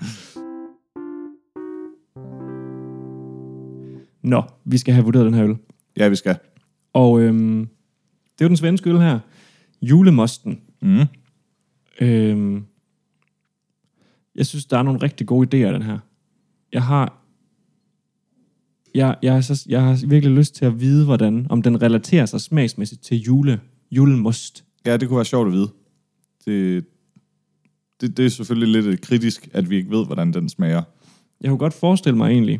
Nå, vi skal have vurderet den her øl. Ja, vi skal. Og øhm, det er jo den svenske øl her. Julemosten. Mm. Øhm, jeg synes, der er nogle rigtig gode idéer i den her. Jeg har, jeg, jeg, er så, jeg har virkelig lyst til at vide, hvordan, om den relaterer sig smagsmæssigt til jule, julemost. Ja, det kunne være sjovt at vide. Det, det, det er selvfølgelig lidt kritisk, at vi ikke ved, hvordan den smager. jeg kunne godt forestille mig egentlig,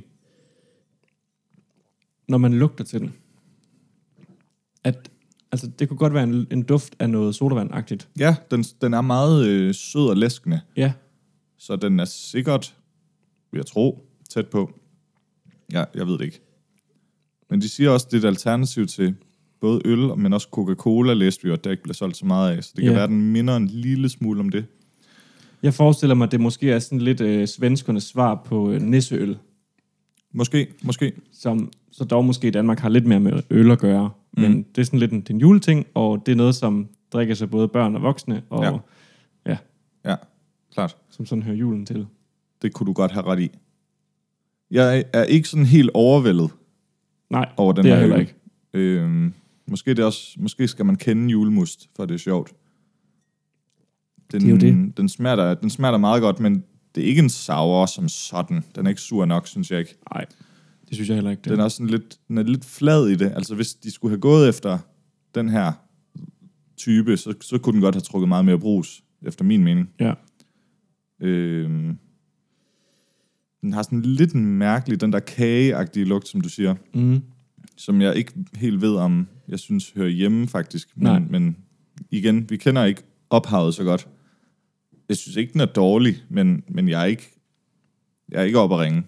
når man lugter til den, at altså, det kunne godt være en, en duft af noget sodavand-agtigt. Ja, den, den er meget øh, sød og læskende. Ja. Så den er sikkert, vil jeg tro, tæt på. Ja, jeg ved det ikke. Men de siger også, at det er et alternativ til både øl, men også Coca-Cola, læste vi, og der ikke bliver solgt så meget af. Så det kan Ja. være, at den minder en lille smule om det. Jeg forestiller mig, at det måske er sådan lidt øh, svenskernes svar på øh, nisseøl, Måske, måske. som så dog måske i Danmark har lidt mere med øl at gøre. Mm. Men det er sådan lidt en, det er en juleting, og det er noget, som drikker sig både børn og voksne, og Ja. ja, Ja, klart. som sådan hører julen til. Det kunne du godt have ret i. Jeg er ikke sådan helt overvældet Nej, over den det er her jeg heller øl. ikke. Øhm, måske, det er også, måske skal man kende julemust, for det er sjovt. Den, Det er jo det. Den smager, den smager meget godt, men det er ikke en sour som sådan. Den er ikke sur nok, synes jeg ikke. Nej, det synes jeg heller ikke. Det. Den er også sådan lidt, den er lidt flad i det. Altså hvis de skulle have gået efter den her type, så, så kunne den godt have trukket meget mere brus, efter min mening. Ja. Øhm, den har sådan lidt en mærkelig, den der kageagtige lugt, som du siger, Mm. som jeg ikke helt ved, om jeg synes hører hjemme faktisk. Nej. Men, men igen, vi kender ikke ophavet så godt. Jeg synes ikke, den er dårlig, men, men jeg er ikke, jeg er ikke oppe at ringe.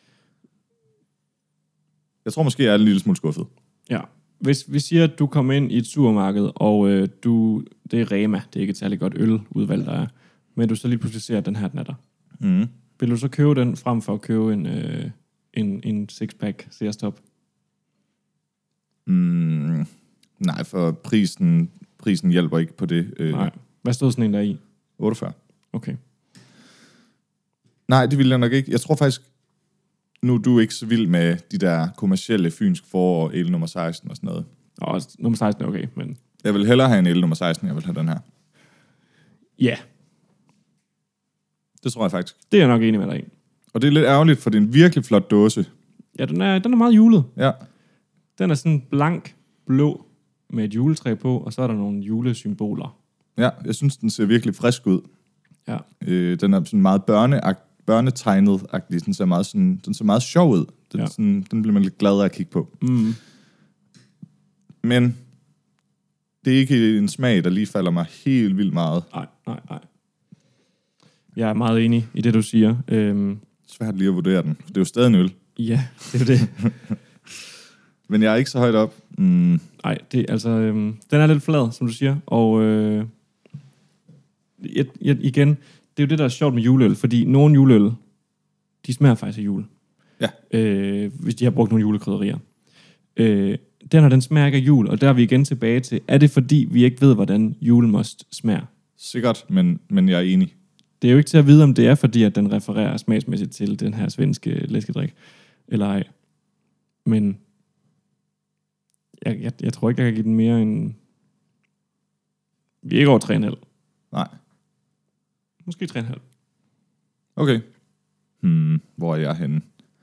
Jeg tror måske, jeg er en lille smule skuffet. Ja. Hvis vi siger, at du kommer ind i et supermarked, og øh, du, det er Rema, det er ikke et særligt godt øludvalg, der er, men du så lige pludselig ser, at den her, den er der. Mm. Vil du så købe den, frem for at købe en, øh, en, en six-pack Sears-top? Mm, nej, for prisen, prisen hjælper ikke på det. Øh, Nej. Hvad stod sådan en der i? otteogfyrre. Okay. Nej, det vil jeg nok ikke. Jeg tror faktisk, nu er du ikke så vild med de der kommercielle fynsk forår, el nummer seksten og sådan noget. Og nummer seksten er okay, men... Jeg vil hellere have en el nummer seksten, jeg vil have den her. Ja, Det tror jeg faktisk. det er jeg nok enig med dig i. Og det er lidt ærgerligt, for det er en virkelig flot dåse. Ja, den er, den er meget julet. Ja, Den er sådan blank, blå, med et juletræ på, og så er der nogle julesymboler. ja, jeg synes, den ser virkelig frisk ud. Ja. Øh, den er sådan meget børneagt, børnetegnet-agtig. Den ser meget, sådan, den ser meget sjov ud. Den, Ja. sådan, den bliver man lidt glad af at kigge på. Mm. Men det er ikke en smag, der lige falder mig helt vildt meget. Nej, nej, nej. Jeg er meget enig i det, du siger. Øhm, Svært lige at vurdere den. Det er jo stadig en øl. ja, det er jo det. Men jeg er ikke så højt op. Mm, Nej, det altså, øhm, den er lidt flad, som du siger, og øh, jeg, jeg, igen, det er jo det, der er sjovt med juleøl, fordi nogle juleøl, de smager faktisk af jul. Ja. Øh, hvis de har brugt nogle julekrydderier. Øh, den her, den smager ikke af jul, og der er vi igen tilbage til, er det fordi, vi ikke ved, hvordan julemost smager? sikkert, men, men jeg er enig. Det er jo ikke til at vide, om det er fordi, at den refererer smagsmæssigt til den her svenske læskedrik, eller ej. Men jeg, jeg, jeg tror ikke, jeg kan give den mere end... Vi er ikke over tre komma fem. Nej. Måske tre komma fem. Okay. Hmm, hvor er jeg henne?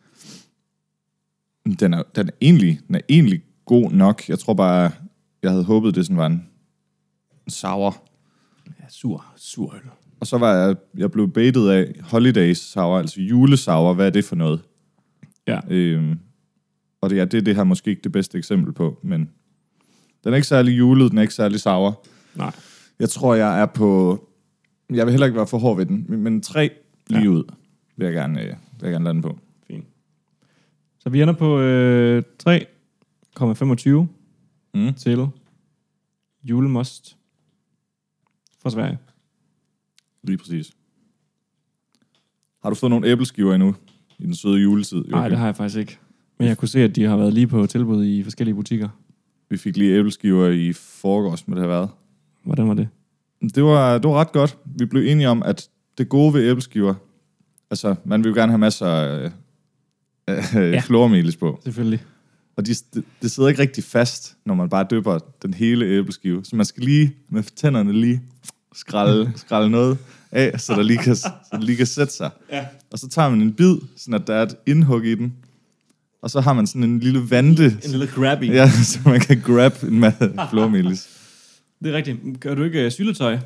Den er, den er, egentlig, den er egentlig god nok. Jeg tror bare, jeg havde håbet, det sådan var en, en sour. Ja, sur, sur øl. Og så var jeg, jeg blev baitet af holidays sour, altså julesour. Hvad er det for noget? Ja. Øhm, og det er det, det her måske ikke det bedste eksempel på, men den er ikke særlig julet, den er ikke særlig sour. Nej. Jeg tror, jeg er på... Jeg vil heller ikke være for hård ved den, men, men tre lige Ja. ud vil jeg gerne, øh, vil jeg gerne lade den på. Fint. Så vi ender på øh, tre komma femogtyve Mm. til julemost fra Sverige. Lige præcis. Har du fået nogle æbleskiver endnu i den søde juletid? Nej, det har jeg faktisk ikke. Men jeg kunne se, at de har været lige på tilbud i forskellige butikker. Vi fik lige æbleskiver i forgårs, med det har været. Hvordan var det? Det var, det var ret godt. Vi blev enige om, at det gode ved æbleskiver, altså man vil jo gerne have masser af øh, øh, Ja. flormelis på. Selvfølgelig. Og de, det, det sidder ikke rigtig fast, når man bare dypper den hele æbleskive. Så man skal lige med tænderne lige skralde, skralde noget af, så der lige kan, så det lige kan sætte sig. Ja. Og så tager man en bid, sådan at der er et indhug i den. Og så har man sådan en lille vante, En lille grabby. ja, så man kan grab en masse flormelis. Det er rigtigt. Gør du ikke uh, syltetøj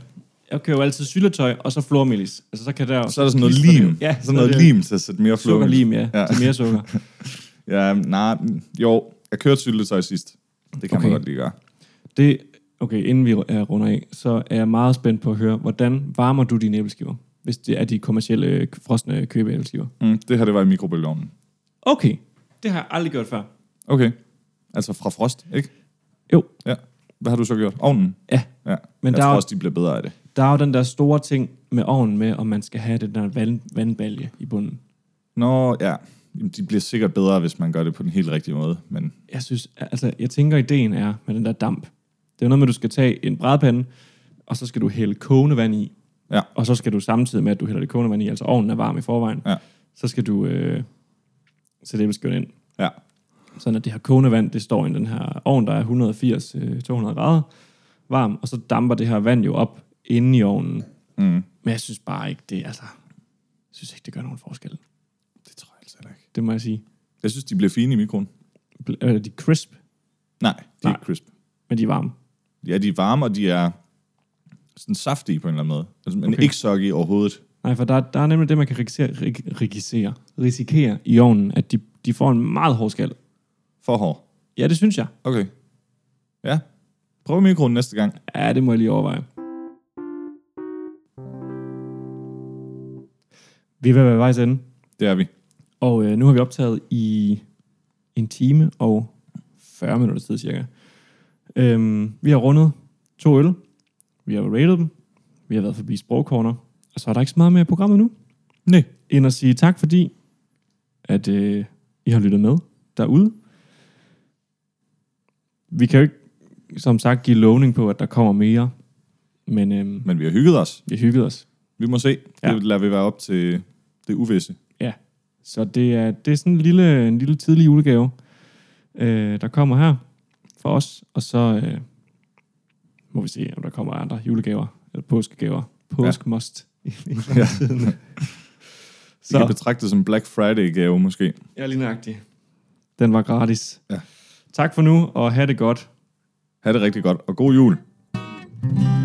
jeg køber altid syltetøj, og så flormelis. Altså, så kan der så er der sådan noget lim. Ja, sådan noget lim til at sætte mere flormelis. Sukkerlim, ja. ja. Til mere sukker. ja, nej, jo, jeg kørte syltetøj sidst. Det kan okay. man godt lige gøre. Det, okay, inden vi er runder af, så er jeg meget spændt på at høre, hvordan varmer du dine æbleskiver? Hvis det er de kommercielle frosne købeæbleskiver. Mm, det her, det var i mikrobølgeovnen. Okay, det har jeg aldrig gjort før. Okay, altså fra frost, ikke? Jo. Ja. Hvad har du så gjort? Ovnen? Ja. ja. Men jeg der tror er, også, de bliver bedre af det. Der er jo den der store ting med ovnen med, om man skal have den der vand, vandbalje i bunden. Nå, ja. De bliver sikkert bedre, hvis man gør det på den helt rigtige måde. Men jeg synes, altså, jeg tænker, ideen er med den der damp. Det er noget med, at du skal tage en brædepande, og så skal du hælde kogende vand i. Ja. Og så skal du samtidig med, at du hælder det kogende vand i, altså ovnen er varm i forvejen, ja. så skal du øh, sætte æbleskiverne ind. Ja. Sådan at det her kogende vand, det står i den her ovn, der er et hundrede og firs til to hundrede grader varm, og så damper det her vand jo op inde i ovnen. Mm. Men jeg synes bare ikke, det altså, jeg synes ikke, det gør nogen forskel. Det tror jeg altså ikke. Det må jeg sige. Jeg synes, de bliver fine i mikroen. Er de crisp? Nej, de Nej. er ikke crisp. Men de er varme? Ja, de er varme, og de er sådan saftige på en eller anden måde. Altså, men okay. ikke soggy overhovedet. Nej, for der, der er nemlig det, man kan risikere, risikere, risikere i ovnen, at de, de får en meget hård skal. For hård? Ja, det synes jeg. Okay. Ja. Prøv mikroen næste gang. Ja, det må jeg lige overveje. Vi er ved at være vejs ende. Det er vi. Og øh, nu har vi optaget i en time og fyrre minutter tid cirka. Øhm, vi har rundet to øl. Vi har rated dem. Vi har været forbi sprogcorner. Og så er der ikke så meget mere i programmet nu. Nej. End at sige tak, fordi at øh, I har lyttet med derude. Vi kan jo ikke, som sagt, give lovning på, at der kommer mere. Men, øhm, Men vi har hygget os. Vi har hygget os. Vi må se. Ja. Det lader vi være op til det uvisse. Ja. Så det er, det er sådan en lille, en lille tidlig julegave, øh, der kommer her for os. Og så øh, må vi se, om der kommer andre julegaver, eller påskegaver. Påskmost ja. i, i fremtiden. Ja. Så. Vi kan betragte det som Black Friday-gave, måske. Ja, lige nøjagtigt. Den var gratis. Ja. Tak for nu, og have det godt. Ha' det rigtig godt, og god jul.